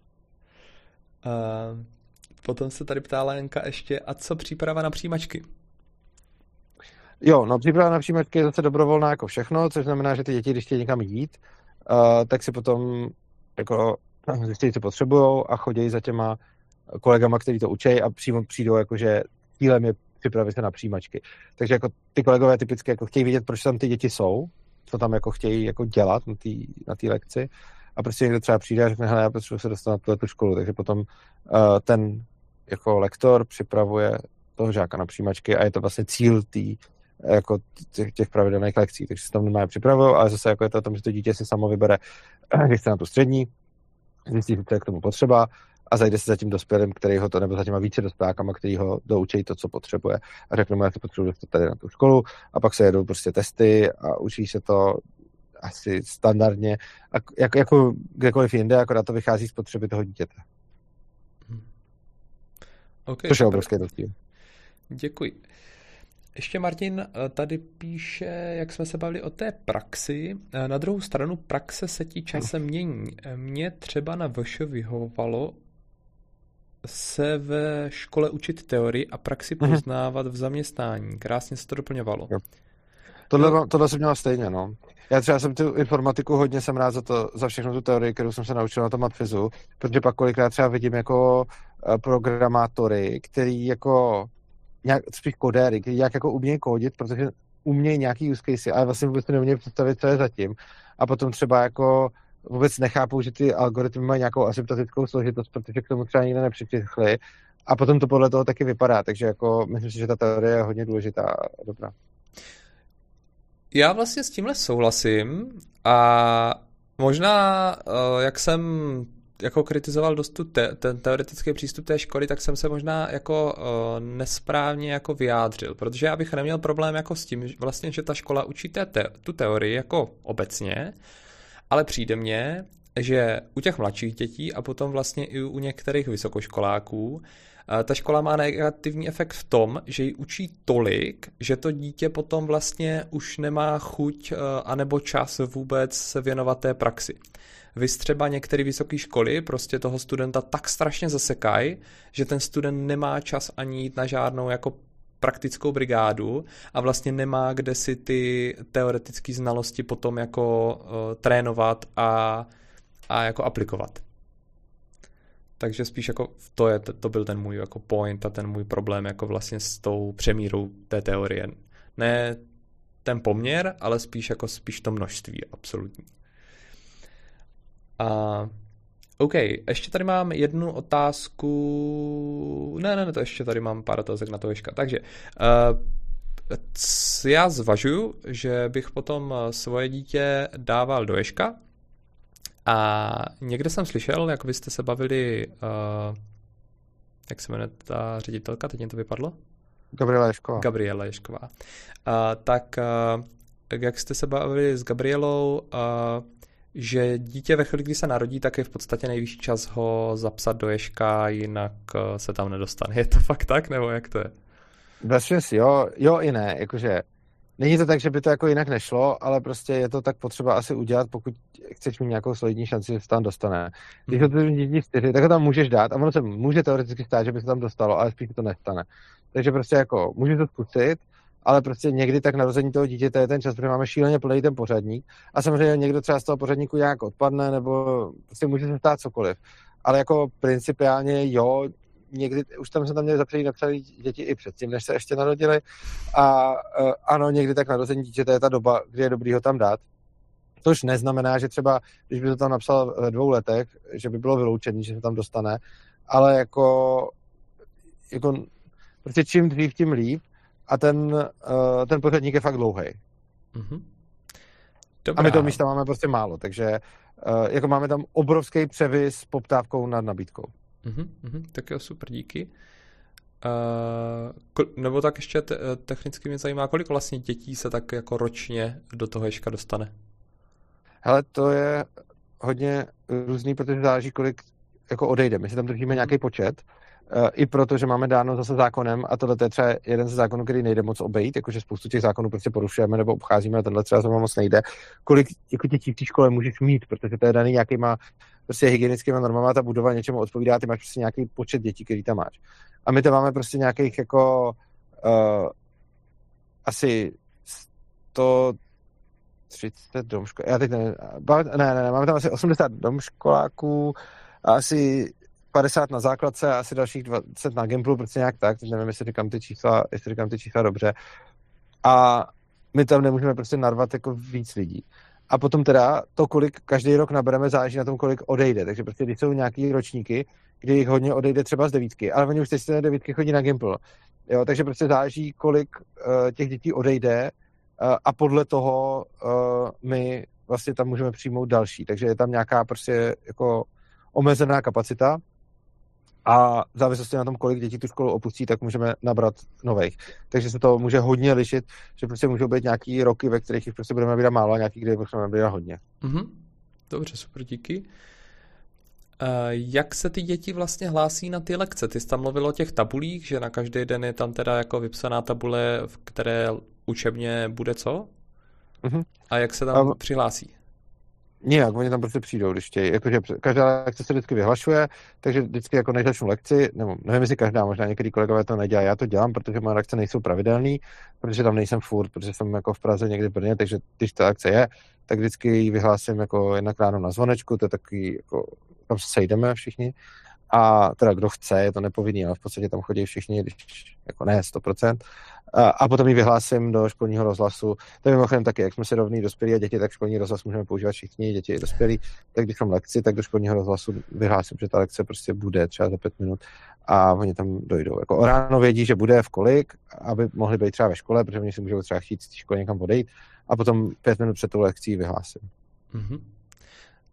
Potom se tady ptá Lenka ještě, a co příprava na přijímačky? Jo, no příprava na přijímačky je zase dobrovolná jako všechno, což znamená, že ty děti, když chtějí někam jít, tak si potom jako zjistí, co potřebujou a chodí za těma kolegama, kteří to učí a přímo přijdou, jakože cílem je připravit se na přijímačky. Takže jako ty kolegové typicky jako chtějí vidět, proč tam ty děti jsou, co tam jako chtějí jako dělat na té lekci a prostě někdo třeba přijde a řekne, hele, já potřebuji se dostat na tu školu, takže potom ten jako lektor připravuje toho žáka na přijímačky a je to vlastně cíl jako těch pravidelných lekcí, takže se tam normálně připravují, ale zase jako je to o tom, že to dítě si samo vybere, když chce na tu střední, zjistí, co je k tomu potřeba a zajde se za tím dospělým, který ho to, nebo za těma více dospělákama, který ho doučí to, co potřebuje a řekne mu, jak to potřebuje dostat tady na tu školu a pak se jedou prostě testy a učí se to asi standardně, jako kdekoliv jinde, akorát to vychází z potřeby toho dítěte. Okay, což je obrovský rozdíl. Děkuji. Ještě Martin tady píše, jak jsme se bavili o té praxi. Na druhou stranu praxe se ti časem mění. Mně třeba na VŠ vyhovovalo se ve škole učit teorii a praxi poznávat v zaměstnání. Krásně se to doplňovalo. Tohle jsem měl stejně, no. Já třeba jsem tu informatiku hodně jsem rád za všechno tu teorii, kterou jsem se naučil na tom matfizu, protože pak kolikrát třeba vidím jako programátory, který jako nějak spíš kodéry, kteří nějak jako umějí kódit, protože umějí nějaký use case, ale vlastně vůbec neumějí představit, co je zatím. A potom třeba jako vůbec nechápou, že ty algoritmy mají nějakou asymptotickou složitost, protože k tomu třeba nikdy nepřišli. A potom to podle toho taky vypadá, takže jako myslím si, že ta teorie je hodně důležitá a dobrá. Já vlastně s tímhle souhlasím a možná, jak jsem jako kritizoval dost ten teoretický přístup té školy, tak jsem se možná jako nesprávně jako vyjádřil, protože já bych neměl problém jako s tím, vlastně, že ta škola učí tu teorii jako obecně, ale přijde mně, že u těch mladších dětí a potom vlastně i u některých vysokoškoláků ta škola má negativní efekt v tom, že ji učí tolik, že to dítě potom vlastně už nemá chuť anebo čas vůbec se věnovat té praxi. Vys třeba některé vysoké školy prostě toho studenta tak strašně zasekají, že ten student nemá čas ani jít na žádnou jako praktickou brigádu a vlastně nemá kde si ty teoretické znalosti potom jako trénovat a jako aplikovat. Takže spíš jako to byl ten můj jako point a ten můj problém jako vlastně s tou přemírou té teorie. Ne ten poměr, ale spíš to množství absolutní. OK, ještě tady mám jednu otázku. Ne, to ještě tady mám pár otázek na to Ježka. Takže já zvažuju, že bych potom svoje dítě dával do Ježka a někde jsem slyšel, jak vy jste se bavili, jak se jmenuje ta ředitelka, teď mě to vypadlo? Gabriela Ježková. Tak jak jste se bavili s Gabrielou, že dítě ve chvíli, kdy se narodí, tak je v podstatě nejvyšší čas ho zapsat do Ježka, jinak se tam nedostane. Je to fakt tak, nebo jak to je? Bezpečně jo i ne, jakože není to tak, že by to jako jinak nešlo, ale prostě je to tak potřeba asi udělat, pokud chceš mít nějakou solidní šanci, že se tam dostane. Když to dítě 4, tak ho tam můžeš dát a ono se může teoreticky stát, že by se tam dostalo, ale spíš to nestane. Takže prostě jako můžeš to zkusit, ale prostě někdy tak narození toho dítěte je ten čas, protože máme šíleně plný ten pořadník a samozřejmě někdo třeba z toho pořadníku nějak odpadne nebo prostě může se stát cokoliv. Ale jako principiálně jo, někdy, už tam jsme tam měli napsaný děti i předtím, než se ještě narodili a ano, někdy tak narození dítěte je ta doba, kdy je dobrý ho tam dát. Tož neznamená, že třeba, když by to tam napsal ve 2 letech, že by bylo vyloučený, že se tam dostane, ale jako prostě čím dřív, tím líp a ten pořadník je fakt dlouhej. Mm-hmm. A my toho místa máme prostě málo, takže jako máme tam obrovský převis s poptávkou nad nabídkou. Tak jo, super, díky. Nebo tak ještě technicky mě zajímá, kolik vlastně dětí se tak jako ročně do toho Ježka dostane? Hele, to je hodně různý, protože záleží, kolik jako odejde. My si tam držíme nějaký počet, i proto, že máme dáno zase zákonem a tohle je třeba jeden ze zákonů, který nejde moc obejít, jakože spoustu těch zákonů prostě porušujeme nebo obcházíme a tenhle třeba moc nejde. Kolik jako dětí v té škole můžeš mít, protože to je daný nějakýma prostě hygienickýma normama, ta budova něčemu odpovídá, ty máš prostě nějaký počet dětí, který tam máš. A my tam máme prostě nějakých jako asi 130 domškoláků. Já teď ne, máme tam asi 80 domškoláků a asi 50 na základce a asi dalších 20 na Gimplu, prostě nějak tak, teď nevím, jestli říkám ty čísla dobře. A my tam nemůžeme prostě narvat jako víc lidí. A potom teda to, kolik každý rok nabereme, záleží na tom, kolik odejde. Takže prostě když jsou nějaký ročníky, kdy jich hodně odejde třeba z 9, ale oni už teď z 9 chodí na Gimpl. Jo, takže prostě záleží, kolik těch dětí odejde a podle toho my vlastně tam můžeme přijmout další. Takže je tam nějaká prostě jako omezená kapacita a v závislosti na tom, kolik dětí tu školu opustí, tak můžeme nabrat nových. Takže se to může hodně lišit, že prostě můžou být nějaký roky, ve kterých jich prostě budeme nabírat málo a nějaký, kde budeme nabírat hodně. Dobře, super, díky. Jak se ty děti vlastně hlásí na ty lekce? Ty jsi tam mluvil o těch tabulích, že na každý den je tam teda jako vypsaná tabule, v které učebně bude co? A jak se tam přihlásí? Nijak, oni tam prostě přijdou, když chtějí. Jakože každá lekce se vždycky vyhlašuje, takže vždycky jako než začnu lekci, nebo nevím, jestli každá, možná některý kolegové to nedělají, já to dělám, protože moje lekce nejsou pravidelný, protože tam nejsem furt, protože jsem jako v Praze někdy v Brně, takže když ta akce je, tak vždycky ji vyhlásím jako jednak ráno na zvonečku, to je takový, jako, tam se sejdeme všichni, a teda kdo chce, je to nepovinný, ale v podstatě tam chodí všichni, když jako ne 100%. A potom ji vyhlásím do školního rozhlasu. To je mimochodem taky, jak jsme si rovní dospělí a děti, tak školní rozhlas můžeme používat všichni, děti i dospělí. Tak když mám lekci, tak do školního rozhlasu vyhlásím, že ta lekce prostě bude třeba za 5 minut a oni tam dojdou. Jako ráno vědí, že bude v kolik, aby mohli být třeba ve škole, protože oni si můžou třeba chtít z té školy někam odejít a potom 5 minut před tou lekcí vyhlásím.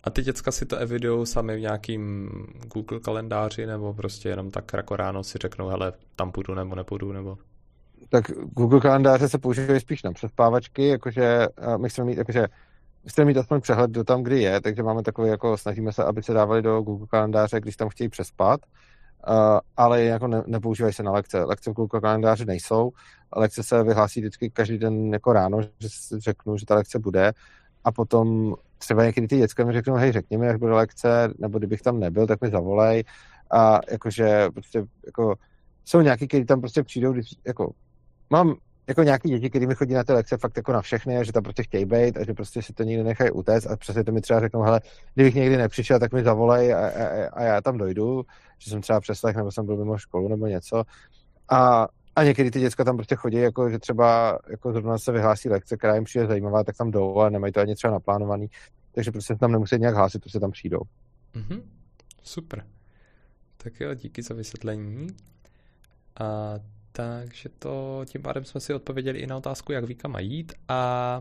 A ty děcka si to evidujou sami v nějakým Google kalendáři, nebo prostě jenom tak jako ráno si řeknou, hele, tam půjdu nebo nepůjdu, nebo... Tak Google kalendáře se používají spíš na přespávačky, jakože my chceme mít aspoň přehled, kdo tam kdy je, takže máme takový, jako snažíme se, aby se dávali do Google kalendáře, když tam chtějí přespat, ale jako nepoužívají se na lekce. Lekce v Google kalendáři nejsou, lekce se vyhlásí vždycky každý den jako ráno, že řeknu, že ta lekce bude a potom třeba někdy ty děcka mi řeknou, hej, řekni mi, jak bude lekce, nebo kdybych tam nebyl, tak mi zavolej a jakože prostě jako jsou nějaký, kteří tam prostě přijdou, když, jako mám jako nějaký děti, který mi chodí na ty lekce fakt jako na všechny a že tam prostě chtějí být a že prostě si to nikdy nechají utéct a přesně to mi třeba řeknou, hele, kdybych někdy nepřišel, tak mi zavolej a já tam dojdu, že jsem třeba přeslech nebo jsem byl mimo školu nebo něco a někdy ty děcka tam prostě chodí, jako že třeba jako zrovna se vyhlásí lekce, která jim přijde zajímavá, tak tam jdou a nemají to ani třeba naplánovaný, takže prostě tam nemusí nějak hlásit, prostě tam přijdou. Mm-hmm. Super. Tak jo, díky za vysvětlení. A takže to, tím pádem jsme si odpověděli i na otázku, jak Víka má jít a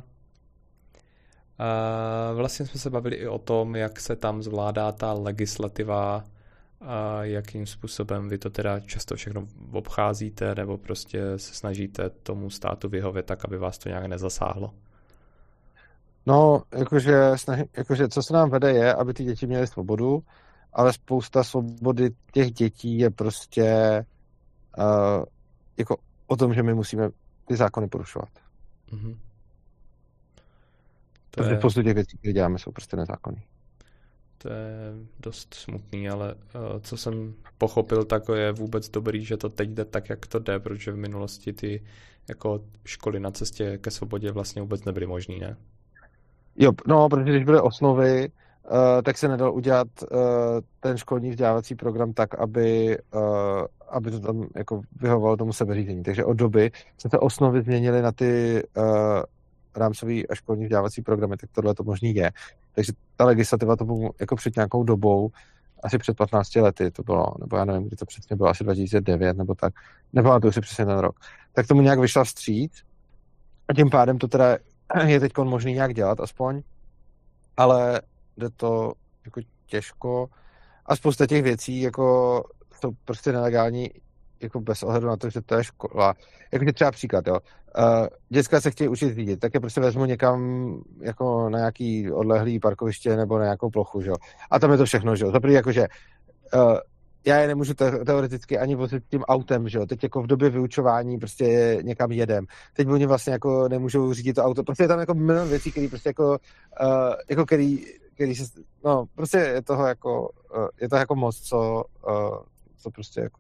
vlastně jsme se bavili i o tom, jak se tam zvládá ta legislativa a jakým způsobem vy to teda často všechno obcházíte nebo prostě se snažíte tomu státu vyhovět tak, aby vás to nějak nezasáhlo. No, jakože co se nám vede je, aby ty děti měly svobodu, ale spousta svobody těch dětí je prostě jako o tom, že my musíme ty zákony porušovat. Mm-hmm. Protože spoustu těch věcí, které děláme, jsou prostě nezákonný. To je dost smutný, ale co jsem pochopil, tak je vůbec dobrý, že to teď jde tak, jak to jde, protože v minulosti ty jako školy na cestě ke svobodě vlastně vůbec nebyly možný, ne? Jo, no, protože když byly osnovy, tak se nedal udělat ten školní vzdělávací program tak, aby to tam jako vyhovovalo tomu sebeřízení. Takže od doby se ty osnovy změnily na ty rámcový a školní vzdělávací programy, tak tohle to možný je. Takže ta legislativa to bylo jako před nějakou dobou, asi před 15 lety to bylo, nebo já nevím, kdy to přesně bylo, asi 2009 nebo tak, nebo to už je přesně ten rok. Tak tomu nějak vyšla vstříc a tím pádem to teda je teď možný nějak dělat aspoň, ale jde to jako těžko a spousta těch věcí jako jsou prostě nelegální jako bez ohledu na to, že to je škola. Jakože třeba příklad, jo. Děcka se chtějí učit řídit, tak je prostě vezmu někam jako na nějaký odlehlý parkoviště nebo na nějakou plochu, že jo. A tam je to všechno, že jo. Zaprvé jakože já je nemůžu teoreticky ani vozit tím autem, že jo. Teď jako v době vyučování prostě někam jedem. Teď oni vlastně jako nemůžou řídit to auto. Prostě je tam jako milion věcí, které prostě jako který se, no prostě je toho jako, je to jako moc, co prostě jako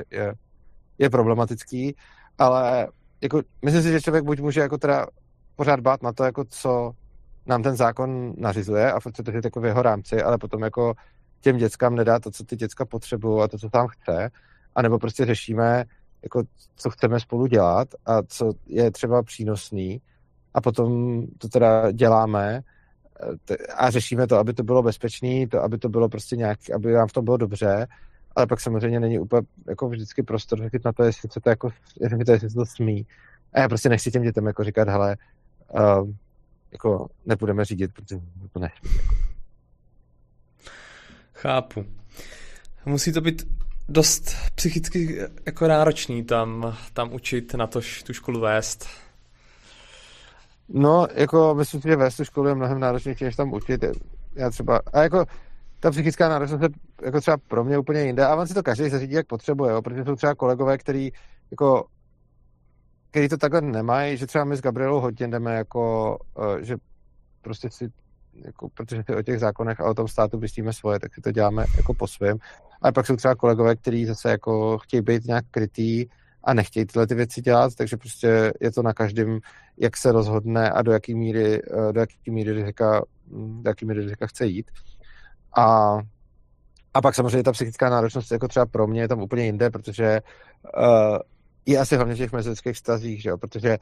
je problematický, ale jako myslím si, že člověk buď může jako teda pořád bát na to, jako co nám ten zákon nařizuje a furt se to je jako v jeho rámci, ale potom jako těm dětskám nedá to, co ty děcka potřebují a to, co tam chce, anebo prostě řešíme, jako co chceme spolu dělat a co je třeba přínosný a potom to teda děláme a řešíme to, aby to bylo bezpečný, to, aby to bylo prostě nějak, aby nám v tom bylo dobře, ale pak samozřejmě není úplně jako vždycky prostor řekl na to, jestli se to smí. A já prostě nechci těm dětem jako říkat, hele, jako nebudeme řídit, protože to nesmí. Jako. Chápu. Musí to být dost psychicky jako náročný tam učit, na to tu školu vést. No, jako myslím si, že vést tu školu je mnohem náročnější, než tam učit. Já třeba, a jako ta psychická náročnost je jako třeba pro mě úplně jinde a on si to každý zařídí, jak potřebuje, jo? Protože jsou třeba kolegové, který to takhle nemají, že třeba my s Gabrielou hodně jdeme jako, že prostě si jako, protože si o těch zákonech a o tom státu myslíme svoje, tak si to děláme jako po svém. Ale pak jsou třeba kolegové, kteří zase jako chtějí být nějak krytý a nechtějí tyhle ty věci dělat, takže prostě je to na každém, jak se rozhodne a do jaký míry rizika chce jít. A pak samozřejmě ta psychická náročnost jako třeba pro mě je tam úplně jinde, protože je asi hlavně v těch mezilidských vztazích, že jo, protože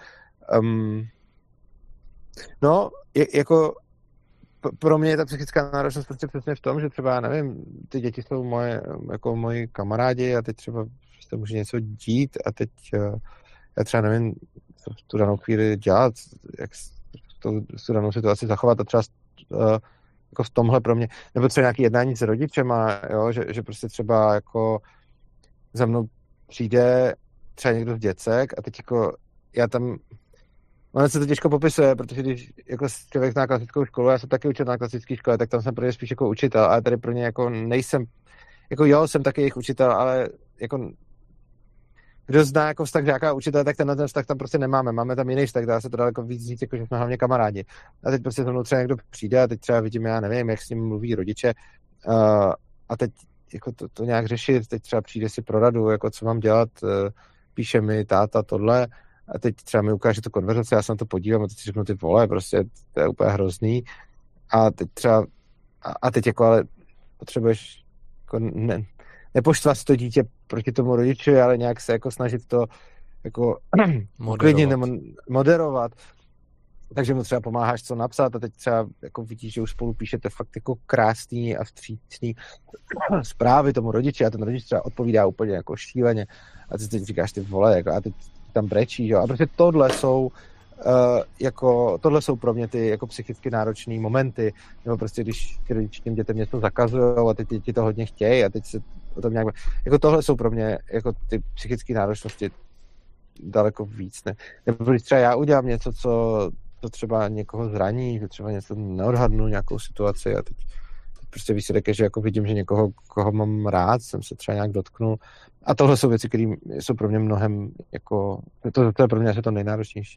jako pro mě je ta psychická náročnost prostě přesně v tom, že třeba, nevím, ty děti jsou moji kamarádi a teď třeba se může něco dít a teď já třeba nevím, co v tu danou chvíli dělat, jak tu danou situaci zachovat a třeba jako v tomhle pro mě, nebo třeba nějaký jednání s rodičema, jo, že prostě třeba jako za mnou přijde třeba někdo z děcek a teď jako já tam, ono se to těžko popisuje, protože když jako člověk zná klasickou školu, já jsem taky učil na klasické škole, tak tam jsem pro ně spíš jako učitel, ale tady pro ně jako nejsem, jako jo, jsem taky jejich učitel, ale jako kdo zná jako vztah žáka a učitele, tak tenhle ten vztah tam prostě nemáme. Máme tam jiný vztah, dá se to daleko víc říct, jako že jsme hlavně kamarádi. A teď prostě za mnou třeba někdo přijde a teď třeba vidím, já nevím, jak s ním mluví rodiče a teď jako to nějak řešit, teď třeba přijde si pro radu, jako co mám dělat, píše mi táta tohle a teď třeba mi ukáže tu konverzaci, já se na to podívám a teď si řeknu ty vole, prostě to je úplně hrozný a teď třeba a teď jako ale potřebuješ jako nepoštvat to dítě proti tomu rodiči, ale nějak se jako snažit to jako uklidnit nebo moderovat. Takže mu třeba pomáháš co napsat a teď třeba jako vidíš, že už spolu píšete fakt jako krásný a vstřícný zprávy tomu rodiči a ten rodič třeba odpovídá úplně jako šíleně a ty teď říkáš ty vole jako, a teď tam brečí, jo. A prostě tohle jsou pro mě ty jako psychicky náročné momenty, nebo prostě když rodiči těm dětem něco zakazují a teď děti to hodně chtějí a teď se o tom nějak, jako tohle jsou pro mě jako ty psychické náročnosti daleko víc, ne? Nebo když třeba já udělám něco, co třeba někoho zraní, že třeba něco neodhadnu, nějakou situaci a teď prostě výsledek je, že jako vidím, že někoho, koho mám rád, jsem se třeba nějak dotknul a tohle jsou věci, které jsou pro mě mnohem jako, to je pro mě asi to nejnáročnější.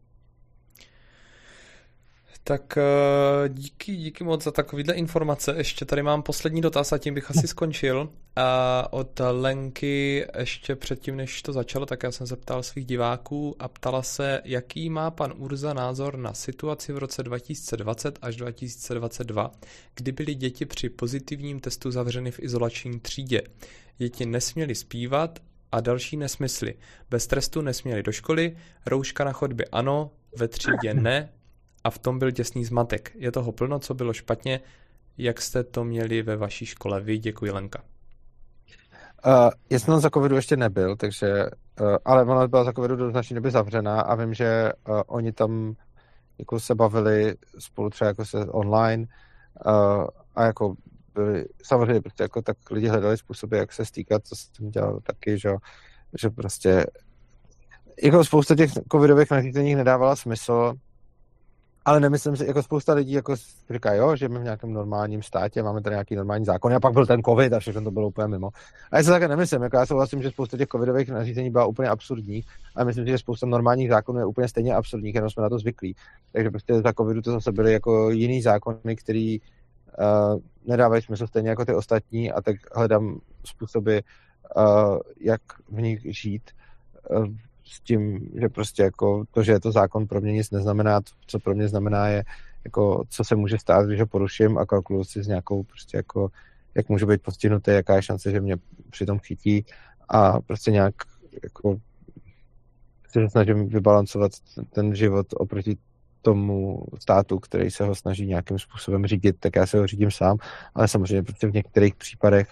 Tak díky moc za takovýhle informace. Ještě tady mám poslední dotaz a tím bych asi skončil. A od Lenky ještě předtím, než to začalo, tak já jsem se ptal svých diváků a ptala se, jaký má pan Urza názor na situaci v roce 2020 až 2022, kdy byly děti při pozitivním testu zavřeny v izolační třídě. Děti nesměly zpívat a další nesmysly. Bez trestu nesměly do školy, rouška na chodbě ano, ve třídě ne, a v tom byl děsný zmatek. Je toho plno, co bylo špatně. Jak jste to měli ve vaší škole vy? Děkuji, Lenka. Já jsem za covidu ještě nebyl, takže, ale ona byla za covidu do značné doby zavřená a vím, že oni tam jako se bavili spolu třeba jako se online a jako byli, samozřejmě prostě jako tak lidi hledali způsoby, jak se stýkat, co jsem dělal taky, že prostě jako spousta těch covidových nařízení nedávala smysl. Ale nemyslím si, jako spousta lidí jako říká, jo, že my v nějakém normálním státě, máme tady nějaký normální zákon, a pak byl ten covid a všechno to bylo úplně mimo. A já se také nemyslím, jako já souhlasím, že spousta těch covidových nařízení byla úplně absurdní, ale myslím si, že spousta normálních zákonů je úplně stejně absurdních, jenom jsme na to zvyklí. Takže prostě za covidu to zase byly jako jiný zákony, který nedávají smysl stejně jako ty ostatní a tak hledám způsoby, jak v nich žít. S tím, že prostě jako to, že je to zákon, pro mě nic neznamená, co pro mě znamená je, jako co se může stát, když ho poruším a kalkuluji si s nějakou prostě jako, jak můžu být postihnutý, jaká je šance, že mě přitom chytí a prostě nějak jako se snažím vybalancovat ten život oproti tomu státu, který se ho snaží nějakým způsobem řídit, tak já se ho řídím sám, ale samozřejmě prostě v některých případech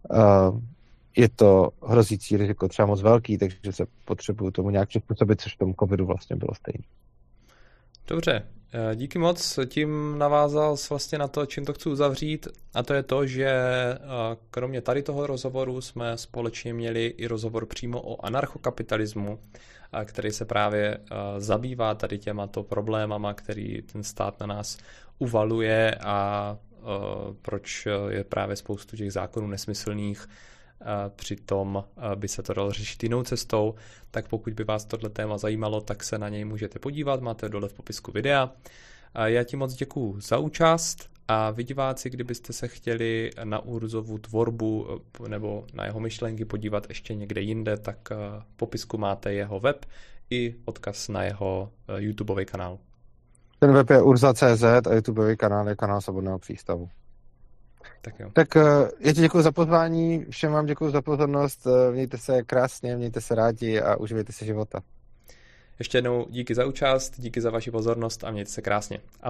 je to hrozící riziko třeba moc velký, takže se potřebuju tomu nějak přizpůsobit, což v tom covidu vlastně bylo stejné. Dobře, díky moc. Tím navázal vlastně na to, čím to chci uzavřít, a to je to, že kromě tady toho rozhovoru jsme společně měli i rozhovor přímo o anarchokapitalismu, který se právě zabývá tady těmato problémama, který ten stát na nás uvaluje a proč je právě spoustu těch zákonů nesmyslných. Přitom by se to dalo řešit jinou cestou, tak pokud by vás tohle téma zajímalo, tak se na něj můžete podívat, máte dole v popisku videa. Já ti moc děkuju za účast a vy diváci, kdybyste se chtěli na Urzovu tvorbu nebo na jeho myšlenky podívat ještě někde jinde, tak v popisku máte jeho web i odkaz na jeho YouTubeový kanál. Ten web je urza.cz a YouTubeový kanál je kanál Svobodného přístavu. Tak jo. Tak já ti děkuji za pozvání, všem vám děkuji za pozornost, mějte se krásně, mějte se rádi a uživejte si života. Ještě jednou díky za účast, díky za vaši pozornost a mějte se krásně.